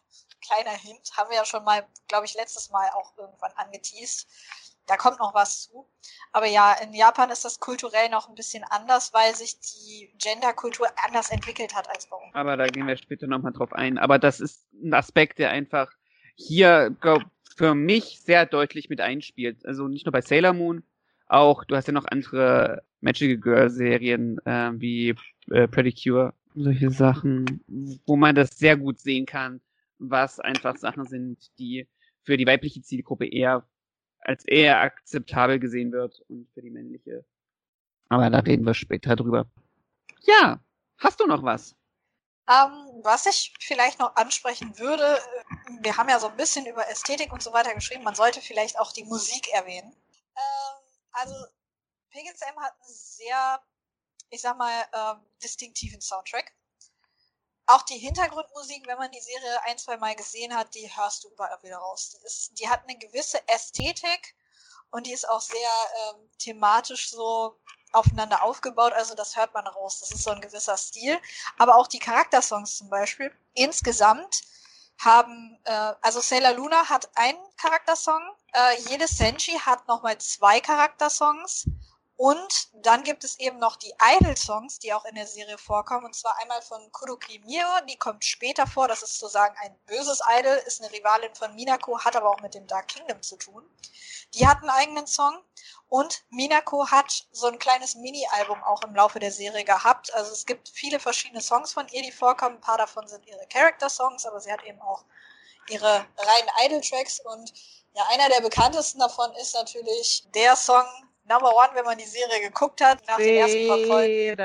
kleiner Hint, haben wir ja schon mal, glaube ich, letztes Mal auch irgendwann angeteast. Da kommt noch was zu. Aber ja, in Japan ist das kulturell noch ein bisschen anders, weil sich die Genderkultur anders entwickelt hat als bei uns. Aber da gehen wir später nochmal drauf ein. Aber das ist ein Aspekt, der einfach hier, glaub, für mich sehr deutlich mit einspielt. Also nicht nur bei Sailor Moon, auch, du hast ja noch andere Magical Girl Serien, wie Predicure, solche Sachen, wo man das sehr gut sehen kann, was einfach Sachen sind, die für die weibliche Zielgruppe als eher akzeptabel gesehen wird und für die männliche. Aber da reden wir später drüber. Ja, hast du noch was? Was ich vielleicht noch ansprechen würde, wir haben ja so ein bisschen über Ästhetik und so weiter geschrieben, man sollte vielleicht auch die Musik erwähnen. Also PGSM hat einen sehr, ich sag mal, distinktiven Soundtrack. Auch die Hintergrundmusik, wenn man die Serie 1-2 Mal gesehen hat, die hörst du überall wieder raus. Die hat eine gewisse Ästhetik und die ist auch sehr thematisch so aufeinander aufgebaut, also das hört man raus. Das ist so ein gewisser Stil. Aber auch die Charaktersongs zum Beispiel. Insgesamt haben, also Sailor Luna hat einen Charaktersong, jede Senshi hat nochmal 2 Charaktersongs. Und dann gibt es eben noch die Idol-Songs, die auch in der Serie vorkommen. Und zwar einmal von Kuroki Mio, die kommt später vor. Das ist sozusagen ein böses Idol, ist eine Rivalin von Minako, hat aber auch mit dem Dark Kingdom zu tun. Die hat einen eigenen Song. Und Minako hat so ein kleines Mini-Album auch im Laufe der Serie gehabt. Also es gibt viele verschiedene Songs von ihr, die vorkommen. Ein paar davon sind ihre Character-Songs, aber sie hat eben auch ihre reinen Idol-Tracks. Und ja, einer der bekanntesten davon ist natürlich der Song Number One, wenn man die Serie geguckt hat, nach den ersten paar Folgen.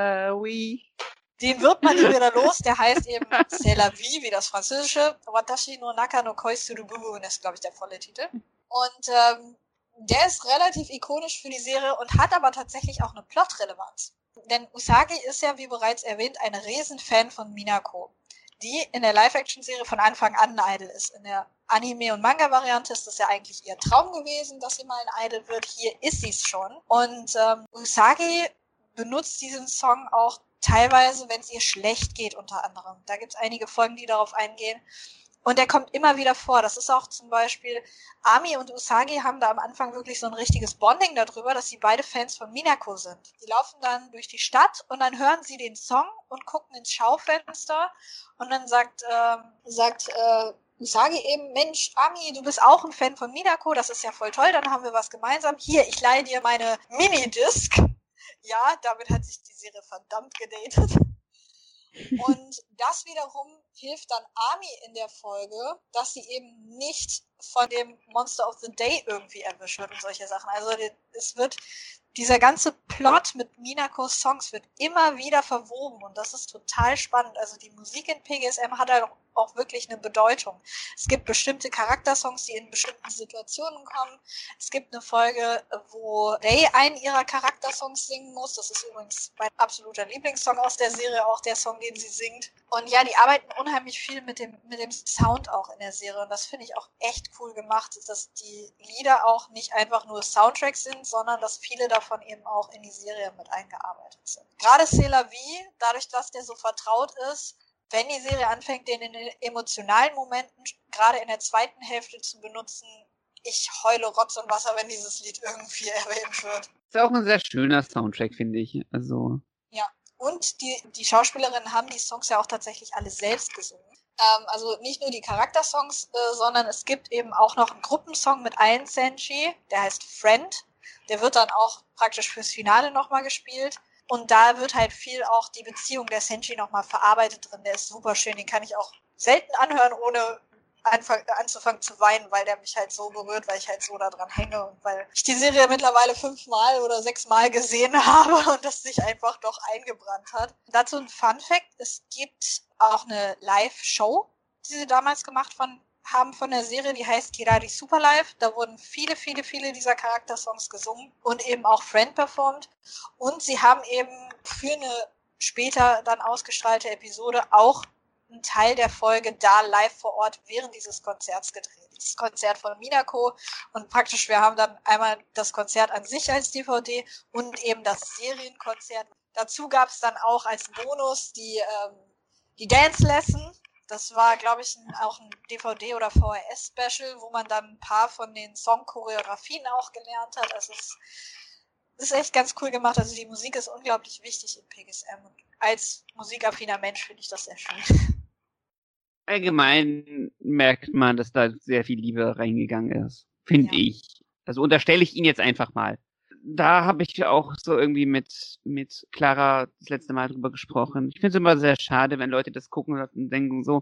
Den wird man nie wieder los, der heißt eben C'est la vie, wie das französische. Watashi no naka no koi suru bubu, das ist, glaube ich, der volle Titel. Und der ist relativ ikonisch für die Serie und hat aber tatsächlich auch eine Plotrelevanz. Denn Usagi ist ja, wie bereits erwähnt, eine Riesenfan von Minako, die in der Live-Action-Serie von Anfang an ein Idol ist. In der Anime- und Manga-Variante ist das ja eigentlich ihr Traum gewesen, dass sie mal ein Idol wird. Hier ist sie es schon. Und Usagi benutzt diesen Song auch teilweise, wenn es ihr schlecht geht, unter anderem. Da gibt es einige Folgen, die darauf eingehen. Und der kommt immer wieder vor. Das ist auch zum Beispiel, Ami und Usagi haben da am Anfang wirklich so ein richtiges Bonding darüber, dass sie beide Fans von Minako sind. Die laufen dann durch die Stadt und dann hören sie den Song und gucken ins Schaufenster und dann sagt Usagi eben, Mensch, Ami, du bist auch ein Fan von Minako, das ist ja voll toll, dann haben wir was gemeinsam. Hier, ich leihe dir meine Minidisc. Ja, damit hat sich die Serie verdammt gedatet. Und das wiederum hilft dann Ami in der Folge, dass sie eben nicht von dem Monster of the Day irgendwie erwischt wird und solche Sachen. Also es wird, dieser ganze Plot mit Minakos Songs wird immer wieder verwoben und das ist total spannend. Also die Musik in PGSM hat halt auch wirklich eine Bedeutung. Es gibt bestimmte Charaktersongs, die in bestimmten Situationen kommen. Es gibt eine Folge, wo Rei einen ihrer Charaktersongs singen muss. Das ist übrigens mein absoluter Lieblingssong aus der Serie, auch der Song, den sie singt. Und ja, die arbeiten unheimlich viel mit dem Sound auch in der Serie. Und das finde ich auch echt cool gemacht, dass die Lieder auch nicht einfach nur Soundtracks sind, sondern dass viele davon eben auch in die Serie mit eingearbeitet sind. Gerade C'est la vie, dadurch, dass der so vertraut ist, wenn die Serie anfängt, den in den emotionalen Momenten, gerade in der zweiten Hälfte zu benutzen, ich heule Rotz und Wasser, wenn dieses Lied irgendwie erwähnt wird. Ist auch ein sehr schöner Soundtrack, finde ich. Also. Ja, und die Schauspielerinnen haben die Songs ja auch tatsächlich alle selbst gesungen. Also nicht nur die Charaktersongs, sondern es gibt eben auch noch einen Gruppensong mit allen Senshi, der heißt Friend. Der wird dann auch praktisch fürs Finale nochmal gespielt. Und da wird halt viel auch die Beziehung der Senshi nochmal verarbeitet drin. Der ist super schön, den kann ich auch selten anhören, ohne anzufangen zu weinen, weil der mich halt so berührt, weil ich halt so da dran hänge und weil ich die Serie mittlerweile 5-mal oder 6-mal gesehen habe und das sich einfach doch eingebrannt hat. Dazu ein Fun-Fact, es gibt auch eine Live-Show, die sie damals gemacht haben von der Serie, die heißt Kirari Super Live. Da wurden viele dieser Charaktersongs gesungen und eben auch Friend performt. Und sie haben eben für eine später dann ausgestrahlte Episode auch einen Teil der Folge da live vor Ort während dieses Konzerts gedreht. Das Konzert von Minako und praktisch wir haben dann einmal das Konzert an sich als DVD und eben das Serienkonzert. Dazu gab es dann auch als Bonus die Dance Lesson Das war, glaube ich, auch ein DVD- oder VHS-Special, wo man dann ein paar von den Song-Choreografien auch gelernt hat. Also es ist echt ganz cool gemacht. Also die Musik ist unglaublich wichtig in PGSM. Und als musikaffiner Mensch finde ich das sehr schön. Allgemein merkt man, dass da sehr viel Liebe reingegangen ist. Finde Ja. ich. Also unterstelle ich ihn jetzt einfach mal. Da habe ich auch so irgendwie mit Clara das letzte Mal drüber gesprochen. Ich finde es immer sehr schade, wenn Leute das gucken und denken so,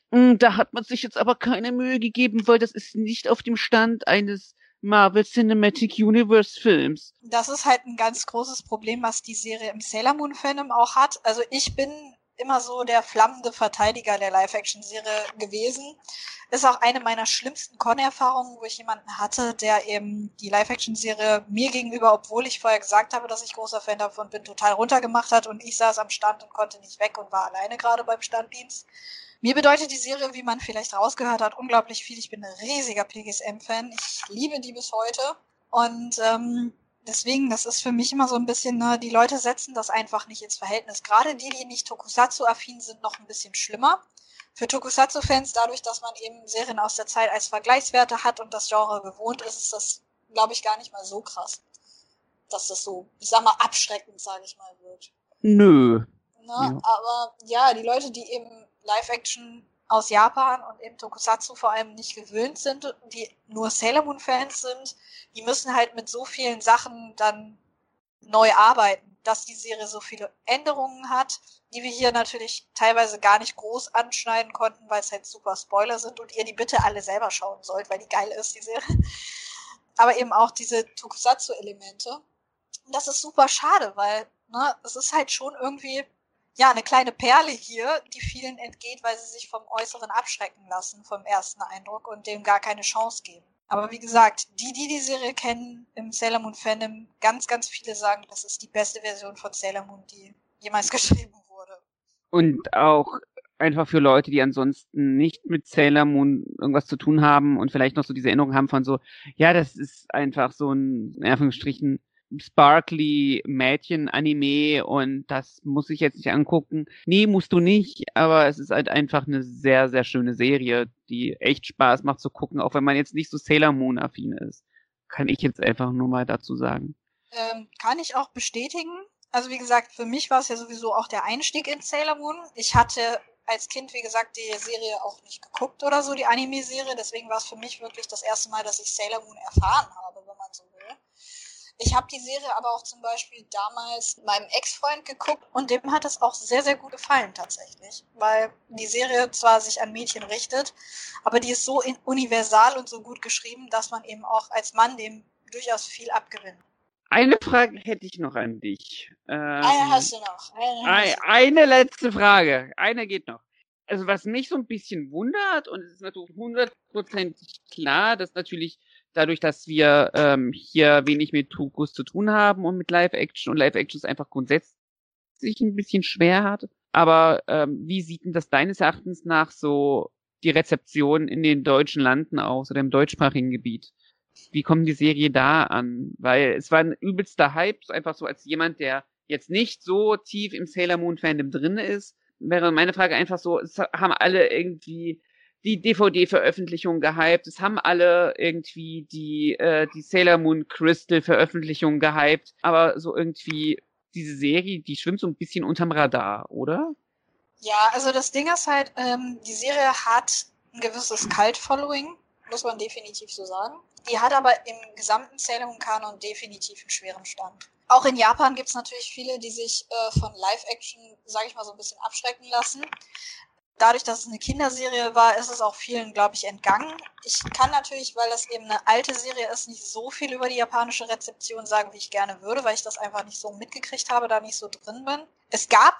da hat man sich jetzt aber keine Mühe gegeben, weil das ist nicht auf dem Stand eines Marvel Cinematic Universe Films. Das ist halt ein ganz großes Problem, was die Serie im Sailor Moon Fandom auch hat. Also ich bin immer so der flammende Verteidiger der Live-Action-Serie gewesen. Ist auch eine meiner schlimmsten Con-Erfahrungen, wo ich jemanden hatte, der eben die Live-Action-Serie mir gegenüber, obwohl ich vorher gesagt habe, dass ich großer Fan davon bin, total runtergemacht hat und ich saß am Stand und konnte nicht weg und war alleine gerade beim Standdienst. Mir bedeutet die Serie, wie man vielleicht rausgehört hat, unglaublich viel. Ich bin ein riesiger PGSM-Fan. Ich liebe die bis heute. Und deswegen, das ist für mich immer so ein bisschen, ne, die Leute setzen das einfach nicht ins Verhältnis. Gerade die, die nicht Tokusatsu-affin sind, noch ein bisschen schlimmer. Für Tokusatsu-Fans, dadurch, dass man eben Serien aus der Zeit als Vergleichswerte hat und das Genre gewohnt ist, ist das, glaube ich, gar nicht mal so krass. Dass das so, ich sag mal, abschreckend, sage ich mal, wird. Nö. Ne? Ja. Aber ja, die Leute, die eben Live-Action aus Japan und eben Tokusatsu vor allem nicht gewöhnt sind, die nur Sailor Moon-Fans sind, die müssen halt mit so vielen Sachen dann neu arbeiten, dass die Serie so viele Änderungen hat, die wir hier natürlich teilweise gar nicht groß anschneiden konnten, weil es halt super Spoiler sind und ihr die bitte alle selber schauen sollt, weil die geil ist, die Serie. Aber eben auch diese Tokusatsu-Elemente. Und das ist super schade, weil ne, es ist halt schon irgendwie ja eine kleine Perle hier, die vielen entgeht, weil sie sich vom Äußeren abschrecken lassen, vom ersten Eindruck und dem gar keine Chance geben. Aber wie gesagt, die Serie kennen im Sailor Moon Fandom, ganz, ganz viele sagen, das ist die beste Version von Sailor Moon, die jemals geschrieben wurde. Und auch einfach für Leute, die ansonsten nicht mit Sailor Moon irgendwas zu tun haben und vielleicht noch so diese Erinnerung haben von so, ja, das ist einfach so ein, in Anführungsstrichen, sparkly Mädchen-Anime und das muss ich jetzt nicht angucken. Nee, musst du nicht, aber es ist halt einfach eine sehr, sehr schöne Serie, die echt Spaß macht zu gucken, auch wenn man jetzt nicht so Sailor Moon-affin ist. Kann ich jetzt einfach nur mal dazu sagen. Kann ich auch bestätigen. Also wie gesagt, für mich war es ja sowieso auch der Einstieg in Sailor Moon. Ich hatte als Kind, wie gesagt, die Serie auch nicht geguckt oder so, die Anime-Serie. Deswegen war es für mich wirklich das erste Mal, dass ich Sailor Moon erfahren habe, wenn man so will. Ich habe die Serie aber auch zum Beispiel damals meinem Ex-Freund geguckt und dem hat es auch sehr, sehr gut gefallen tatsächlich. Weil die Serie zwar sich an Mädchen richtet, aber die ist so universal und so gut geschrieben, dass man eben auch als Mann dem durchaus viel abgewinnt. Eine Frage hätte ich noch an dich. Eine hast du noch. Eine letzte Frage. Eine geht noch. Also was mich so ein bisschen wundert, und es ist natürlich 100% klar, dass natürlich dadurch, dass wir hier wenig mit Tokus zu tun haben und mit Live-Action und Live-Action es einfach grundsätzlich ein bisschen schwer hat. Aber wie sieht denn das deines Erachtens nach so die Rezeption in den deutschen Landen aus oder im deutschsprachigen Gebiet? Wie kommt die Serie da an? Weil es war ein übelster Hype, einfach so als jemand, der jetzt nicht so tief im Sailor Moon Fandom drin ist, wäre meine Frage einfach so, es haben alle irgendwie die DVD-Veröffentlichung gehypt, es haben alle irgendwie die Sailor Moon Crystal Veröffentlichung gehypt, aber so irgendwie diese Serie, die schwimmt so ein bisschen unterm Radar, oder? Ja, also das Ding ist halt, die Serie hat ein gewisses Cult-Following, muss man definitiv so sagen. Die hat aber im gesamten Sailor Moon Kanon definitiv einen schweren Stand. Auch in Japan gibt's natürlich viele, die sich von Live-Action, sage ich mal, so ein bisschen abschrecken lassen. Dadurch, dass es eine Kinderserie war, ist es auch vielen, glaube ich, entgangen. Ich kann natürlich, weil das eben eine alte Serie ist, nicht so viel über die japanische Rezeption sagen, wie ich gerne würde, weil ich das einfach nicht so mitgekriegt habe, da nicht so drin bin. Es gab,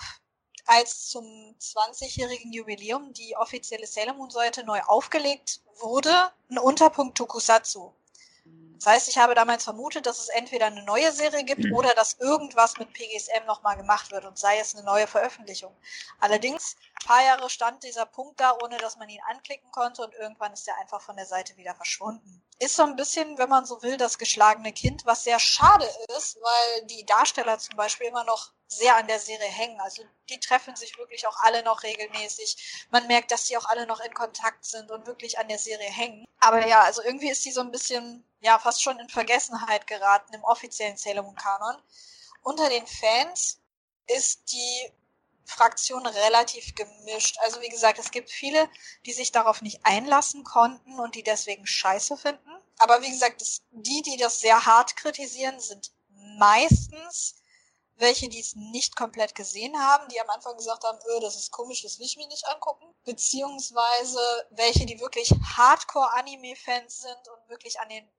als zum 20-jährigen Jubiläum die offizielle Sailor Moon Seite neu aufgelegt wurde, ein Unterpunkt Tokusatsu. Das heißt, ich habe damals vermutet, dass es entweder eine neue Serie gibt oder dass irgendwas mit PGSM nochmal gemacht wird und sei es eine neue Veröffentlichung. Allerdings, ein paar Jahre stand dieser Punkt da, ohne dass man ihn anklicken konnte und irgendwann ist er einfach von der Seite wieder verschwunden. ist so ein bisschen, wenn man so will, das geschlagene Kind, was sehr schade ist, weil die Darsteller zum Beispiel immer noch sehr an der Serie hängen. Also die treffen sich wirklich auch alle noch regelmäßig. Man merkt, dass die auch alle noch in Kontakt sind und wirklich an der Serie hängen. Aber ja, also irgendwie ist die so ein bisschen, ja, fast schon in Vergessenheit geraten im offiziellen Sailor Moon Kanon. Unter den Fans ist die Fraktion relativ gemischt. Also wie gesagt, es gibt viele, die sich darauf nicht einlassen konnten und die deswegen scheiße finden. Aber wie gesagt, die das sehr hart kritisieren, sind meistens welche, die es nicht komplett gesehen haben, die am Anfang gesagt haben, das ist komisch, das will ich mir nicht angucken. Beziehungsweise welche, die wirklich Hardcore-Anime-Fans sind und wirklich an den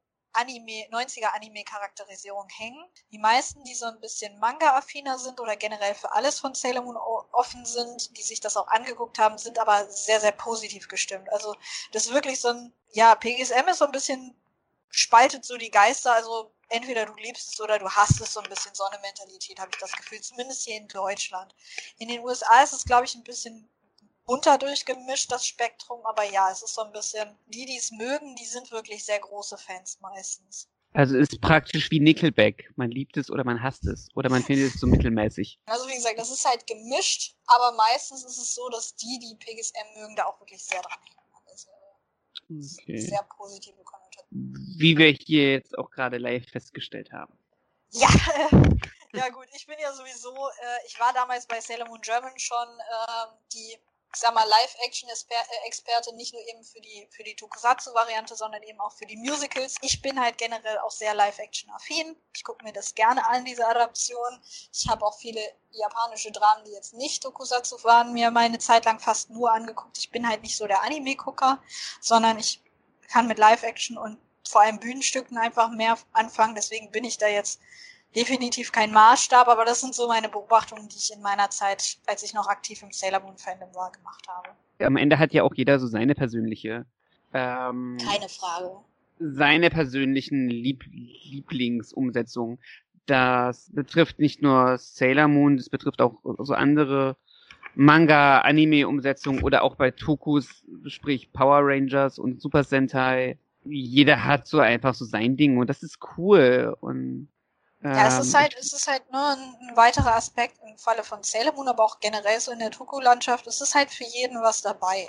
90er Anime-Charakterisierung hängen. Die meisten, die so ein bisschen Manga-affiner sind oder generell für alles von Sailor Moon offen sind, die sich das auch angeguckt haben, sind aber sehr, sehr positiv gestimmt. Also das ist wirklich so ein, ja, PGSM ist so ein bisschen, spaltet so die Geister, also entweder du liebst es oder du hasst es, so ein bisschen so eine Mentalität, habe ich das Gefühl, zumindest hier in Deutschland. In den USA ist es, glaube ich, ein bisschen bunter durchgemischt, das Spektrum, aber ja, es ist so ein bisschen, die es mögen, die sind wirklich sehr große Fans meistens. Also ist praktisch wie Nickelback. Man liebt es oder man hasst es. Oder man findet es so mittelmäßig. Also wie gesagt, das ist halt gemischt, aber meistens ist es so, dass die PGSM mögen, da auch wirklich sehr dran hängen. Also Okay. sehr positive Konnotation. Wie wir hier jetzt auch gerade live festgestellt haben. Ja, ja gut, ich bin ja sowieso, ich war damals bei Sailor Moon German schon die, ich sag mal, Live-Action-Experte, nicht nur eben für die Tokusatsu-Variante, sondern eben auch für die Musicals. Ich bin halt generell auch sehr Live-Action-affin. Ich gucke mir das gerne an, diese Adaption. Ich habe auch viele japanische Dramen, die jetzt nicht Tokusatsu waren, mir meine Zeit lang fast nur angeguckt. Ich bin halt nicht so der Anime-Gucker, sondern ich kann mit Live-Action und vor allem Bühnenstücken einfach mehr anfangen. Deswegen bin ich da jetzt definitiv kein Maßstab, aber das sind so meine Beobachtungen, die ich in meiner Zeit, als ich noch aktiv im Sailor Moon Fandom war, gemacht habe. Am Ende hat ja auch jeder so seine persönliche Keine Frage. Seine persönlichen Lieblingsumsetzungen. Das betrifft nicht nur Sailor Moon, das betrifft auch so andere Manga-Anime-Umsetzungen oder auch bei Tokus, sprich Power Rangers und Super Sentai. Jeder hat so einfach so sein Ding und das ist cool. Und ja, es ist halt nur ein weiterer Aspekt im Falle von Sailor Moon, aber auch generell so in der Toku-Landschaft. Es ist halt für jeden was dabei.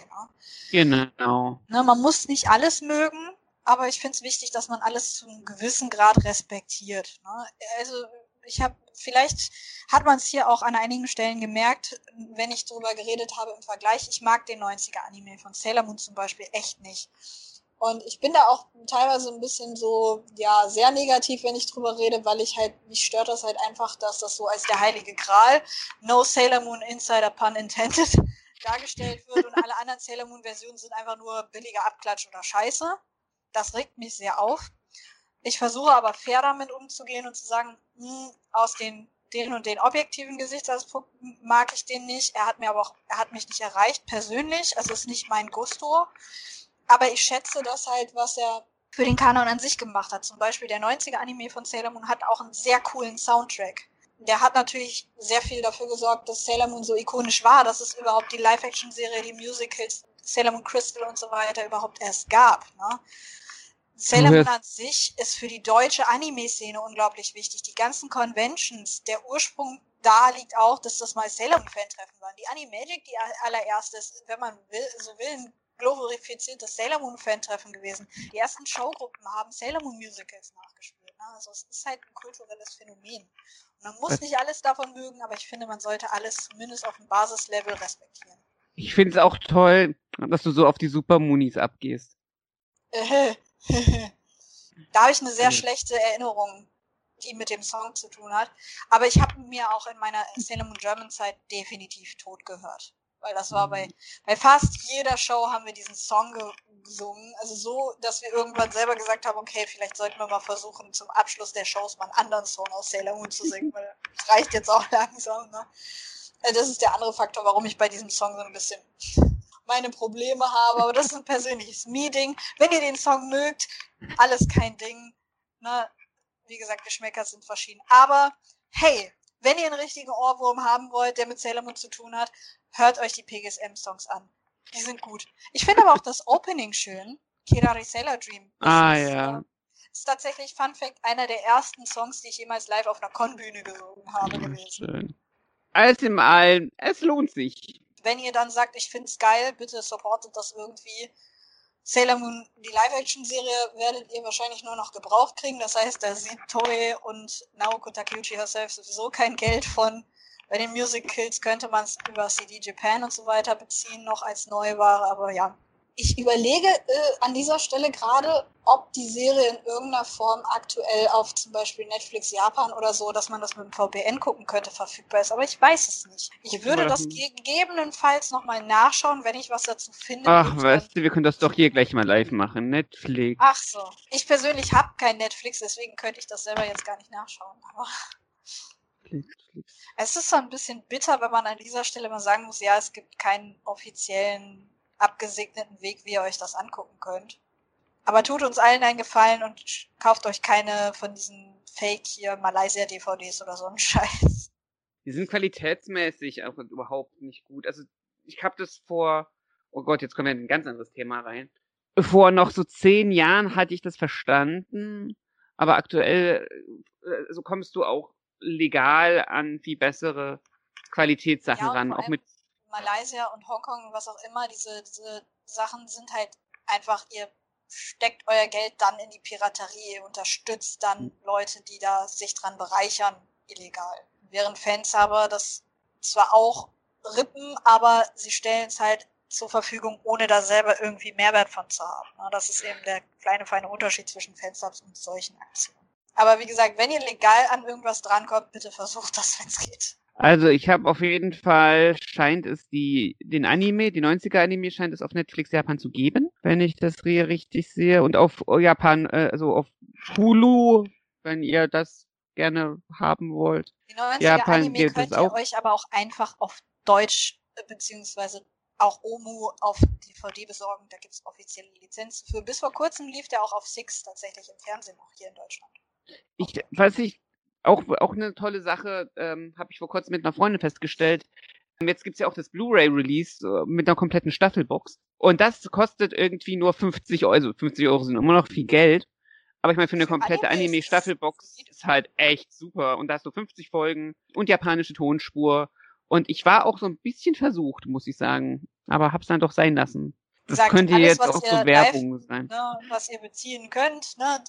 Ne? Genau. Ne, man muss nicht alles mögen, aber ich finde es wichtig, dass man alles zu einem gewissen Grad respektiert. Ne? Also vielleicht hat man es hier auch an einigen Stellen gemerkt, wenn ich drüber geredet habe im Vergleich. Ich mag den 90er Anime von Sailor Moon zum Beispiel echt nicht. Und ich bin da auch teilweise ein bisschen so, ja, sehr negativ, wenn ich drüber rede, weil mich stört das halt einfach, dass das so als der heilige Gral, no Sailor Moon Insider pun intended, dargestellt wird und alle anderen Sailor Moon Versionen sind einfach nur billiger Abklatsch oder Scheiße. Das regt mich sehr auf. Ich versuche aber fair damit umzugehen und zu sagen, aus den und den objektiven Gesichtspunkten mag ich den nicht. Er hat mich nicht erreicht persönlich, also ist nicht mein Gusto. Aber ich schätze das halt, was er für den Kanon an sich gemacht hat. Zum Beispiel der 90er Anime von Sailor Moon hat auch einen sehr coolen Soundtrack. Der hat natürlich sehr viel dafür gesorgt, dass Sailor Moon so ikonisch war, dass es überhaupt die Live-Action-Serie, die Musicals, Sailor Moon Crystal und so weiter überhaupt erst gab. Ne? Sailor Moon an sich ist für die deutsche Anime-Szene unglaublich wichtig. Die ganzen Conventions, der Ursprung da liegt auch, dass das mal Sailor Moon-Fan-Treffen waren. Die Animagic, die allererste ist, wenn man so will, ein glorifiziertes Sailor Moon-Fan-Treffen gewesen. Die ersten Showgruppen haben Sailor Moon-Musicals nachgespielt. Ne? Also es ist halt ein kulturelles Phänomen. Und man muss nicht alles davon mögen, aber ich finde, man sollte alles zumindest auf dem Basislevel respektieren. Ich finde es auch toll, dass du so auf die Super Moonies abgehst. Da habe ich eine sehr schlechte Erinnerung, die mit dem Song zu tun hat. Aber ich habe mir auch in meiner Sailor Moon German Zeit definitiv tot gehört. Weil das war bei fast jeder Show haben wir diesen Song gesungen. Also so, dass wir irgendwann selber gesagt haben, okay, vielleicht sollten wir mal versuchen, zum Abschluss der Shows mal einen anderen Song aus Sailor Moon zu singen, weil das reicht jetzt auch langsam. Ne? Das ist der andere Faktor, warum ich bei diesem Song so ein bisschen meine Probleme habe, aber das ist ein persönliches Meeting. Wenn ihr den Song mögt, alles kein Ding. Ne? Wie gesagt, Geschmäcker sind verschieden. Aber hey, wenn ihr einen richtigen Ohrwurm haben wollt, der mit Sailor Moon zu tun hat, hört euch die PGSM-Songs an. Die sind gut. Ich finde aber auch das Opening schön. Kirari Sailor Dream. Ist tatsächlich, Fun Fact, einer der ersten Songs, die ich jemals live auf einer Con-Bühne gesungen habe gewesen. Schön. Alles in allem, es lohnt sich. Wenn ihr dann sagt, ich find's geil, bitte supportet das irgendwie. Sailor Moon, die Live-Action-Serie, werdet ihr wahrscheinlich nur noch gebraucht kriegen. Das heißt, da sieht Toei und Naoko Takeuchi herself sowieso kein Geld von. Bei den Musicals könnte man es über CD Japan und so weiter beziehen, noch als Neuware, aber ja. Ich überlege an dieser Stelle gerade, ob die Serie in irgendeiner Form aktuell auf zum Beispiel Netflix Japan oder so, dass man das mit dem VPN gucken könnte, verfügbar ist. Aber ich weiß es nicht. Ich würde das gegebenenfalls nochmal nachschauen, wenn ich was dazu finde. Ach, weißt du, wir können das doch hier gleich mal live machen. Netflix. Ach so. Ich persönlich habe kein Netflix, deswegen könnte ich das selber jetzt gar nicht nachschauen. Aber es ist so ein bisschen bitter, wenn man an dieser Stelle mal sagen muss, ja, es gibt keinen offiziellen abgesegneten Weg, wie ihr euch das angucken könnt. Aber tut uns allen einen Gefallen und kauft euch keine von diesen Fake hier Malaysia-DVDs oder so einen Scheiß. Die sind qualitätsmäßig auch überhaupt nicht gut. Also ich habe das vor, oh Gott, jetzt kommen wir in ein ganz anderes Thema rein. Vor noch so 10 Jahren hatte ich das verstanden, aber aktuell so kommst du auch legal an viel bessere Qualitätssachen ran, auch mit Malaysia und Hongkong, was auch immer, diese Sachen sind halt einfach, ihr steckt euer Geld dann in die Piraterie, ihr unterstützt dann Leute, die da sich dran bereichern, illegal. Während Fans aber das zwar auch rippen, aber sie stellen es halt zur Verfügung, ohne da selber irgendwie Mehrwert von zu haben. Das ist eben der kleine, feine Unterschied zwischen Fansubs und solchen Aktionen. Aber wie gesagt, wenn ihr legal an irgendwas drankommt, bitte versucht das, wenn es geht. Also ich habe auf jeden Fall, scheint es den Anime, die 90er-Anime scheint es auf Netflix Japan zu geben, wenn ich das richtig sehe. Und auf Japan, also auf Hulu, wenn ihr das gerne haben wollt. Die 90er-Anime könnt ihr euch aber auch einfach auf Deutsch, beziehungsweise auch OMU auf DVD besorgen. Da gibt es offizielle Lizenzen für. Bis vor kurzem lief der auch auf Six tatsächlich im Fernsehen, auch hier in Deutschland. Auch eine tolle Sache, habe ich vor kurzem mit einer Freundin festgestellt. Jetzt gibt's ja auch das Blu-ray-Release mit einer kompletten Staffelbox. Und das kostet irgendwie nur 50 €. Also 50 € sind immer noch viel Geld. Aber ich meine, für eine komplette Anime-Staffelbox ist halt echt super. Und da hast du 50 Folgen und japanische Tonspur. Und ich war auch so ein bisschen versucht, muss ich sagen. Aber hab's dann doch sein lassen. Das könnte jetzt auch so Werbung sein. Ne, was ihr beziehen könnt, ne,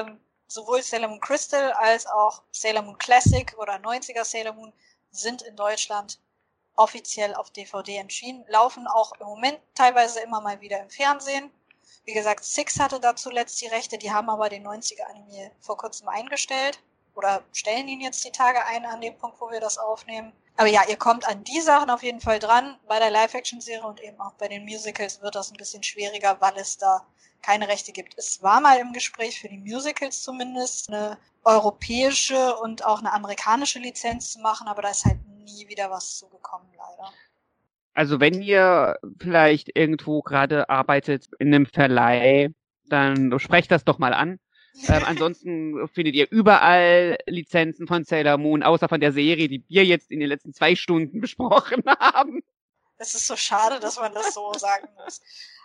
sowohl Sailor Moon Crystal als auch Sailor Moon Classic oder 90er Sailor Moon sind in Deutschland offiziell auf DVD erschienen, laufen auch im Moment teilweise immer mal wieder im Fernsehen. Wie gesagt, Six hatte da zuletzt die Rechte, die haben aber den 90er Anime vor kurzem eingestellt oder stellen ihn jetzt die Tage ein an dem Punkt, wo wir das aufnehmen. Aber ja, ihr kommt an die Sachen auf jeden Fall dran. Bei der Live-Action-Serie und eben auch bei den Musicals wird das ein bisschen schwieriger, weil es da keine Rechte gibt. Es war mal im Gespräch für die Musicals zumindest, eine europäische und auch eine amerikanische Lizenz zu machen, aber da ist halt nie wieder was zugekommen, leider. Also wenn ihr vielleicht irgendwo gerade arbeitet in einem Verleih, dann sprecht das doch mal an. Ansonsten findet ihr überall Lizenzen von Sailor Moon, außer von der Serie, die wir jetzt in den letzten 2 Stunden besprochen haben. Es ist so schade, dass man das so sagen muss.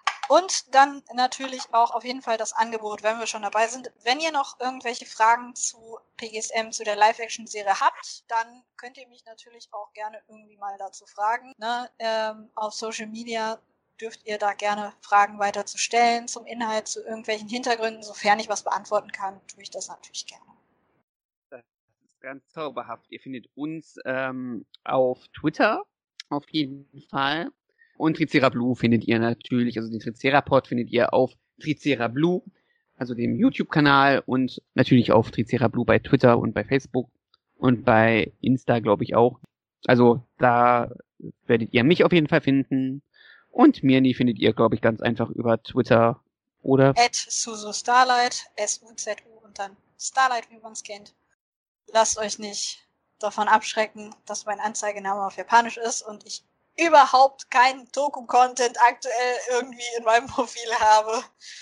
Und dann natürlich auch auf jeden Fall das Angebot, wenn wir schon dabei sind. Wenn ihr noch irgendwelche Fragen zu PGSM, zu der Live-Action-Serie habt, dann könnt ihr mich natürlich auch gerne irgendwie mal dazu fragen. Ne? Auf Social Media dürft ihr da gerne Fragen weiter zu stellen, zum Inhalt, zu irgendwelchen Hintergründen. Sofern ich was beantworten kann, tue ich das natürlich gerne. Das ist ganz zauberhaft. Ihr findet uns auf Twitter, auf jeden Fall. Und Tricerablu findet ihr natürlich, also den Tricerapod findet ihr auf Tricerablu, also dem YouTube-Kanal und natürlich auf Tricerablu bei Twitter und bei Facebook und bei Insta, glaube ich, auch. Also da werdet ihr mich auf jeden Fall finden und Mirni findet ihr, glaube ich, ganz einfach über Twitter oder @SuzuStarlight, SUZU und dann Starlight, wie man es kennt. Lasst euch nicht davon abschrecken, dass mein Anzeigename auf Japanisch ist und ich überhaupt keinen Toku-Content aktuell irgendwie in meinem Profil habe.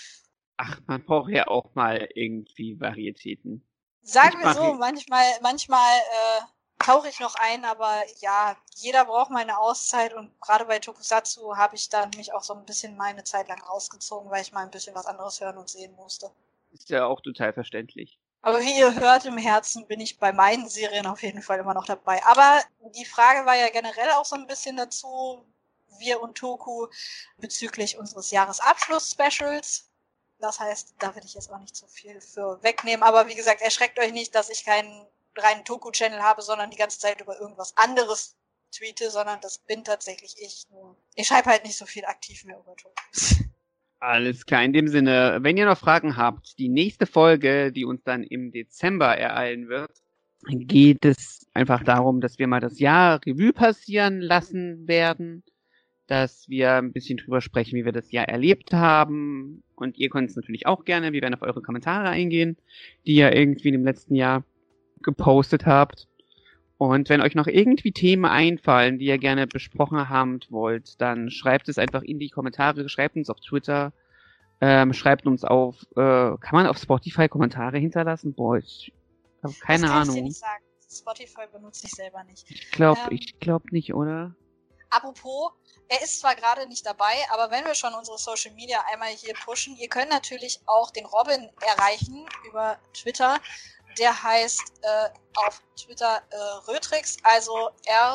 Ach, man braucht ja auch mal irgendwie Varietäten. Sagen wir so, manchmal tauche ich noch ein, aber ja, jeder braucht mal eine Auszeit und gerade bei Tokusatzu habe ich dann mich auch so ein bisschen mal eine Zeit lang rausgezogen, weil ich mal ein bisschen was anderes hören und sehen musste. Ist ja auch total verständlich. Aber wie ihr hört, im Herzen bin ich bei meinen Serien auf jeden Fall immer noch dabei. Aber die Frage war ja generell auch so ein bisschen dazu, wir und Toku, bezüglich unseres Jahresabschluss-Specials. Das heißt, da will ich jetzt auch nicht so viel für wegnehmen. Aber wie gesagt, erschreckt euch nicht, dass ich keinen reinen Toku-Channel habe, sondern die ganze Zeit über irgendwas anderes tweete, sondern das bin tatsächlich ich. Nur ich schreibe halt nicht so viel aktiv mehr über Tokus. Alles klar, in dem Sinne, wenn ihr noch Fragen habt, die nächste Folge, die uns dann im Dezember ereilen wird, geht es einfach darum, dass wir mal das Jahr Revue passieren lassen werden, dass wir ein bisschen drüber sprechen, wie wir das Jahr erlebt haben, und ihr könnt es natürlich auch gerne, wir werden auf eure Kommentare eingehen, die ihr irgendwie im letzten Jahr gepostet habt. Und wenn euch noch irgendwie Themen einfallen, die ihr gerne besprochen haben wollt, dann schreibt es einfach in die Kommentare, schreibt uns auf Twitter, schreibt uns auf, kann man auf Spotify Kommentare hinterlassen? Boah, ich habe keine Ahnung. Das kann ich dir nicht sagen. Spotify benutze ich selber nicht. Ich glaub nicht, oder? Apropos, er ist zwar gerade nicht dabei, aber wenn wir schon unsere Social Media einmal hier pushen, ihr könnt natürlich auch den Robin erreichen über Twitter. Der heißt auf Twitter Rötrix, also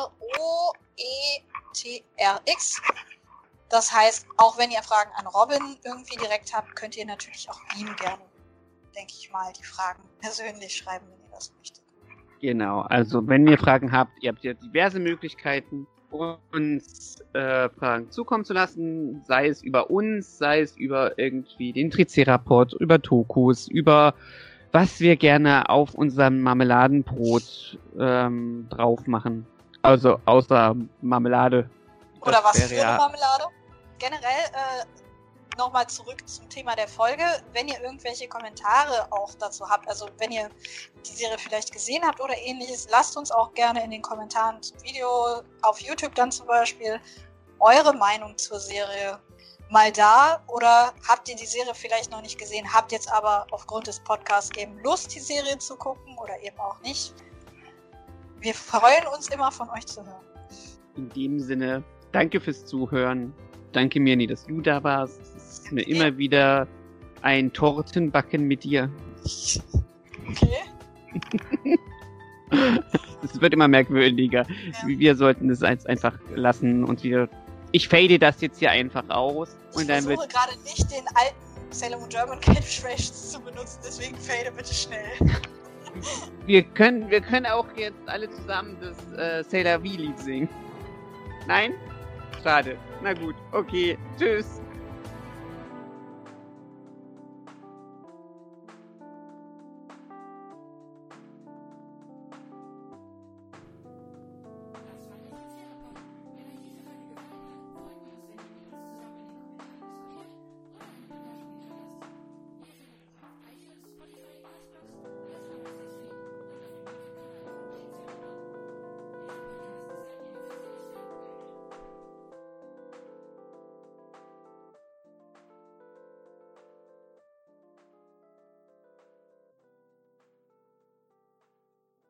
ROETRX. Das heißt, auch wenn ihr Fragen an Robin irgendwie direkt habt, könnt ihr natürlich auch ihm gerne, denke ich mal, die Fragen persönlich schreiben, wenn ihr das möchtet. Genau, also wenn ihr Fragen habt, ihr habt ja diverse Möglichkeiten, uns Fragen zukommen zu lassen, sei es über uns, sei es über irgendwie den Tricerapod, über Tokus, über was wir gerne auf unserem Marmeladenbrot drauf machen. Also außer Marmelade. Oder was für eine Marmelade? Generell nochmal zurück zum Thema der Folge. Wenn ihr irgendwelche Kommentare auch dazu habt, also wenn ihr die Serie vielleicht gesehen habt oder ähnliches, lasst uns auch gerne in den Kommentaren zum Video, auf YouTube dann zum Beispiel, eure Meinung zur Serie mal da. Oder habt ihr die Serie vielleicht noch nicht gesehen, habt jetzt aber aufgrund des Podcasts eben Lust, die Serie zu gucken oder eben auch nicht. Wir freuen uns immer, von euch zu hören. In dem Sinne, danke fürs Zuhören. Danke, Mirni, dass du da warst. Es ist mir immer wieder ein Tortenbacken mit dir. Okay. Es wird immer merkwürdiger. Ja. Wir sollten es einfach lassen und ich fade das jetzt hier einfach aus. Und ich versuche gerade nicht den alten Sailor Moon German Catchphrases zu benutzen, deswegen fade bitte schnell. Wir können auch jetzt alle zusammen das Sailor V-Lied singen. Nein? Schade. Na gut, okay. Tschüss.